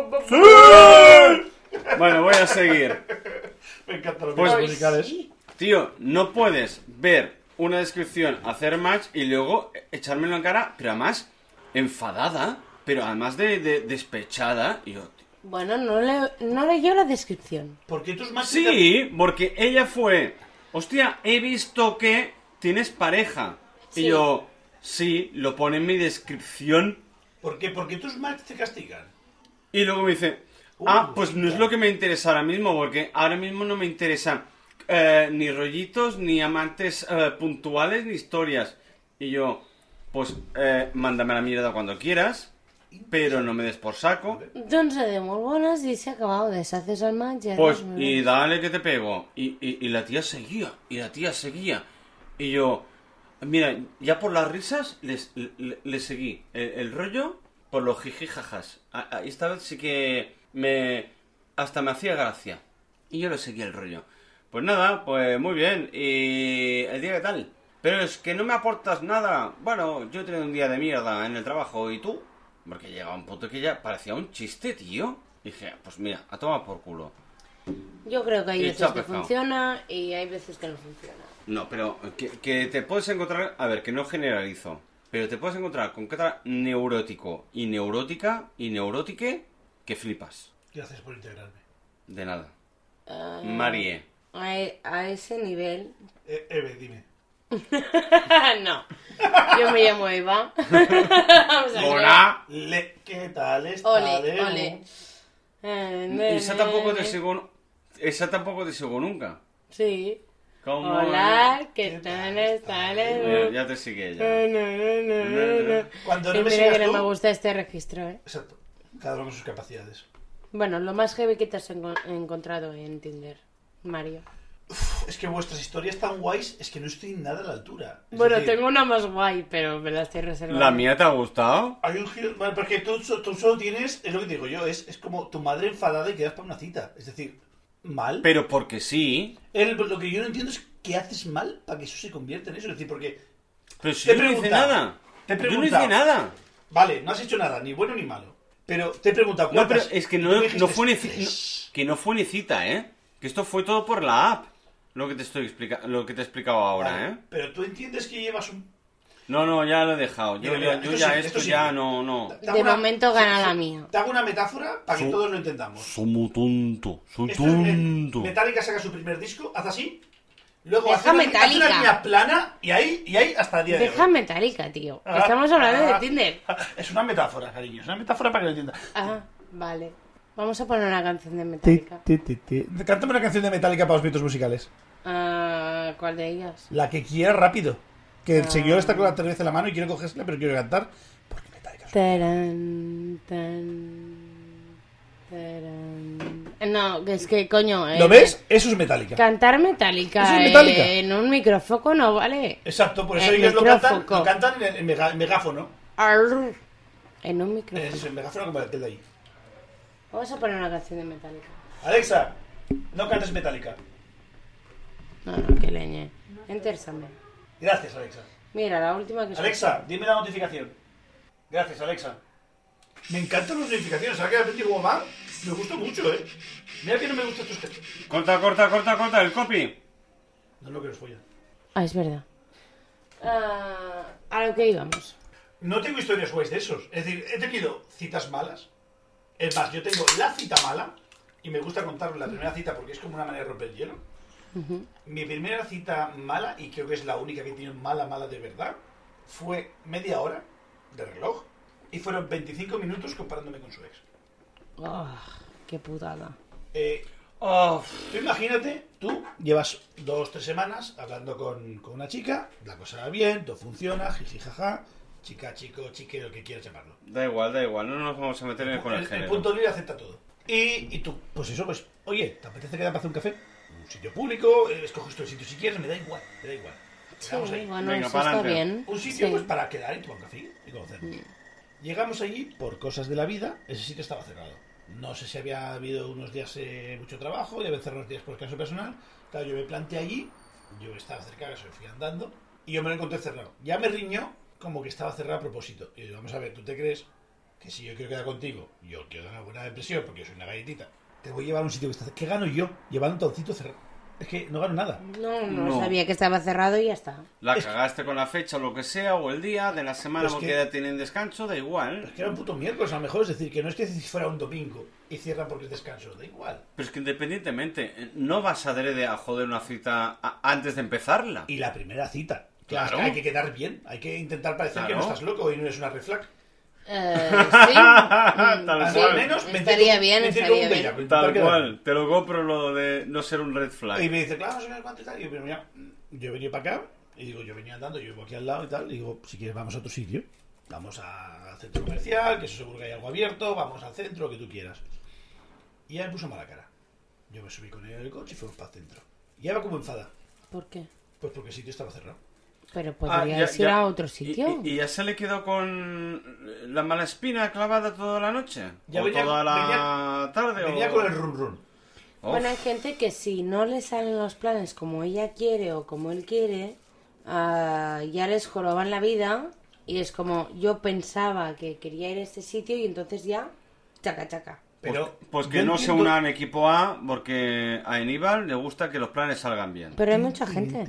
Bueno, voy a seguir. Me encantan los Pues- vídeos musicales. Tío, no puedes ver una descripción, hacer match y luego echármelo en cara, pero además enfadada, pero además de, de despechada. Y yo, Bueno, no, le, no leyó la descripción. ¿Por qué tus matches? sí, porque ella fue, hostia, he visto que tienes pareja. Sí. Y yo, sí, lo pone en mi descripción. ¿Por qué? ¿Por qué tus matches te castigan? Y luego me dice, ah, pues no es lo que me interesa ahora mismo, porque ahora mismo no me interesan eh, ni rollitos, ni amantes eh, puntuales, ni historias. Y yo, pues eh, mándame a la mierda cuando quieras, pero no me des por saco. Doncs de molt bones y se ha acabado. Deshaces al match y Pues, adiós, y dale que te pego. Y, y, y la tía seguía, y la tía seguía. Y yo, mira, ya por las risas les, le, le seguí el, el rollo por los jijijajas. A- a- Esta vez sí que me... hasta me hacía gracia. Y yo le seguí el rollo. Pues nada, pues muy bien. ¿Y el día qué tal? Pero es que no me aportas nada. Bueno, yo he tenido un día de mierda en el trabajo. ¿Y tú? Porque llegaba un punto que ya parecía un chiste, tío. Y dije, pues mira, a tomar por culo. Yo creo que hay Y veces chao, que pescado. funciona y hay veces que no funciona. No, pero que, que te puedes encontrar... A ver, que no generalizo. Pero te puedes encontrar con cada neurótico y neurótica y neurótique que flipas. Gracias por integrarme. De nada. Ah, Marie. a, e- a ese nivel... Eh, Eve, dime. no. Yo me llamo Eva. Vamos a ver. ¡Hola! Le, ¿qué tal está? Ole, Leo? ole. Esa tampoco te sigo... Esa tampoco te sigo nunca. Sí. ¿Cómo? Hola, ¿qué ¿Qué tal tal está? Mira, ya te sigue No, ella. no, no, no, no, no. Cuando Y no me mira sigas que no tú... me gusta este registro, ¿eh? Exacto. Cada uno con sus capacidades. Bueno, lo más heavy que te has enco- encontrado en Tinder, Mario. Es que vuestras historias tan guays es que no estoy nada a la altura. Es Bueno, decir, tengo una más guay, pero me la estoy reservando. ¿La mía te ha gustado? Hay un giro... Vale, porque tú, so- tú solo tienes... Es lo que te digo yo. Es, es como tu madre enfadada y quedas para una cita. Es decir, mal. Pero porque sí. El- lo que yo no entiendo es qué haces mal para que eso se convierta en eso. Es decir, porque... Pero si Te he yo no hice preguntado. nada. Te he Yo no preguntado. hice nada. Vale, no has hecho nada, ni bueno ni malo. Pero te he preguntado No, pero cuántas... es que y tú no, me dijiste no fue ni ci- tres. no- que no fue ni cita, ¿eh? Que esto fue todo por la app. Lo que te estoy explica lo que te he explicado ahora, Vale, ¿eh? Pero tú entiendes que llevas un... No, no, ya lo he dejado. Yo, Mira, mira, ya- yo esto ya sí, esto, esto sí. ya no, no. Te hago De una- momento gana la mía. Te hago una metáfora para que Su- todos lo entendamos. Soy muy tonto, soy Esto es Met- Metallica saca su primer disco, hace así. Luego Deja hace una, hace Metallica. una línea plana y ahí, y ahí hasta el día de Deja hoy. metálica, tío. Ah, Estamos hablando ah, de Tinder. ah, Es una metáfora, cariño. Es una metáfora para que lo entiendas. Ah, vale. Vamos a poner una canción de Metallica. Cántame una canción de Metallica para los mitos musicales. Ah, ¿cuál de ellas? La que quiera rápido. Que el Ah. seguidor está con la cerveza en la mano y quiero cogérsela, pero quiero cantar. Porque Metallica es... Tarán, tan, tarán. No, que es que coño. eh, ¿Lo ves? Eso es Metallica. Cantar Metallica, Eso es Metallica. eh, en un micrófono no vale. Exacto, por eso El ellos lo cantan, micrófono. lo cantan en, en mega- en megáfono. Arr. En un micrófono. Es en megáfono como el de ahí. Vamos a poner una canción de Metallica. Alexa, no cantes Metallica. No, no, que leñe. Entérsame. Gracias, Alexa. Mira, la última que Alexa, dime la notificación. Gracias, Alexa. Me encantan las notificaciones. ¿Sabes que de repente como va? Me gusta mucho, ¿eh? Mira que no me gustan tus gestos. Corta, corta, corta, corta, el copy. No, no, que nos follan. Ah, es verdad. Ah, a lo que íbamos. No tengo historias guays de esos. Es decir, he tenido citas malas. Es más, yo tengo la cita mala. Y me gusta contar la primera cita porque es como una manera de romper el hielo. Mi primera cita mala, y creo que es la única que he tenido mala, mala de verdad, fue media hora de reloj. Y fueron veinticinco minutos comparándome con su ex. Ah, qué putada. Eh, Oh, tú imagínate, tú llevas dos, tres semanas hablando con, con una chica, la cosa va bien, todo funciona, jiji, jaja, chica, chico, chique, lo que quieras llamarlo. da igual, da igual, no nos vamos a meter en- con el El, el género. punto libre acepta todo. Y, y tú, pues eso, pues, oye, ¿te apetece quedar para hacer un café? Un sitio público, eh, escoges tú el sitio si quieres, me da igual, me da igual. Sí, Quedamos ahí. bueno, Venga, eso está pa'lante. bien. Un sitio Sí. pues para quedar y tomar un café y conocernos. Llegamos allí, por cosas de la vida, ese sitio estaba cerrado. No sé si había habido unos días eh, mucho trabajo y habían cerrado unos días por caso personal. Claro, yo me planteé allí, yo estaba cerca, que se fui andando, y yo me lo encontré cerrado. Ya me riñó como que estaba cerrado a propósito. Y yo digo, vamos a ver, ¿tú te crees que si yo quiero quedar contigo, yo quiero dar una buena impresión porque yo soy una galletita, te voy a llevar a un sitio que está cerrado? ¿Qué gano yo llevando un sitio cerrado? Es que no gano nada. No, no, No. sabía que estaba cerrado y ya está. La Es- cagaste con la fecha o lo que sea, o el día de la semana Es porque que- ya tienen descanso, da Pero igual. es que era un puto miércoles, a lo mejor, es decir, que no es que si fuera un domingo y cierran porque es descanso, da igual. Pero es que independientemente, eh, no vas a adrede a joder una cita a- antes de empezarla. Y la primera cita. Claro. Es que hay que quedar bien, hay que intentar parecer que no Claro. estás loco y no eres una red flag. Eh, sí. Mm, Tal sí, cual. Al menos me estaría entiendo- bien, me entiendo estaría un bien. bellaco, intentar Tal quedar cual, te lo compro lo de no ser un red bien. flag. Y me dice, claro, no sé cuánto y tal. Y yo, pero mira, yo he venido para acá y digo, yo venía andando, yo vivo aquí al lado y tal. Y digo, si quieres, vamos a otro sitio. Vamos a- al centro comercial, que eso seguro que hay algo abierto. Vamos al centro, lo que tú quieras. Y ya me puso mala cara. Yo me subí con él en el coche y fuimos para el centro. Y ya va como enfada. ¿Por qué? Pues porque el sitio estaba cerrado. Pero Ah, podrías ya- ir ya. a otro ¿Y- sitio. ¿Y, y ya se le quedó con la mala espina clavada toda la noche? Ya ¿O venía- toda la venía- tarde? Venía o... con el run run. Uf. Bueno, hay gente que si no le salen los planes como ella quiere o como él quiere, ah, ya les joroban la vida y es como yo pensaba que quería ir a este sitio y entonces ya, chaca, chaca. Pero Pues, pues que yo no se entiendo- unan equipo A porque a Aníbal le gusta que los planes salgan bien. Pero hay mucha gente.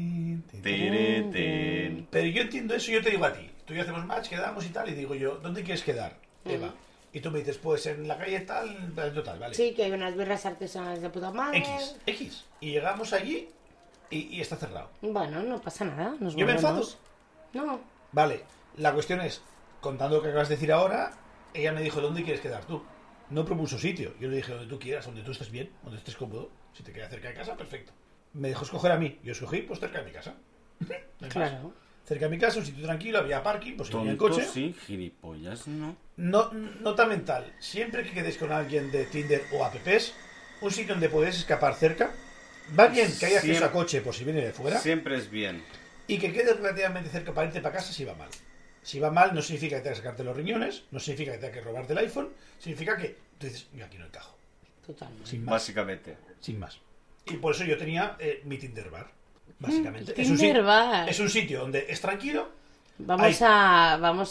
Tere, ten. Pero yo entiendo eso, yo te digo a ti. Tú y yo hacemos match, quedamos y tal, y digo yo, ¿dónde quieres quedar, Eva? Y tú me dices, pues en la calle tal, total, vale. Sí, que hay unas birras artesanales de puta madre. X, X. Y llegamos allí y, y está cerrado. Bueno, no pasa nada. Nos ¿Yo me enfado? volvemos. No. Vale, la cuestión es, contando lo que acabas de decir ahora, ella me dijo, ¿dónde quieres quedar tú? No propuso sitio. Yo le dije, donde tú quieras, donde tú estés bien, donde estés cómodo. Si te queda cerca de casa, perfecto. Me dejó escoger a mí. Yo escogí, pues cerca de mi casa. No hay más. Claro. Cerca de mi casa, un sitio tranquilo, había parking, pues si venía en Tontos coche. sí, gilipollas no. No, nota mental. Siempre que quedéis con alguien de Tinder o apps, un sitio donde podéis escapar cerca, va bien que haya acceso Siempre- a coche por si viene de fuera, Siempre es bien. y que quede relativamente cerca para irte para casa si va mal. Si va mal, no significa que tengas que sacarte los riñones, no significa que tengas que robarte el iPhone, significa que tú dices, yo aquí no encajo. Totalmente. Sin más. Básicamente. Sin más. Y por eso yo tenía eh, mi Tinder bar. Básicamente. Mm, es, un Tinder sitio, bar. es un sitio donde es tranquilo. Vamos Ay. a vamos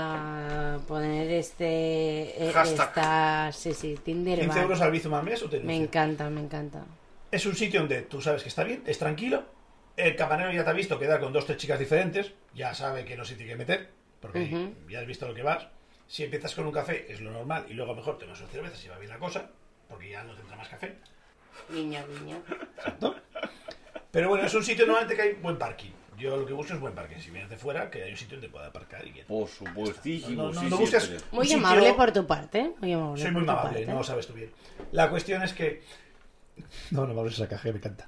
a poner este eh, Hashtag. esta sí sí Tinder quince bar. euros al Bizum al mes o te Me denuncio. encanta, me encanta. Es un sitio donde tú sabes que está bien, es tranquilo. El camarero ya te ha visto quedar con dos tres chicas diferentes, ya sabe que no se tiene que meter, porque Ujú. ya has visto lo que vas. Si empiezas con un café es lo normal y luego a lo mejor te vas a cerveza si va bien la cosa, porque ya no tendrá más café. Guiño, guiño. Exacto. Pero bueno, es un sitio normalmente que hay buen parking. Yo lo que busco es buen parking. Si vienes de fuera, que hay un sitio donde pueda aparcar y bien. Por supuestísimo. No, no, sí, no sí, buscas- pero- Muy Un sitio- amable por tu parte, muy amable. Soy muy por tu amable, parte. no lo sabes tú bien. La cuestión es que... No, no me hables esa caja, me encanta.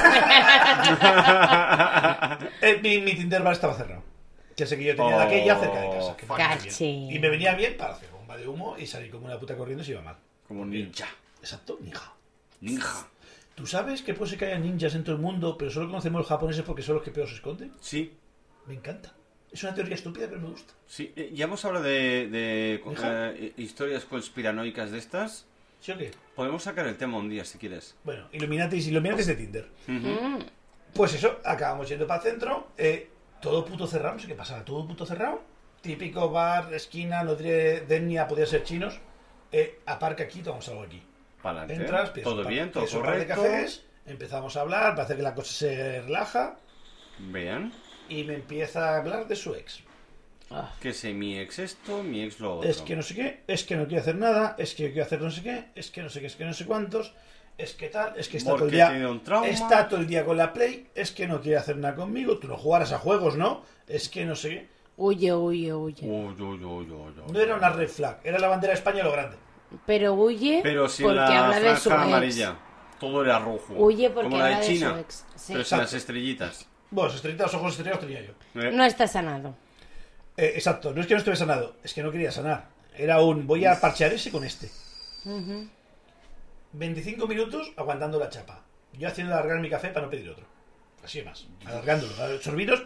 Eh, mi, mi Tinder bar estaba cerrado. Que sé que yo tenía de aquella cerca de casa. Que me venía Cachi. bien. Y me venía bien para hacer bomba de humo y salir como una puta corriendo si iba mal. Como ninja. Exacto, ninja. Ninja. ¿Tú sabes que puede ser que haya ninjas en todo el mundo, pero solo conocemos los japoneses porque son los que peor se esconden? Sí, Me encanta. Es una teoría estúpida, pero me gusta. sí. Eh, Ya hemos hablado de, de Ninja. eh, historias conspiranoicas de estas. ¿Sí o qué? Podemos sacar el tema un día si quieres. Bueno, Illuminatis, Illuminatis de Tinder. Mm, Pues eso, acabamos yendo para el centro, eh, todo puto cerrado, no sé qué pasaba, todo puto cerrado. Típico bar, esquina, no diré de etnia, podía ser chinos. Eh, aparca aquí, tomamos algo aquí. Para adelante. Entras, pides Todo un par- bien, todo pides un par de correcto. cafés, empezamos a hablar, parece que la cosa se relaja Vean. y me empieza a hablar de su ex. ah, Que sé mi ex esto, mi ex lo otro. Es que no sé qué, es que no quiere hacer nada, es que quiere hacer no sé qué, es que no sé qué, es que no sé cuántos, es que tal, es que está todo el Porque día, tiene un trauma. está todo el día con la Play, es que no quiere hacer nada conmigo, tú no jugarás a juegos, ¿no? Es que no sé qué. Huye, huye, huye. Uy, uy, uy, uy, uy. No era una red flag, era la bandera de España lo grande. Pero huye Pero sin porque la habla de su franja ex. amarilla. Todo era rojo. Huye porque como la habla de de China. su ex. Sí. Pero sin las estrellitas. Bueno, los estrellitas, los ojos estrellados tenía yo. ¿Eh? No está sanado. Eh, exacto, no es que no estuviera sanado, es que no quería sanar. Era un, voy a parchear ese con este. Ujú. veinticinco minutos aguantando la chapa. Yo haciendo alargar mi café para no pedir otro. Así es más, alargándolo. Sorbiros.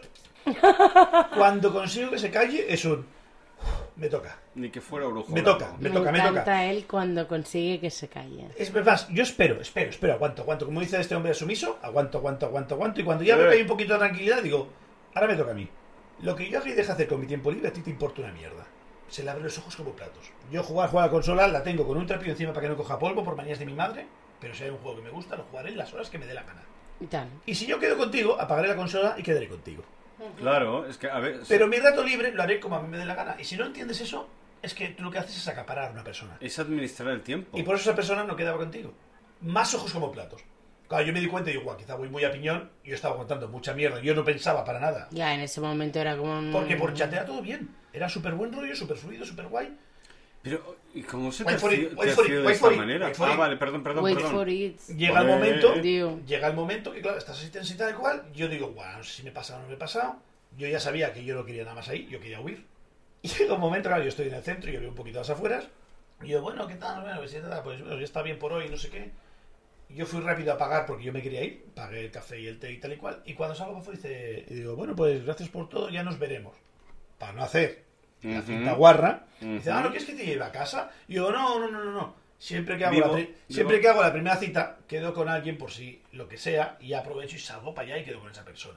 Cuando consigo que se calle, es un... Me toca. Ni que fuera brujo. Me toca, me Me toca, me encanta toca. él cuando consigue que se calle. Es más, yo espero, espero, espero, aguanto, aguanto. Como dice este hombre sumiso, aguanto, aguanto, aguanto, aguanto. Y cuando ya veo que hay un poquito de tranquilidad, digo, ahora me toca a mí. Lo que yo hago y dejo hacer con mi tiempo libre, a ti te importa una mierda. Se le abren los ojos como platos. Yo jugar, jugar a la consola, la tengo con un trapillo encima para que no coja polvo por manías de mi madre. Pero si hay un juego que me gusta, lo jugaré en las horas que me dé la gana. Y tal. Y si yo quedo contigo, apagaré la consola y quedaré contigo. Claro, es que a ver. Pero mi rato libre lo haré como a mí me dé la gana. Y si no entiendes eso, es que tú lo que haces es acaparar a una persona. Es administrar el tiempo. Y por eso esa persona no quedaba contigo. Más ojos como platos. Claro, yo me di cuenta y digo, guau, quizá voy muy a piñón. Yo estaba aguantando mucha mierda. Yo no pensaba para nada. Ya en ese momento era como un... Porque por chat era todo bien. Era súper buen rollo, súper fluido, súper guay. Pero, ¿y cómo se te Wait ha for it, sido wait for it, de wait esta for it, manera? wait for Ah, it. vale, perdón, perdón, Wait perdón. for it. Llega el Joder. momento, Tío. llega el momento que, claro, estás así tensita de cual. Yo digo, guau, no sé si me pasa o no me he pasado. Yo ya sabía que yo no quería nada más ahí, yo quería huir. Y llega un momento, claro, yo estoy en el centro, yo veo un poquito a las afueras. Y yo, bueno, ¿qué tal? Bueno, pues, ya está, pues bueno, ya está bien por hoy, no sé qué. Y yo fui rápido a pagar porque yo me quería ir. Pagué el café y el té y tal y cual. Y cuando salgo para afuera, dice, y digo, bueno, pues gracias por todo, ya nos veremos. Para no hacer la Ujú. cinta guarra. Dice, Ujú. ah, ¿no quieres que te lleve a casa? Y yo, no, no, no, no, no. Siempre que hago, Vivo, la, pri- vivo. siempre que hago la primera cita, quedo con alguien por si lo que sea y aprovecho y salgo para allá y quedo con esa persona.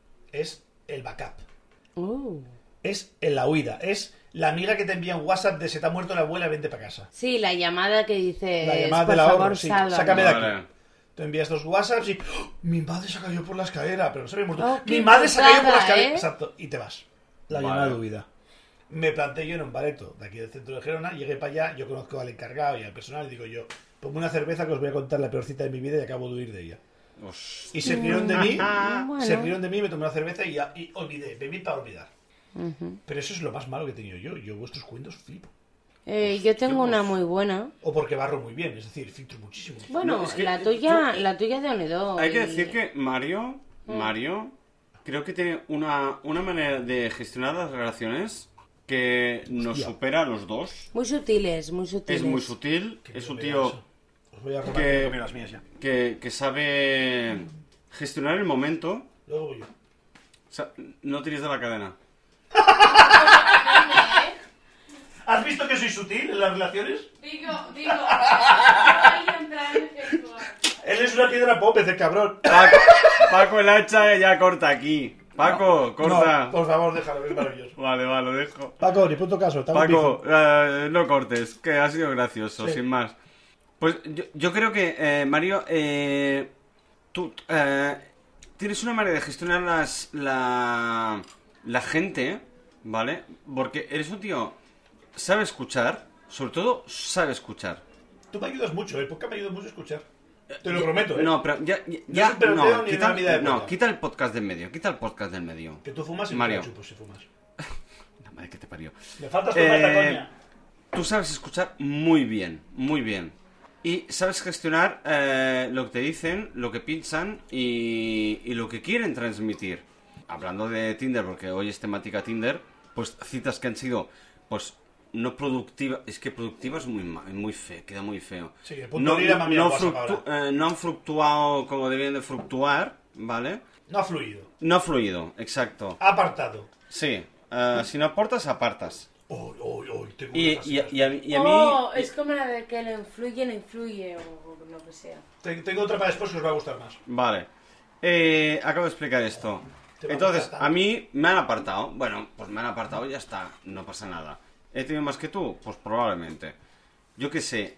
Es el backup. Uh. Es en la huida. Es la amiga que te envía un WhatsApp de se te ha muerto la abuela, vente para casa. Sí, la llamada que dice... La llamada por del ahorro, favor, sí. sálvame. Sácame de aquí. Vale. Tú envías dos WhatsApps y ¡oh! Mi madre se cayó por la escalera, pero no se había muerto. Oh, qué Mi madre se cayó por la putada, escalera. ¿eh? Exacto, y te vas. La Vale. llamada de huida. Me planté yo en un bareto de aquí del centro de Gerona, llegué para allá, yo conozco al encargado y al personal y digo yo, ponme una cerveza que os voy a contar la peor cita de mi vida y acabo de huir de ella. Hostia. Y se rieron de mí, Bueno. se rieron de mí, me tomé una cerveza y, y olvidé, bebí para olvidar. Ujú. Pero eso es lo más malo que he tenido yo, yo vuestros cuentos flipo. Eh, yo tengo una muy buena. O porque barro muy bien, es decir, filtro muchísimo. Bueno, No, es que la yo- tuya, la tuya de Onedo. Hay que y- decir que Mario, Mario, creo que tiene una, una manera de gestionar las relaciones que nos Hostia. supera a los dos. Muy sutiles, muy sutiles. Es muy sutil, Qué es un bien tío eso. Os voy a robar que- que... comer las mías ya. que, que sabe gestionar el momento. Luego voy yo. O sea, no tires de la cadena. ¿Has visto que soy sutil en las relaciones? Digo, digo, voy a entrar en sexual. Él es una piedra pop, ese cabrón. Paco, Paco el hacha ya corta aquí. Paco, corta. No, por favor, déjalo, es maravilloso. Vale, vale, lo dejo. Paco, ni punto caso. estamos Paco, pifos. eh, no cortes, que ha sido gracioso, Sí. sin más. Pues yo, yo creo que, eh, Mario, eh, tú eh, tienes una manera de gestionar las, la, la gente, ¿vale? Porque eres un tío, sabe escuchar, sobre todo sabe escuchar. Tú me ayudas mucho, el podcast me ayuda mucho a escuchar. Te lo prometo, ¿eh? No, pero ya, ya, ya- soy peloteo no, ni quita, una vida de no, podcast. quita el podcast del medio, quita el podcast del medio. Que tú fumas y Mario. me chupo si fumas. La madre que te parió. Me faltas tomar esta Eh, coña. Tú sabes escuchar muy bien, muy bien. Y sabes gestionar eh, lo que te dicen, lo que piensan y, y lo que quieren transmitir. Hablando de Tinder, porque hoy es temática Tinder, pues citas que han sido, pues, no productivas. Es que productiva es muy, ma- muy feo, queda muy feo. Sí, el punto No, lira no, me ha no, enviado WhatsApp fructu- eh, no han fructuado como debían de fructuar, ¿vale? No ha fluido. No ha fluido, exacto. Ha apartado. Sí, eh, si no aportas, apartas. Hoy, hoy, hoy, tengo Y, una y, frase. y a, mí- y a mí... Oh, es como la de que le influye, no influye, o lo que sea. Te- Tengo otra para después que os va a gustar más. Vale. Eh, acabo de explicar esto. Te va a Entonces, gustar a mí me han apartado. Bueno, pues me han apartado y ya está. No pasa nada. ¿He tenido más que tú? Pues probablemente. Yo qué sé.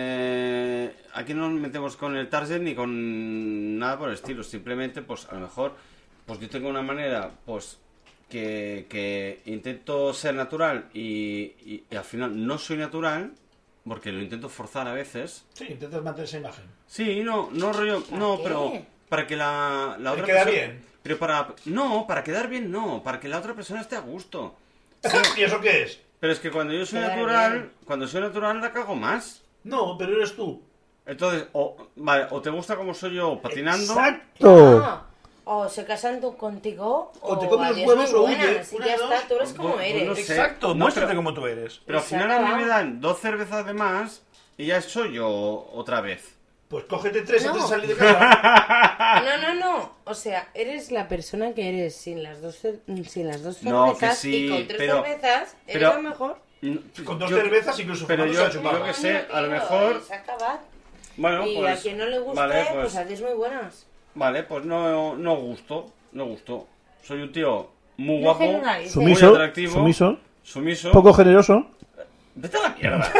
Eh, aquí no nos metemos con el target ni con nada por el estilo. Simplemente, pues a lo mejor, pues yo tengo una manera, pues que, que intento ser natural y, y- y al final no soy natural porque lo intento forzar a veces. Sí, intentas mantener esa imagen. Sí, no, no rollo, no, qué? pero para que la, la ¿Te otra queda persona... bien? Pero para... No, para quedar bien no, para que la otra persona esté a gusto. ¿Y eso qué es? Pero es que cuando yo soy Quedar natural, bien. cuando soy natural la cago más. No, pero eres tú. Entonces, o, vale, o te gusta como soy yo patinando. ¡Exacto! Ah, o se casan tú contigo O te comes los adiós, huevos muy o buenas, huye, y una ya de está, dos. tú eres como Pues- pues eres. no sé. Exacto, No, muéstrate pero- como tú eres. Pero al Se final a acaba. mí me dan dos cervezas de más y ya soy yo otra vez. Pues cógete tres No. antes de salir de casa. No, no, no. O sea, eres la persona que eres sin las dos, cer- sin las dos No, cervezas que sí, y con tres pero- cervezas eres pero- la mejor. Con dos Yo- cervezas incluso Pero fumando yo, se ha chupado. yo que sé, Coño, a lo tío, mejor... y se acaba. Bueno, Y pues... a quien no le guste, vale, pues, pues, adiós muy buenas. vale, pues no, no gusto, no gusto. Soy un tío muy No guapo, generalices. muy Sumiso, atractivo, sumiso, sumiso. poco generoso. Vete a la mierda.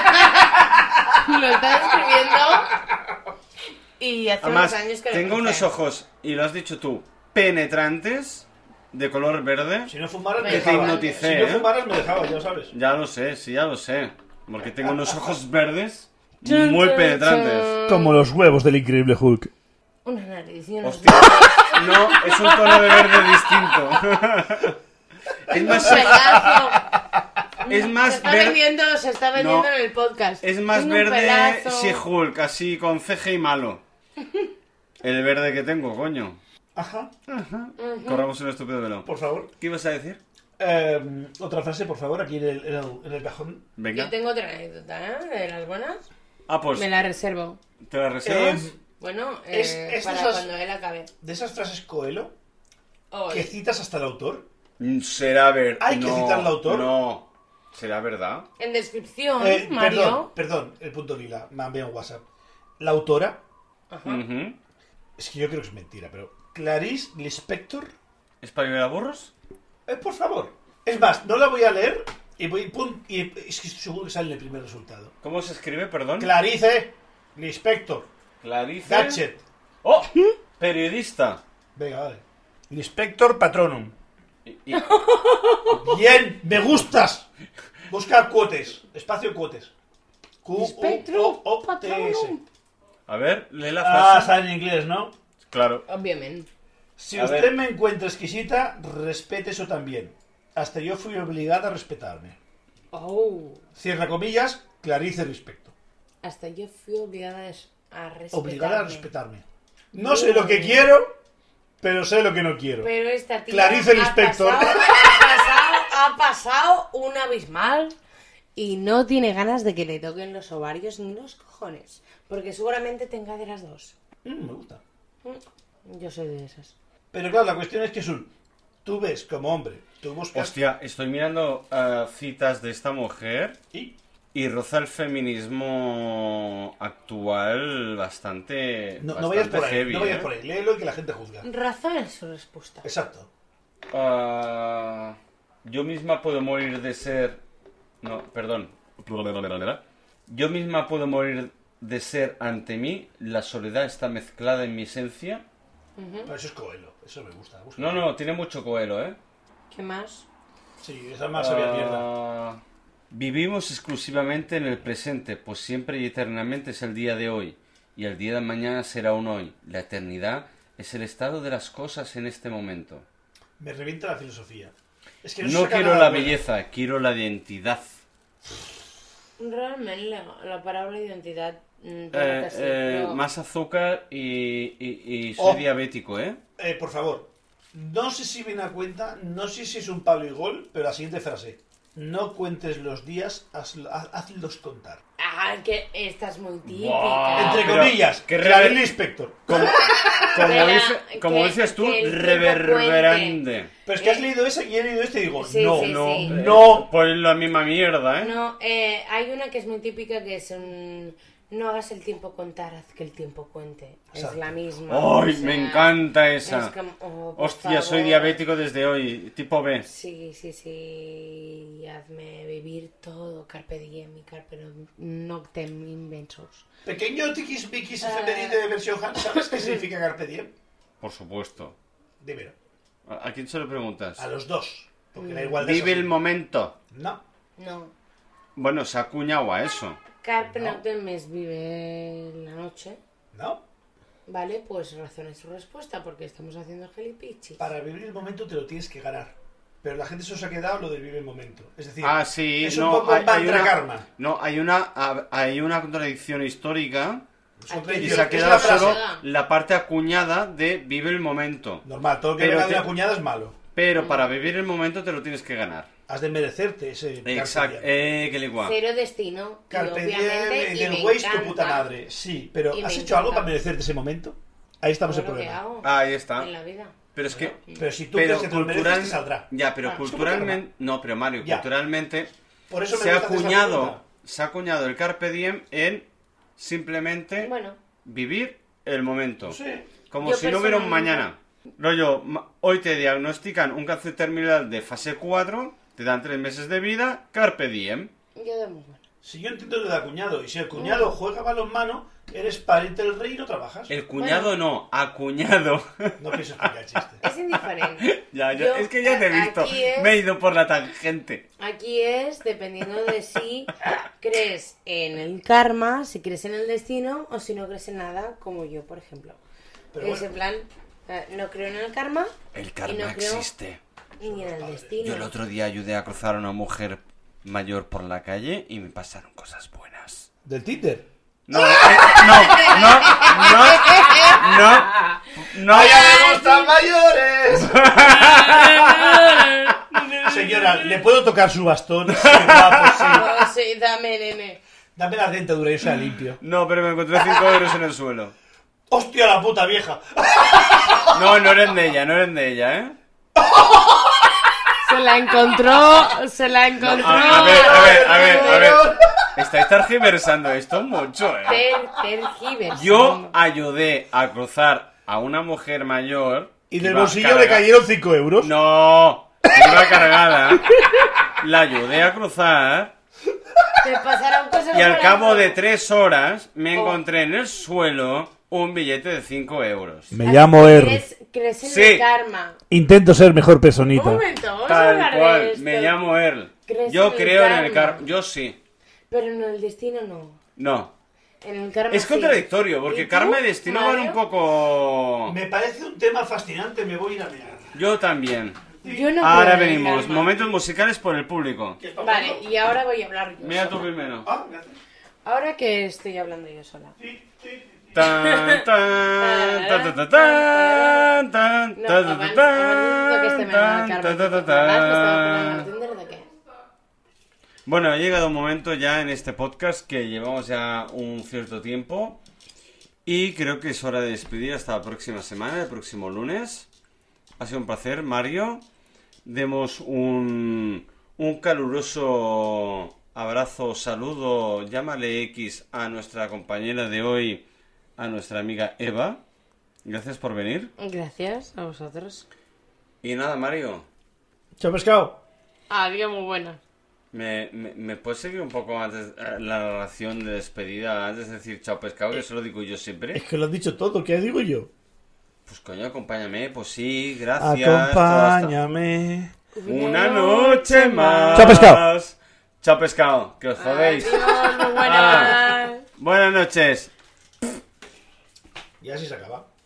Lo estás escribiendo y hace Además, unos años que lo tengo conoces. unos ojos, y lo has dicho tú, penetrantes, de color verde. Si no fumaras me Que te dejaba. hipnoticé, Si no ¿eh? fumaras me dejaba, ya sabes. Ya lo sé, sí, ya lo sé. Porque tengo unos ojos verdes Chun, muy chun, penetrantes. chun. Como los huevos del increíble Hulk. Una nariz y unos Hostia, no, es un tono de verde distinto. Es más, pelazo. es más se está ver- vendiendo, se está vendiendo No, en el podcast. es más Tiene un verde pelazo. si Hulk, así con ceja y malo. El verde que tengo, coño. Ajá, Corramos un estúpido velo. por favor. ¿Qué ibas a decir? Eh, otra frase, por favor, aquí en el, en el, en el cajón. Venga. Yo tengo otra anécdota, ¿eh? De las buenas. Ah, pues, Me la reservo. ¿te la reservas? Eh, Bueno, Es- eh, es de para esas- cuando él acabe. De esas frases Coelho, Oh, que citas hasta el autor. Mm, ¿Será verdad? ¿Hay que no, citar al autor? No. ¿Será verdad? en descripción, Eh, Mario. perdón, perdón, el punto lila, me han enviado en WhatsApp. La autora, Ajá. Ujú. es que yo creo que es mentira, pero Clarice Lispector, ¿Es para ir a burros? eh, por favor. Es más, no la voy a leer y voy pum, y es que estoy seguro que sale en el primer resultado. ¿Cómo se escribe, perdón? Clarice Lispector, Clarice. Gadget. ¡Oh! Periodista. Venga, vale. Lispector Patronum. Y- y- Bien, me gustas. Busca cuotes, espacio cuotes. Q Spectrum U O T S. Patronum. a ver, lee la Ah, frase. está en inglés, ¿no? Claro. Obviamente. Si A usted ver. me encuentra exquisita, respete eso también. Hasta yo fui obligada a respetarme. Oh. Cierra comillas, Clarice Lispector. Hasta yo fui obligada a respetarme. Obligada a respetarme. No sé lo que quiero, pero sé lo que no quiero. Pero esta tía Clarice ha Lispector. pasado, ha, pasado, ha pasado un abismal y no tiene ganas de que le toquen los ovarios ni los cojones. Porque seguramente tenga de las dos. Mm, me gusta. Mm, Yo soy de esas. Pero claro, la cuestión es que es un... Tú ves como hombre, tú buscas... Hostia, estoy mirando eh, citas de esta mujer Y... y roza el feminismo actual bastante. No, bastante no vayas por ahí, heavy, no vayas ¿eh? por ahí. Léelo y que la gente juzga. Razón en su respuesta. Exacto. Ah, yo misma puedo morir de ser. No, perdón. Yo misma puedo morir de ser ante mí. La soledad está mezclada en mi esencia. Pero eso es Coelho, eso me gusta. gusta. No, no, tiene mucho coelho, ¿eh? ¿Qué más? Sí, esa más sabía mierda. Ah, vivimos exclusivamente en el presente, pues siempre y eternamente es el día de hoy, y el día de mañana será un hoy. La eternidad es el estado de las cosas en este momento. Me revienta la filosofía. Es que No se saca quiero nada la bueno. belleza, quiero la identidad. Realmente la, la palabra identidad... mm, Eh, creo que sí, eh, pero- Más azúcar y, y- y soy Oh. diabético, ¿eh? Eh, por favor, no sé si viene a cuenta, no sé si es un palo y gol, pero la siguiente frase. No cuentes los días, hazlo- haz- hazlos contar. Ah, que esta es muy típica. Buah. Entre pero comillas, qué Clarice real- Lispector. Como, como, Que la- dice- como que- dices tú, que el tiempo reverberante. Pero es que has Eh, leído esa y he leído este y digo, sí, no, sí, no, sí. no. Pues la misma mierda, ¿eh? No, eh, hay una que es muy típica que es un... No hagas el tiempo contar, haz que el tiempo cuente. Exacto. Es la misma. ¡Ay, o sea, me encanta esa! es como, oh, por Hostia, soy favor. diabético desde hoy, tipo B. Sí, sí, sí. Hazme vivir todo. Carpe diem y carpe noctem inventos. Pequeño tiquis biquis Ah. efeméride de versión Han, ¿sabes qué significa Carpe Diem? Por supuesto. Dímelo. ¿A a quién se lo preguntas? A los dos. Porque Mm. da igual de Vive eso. el momento. No. No. Bueno, se ha acuñado a eso. Carpe No. noctem es vive la noche. No. Vale, pues razón en su respuesta porque estamos haciendo gelipichis. Para vivir el momento te lo tienes que ganar. pero la gente solo se ha quedado lo del vive el momento. Es decir, Ah, sí, es no, un poco hay, hay mantra una, karma. no, hay una, hay una contradicción histórica Es otra Aquí y edición. se ha Es quedado la frase. solo la parte acuñada de vive el momento. Normal, todo lo que Pero venga de te- una cuñada es malo. Pero para vivir el momento te lo tienes que ganar. Has de merecerte ese Exacto, carpe diem. eh, que le guau. Cero destino. y Carpe obviamente, diem y del me Waze tu encanta. puta madre. Sí, pero Y ¿has me hecho algo encanta. para merecerte ese momento? Ahí estamos Todo el lo que problema. hago Ahí está. en la vida. Pero es que... Pero si tú Pero crees que te lo mereces, cultural... te saldrá. Ya, pero Ah, culturalmente... No, pero Mario, Ya. culturalmente Por eso me se ha gusta hacer esa acuñado, pregunta. se ha acuñado el carpe diem en simplemente Bueno, vivir el momento. Sí. Como Yo si no hubiera un personalmente- mañana. Rollo, ma- hoy te diagnostican un cáncer terminal de fase cuatro, te dan tres meses de vida, carpe diem. yo de muy bueno. Si yo entiendo lo de acuñado, y si el cuñado juega balonmano, eres pariente del rey y no trabajas. El cuñado no, acuñado. No pienso explicar el chiste. Es indiferente. ya, ya, Yo, es que ya te he a- visto. aquí es- Me he ido por la tangente. Aquí es dependiendo de si crees en el karma, si crees en el destino o si no crees en nada, como yo, por ejemplo. Pero es bueno. en plan, eh, no creo en el karma El y karma no creo existe. ni en el destino. Yo el otro día ayudé a cruzar a una mujer mayor por la calle y me pasaron cosas buenas. ¿Del Tinder? No, eh, no, no, no, no, no. ¡Ya están mayores! Señora, ¿le puedo tocar su bastón? Sí, guapo, sí. Oh, sí, dame, nene. Dame la dentadura, yo se la limpio. No, pero me encontré cinco euros en el suelo. ¡Hostia, la puta vieja! No, no eran de ella, no eran de ella, ¿eh? Se la encontró, se la encontró. A, a ver, a ver, a ver, a ver. Estáis tergiversando esto mucho, ¿eh? Ter, tergiversando. Yo ayudé a cruzar a una mujer mayor. Y que del iba bolsillo le cargada. cayeron cinco euros. No, iba cargada. La ayudé a cruzar. Te pasaron cosas Y al buenas. cabo de tres horas me Oh. encontré en el suelo un billete de cinco euros. Me llamo Er. ¿Crees, crees en Sí. el karma? Intento ser mejor Un personita. momento, vamos a Tal hablar de cual, esto. me llamo Earl. ¿Crees Yo en el creo en el karma? karma. Yo sí. Pero en el destino no. No. En el karma Es sí. contradictorio, ¿Y porque tú, karma y destino van Mario? un poco... Me parece un tema fascinante, me voy a ir a mirar. Yo también. Yo no Ahora creo en el venimos, karma. momentos musicales por el público. ¿Qué está Vale, pasando? y ahora voy a hablar yo Mira tú sola. primero. Ah, gracias. Ahora que estoy hablando yo sola. Sí, sí. Tan, tan, tan, tan, tan, tan, tan, No, tan, abans, tan, abans de que estem en el tan, karma. tan, tan, tan, Abans que estava parlant tan. del Tinder, ¿de qué? Bueno, ha llegado un momento ya en este podcast que llevamos ya un cierto tiempo y creo que es hora de despedir hasta la próxima semana, el próximo lunes. Ha sido un placer, Mario. Demos un, un caluroso abrazo, saludo, llámale X a nuestra compañera de hoy, a nuestra amiga Eva. Gracias por venir. Gracias a vosotros. Y nada, Mario, Chao, pescado. Adiós, muy buena. ¿me, me, me puedes seguir un poco antes eh, la narración de despedida antes de decir chao pescado, que eso lo digo yo siempre? Es que lo has dicho todo, ¿qué digo yo? Pues coño, acompáñame, pues sí, gracias. todo hasta- Acompáñame. Una noche más. Chao, pescado. Chao pescado, que os jodéis. Adiós, muy buenas. Ah. Buenas noches. Y así se acaba.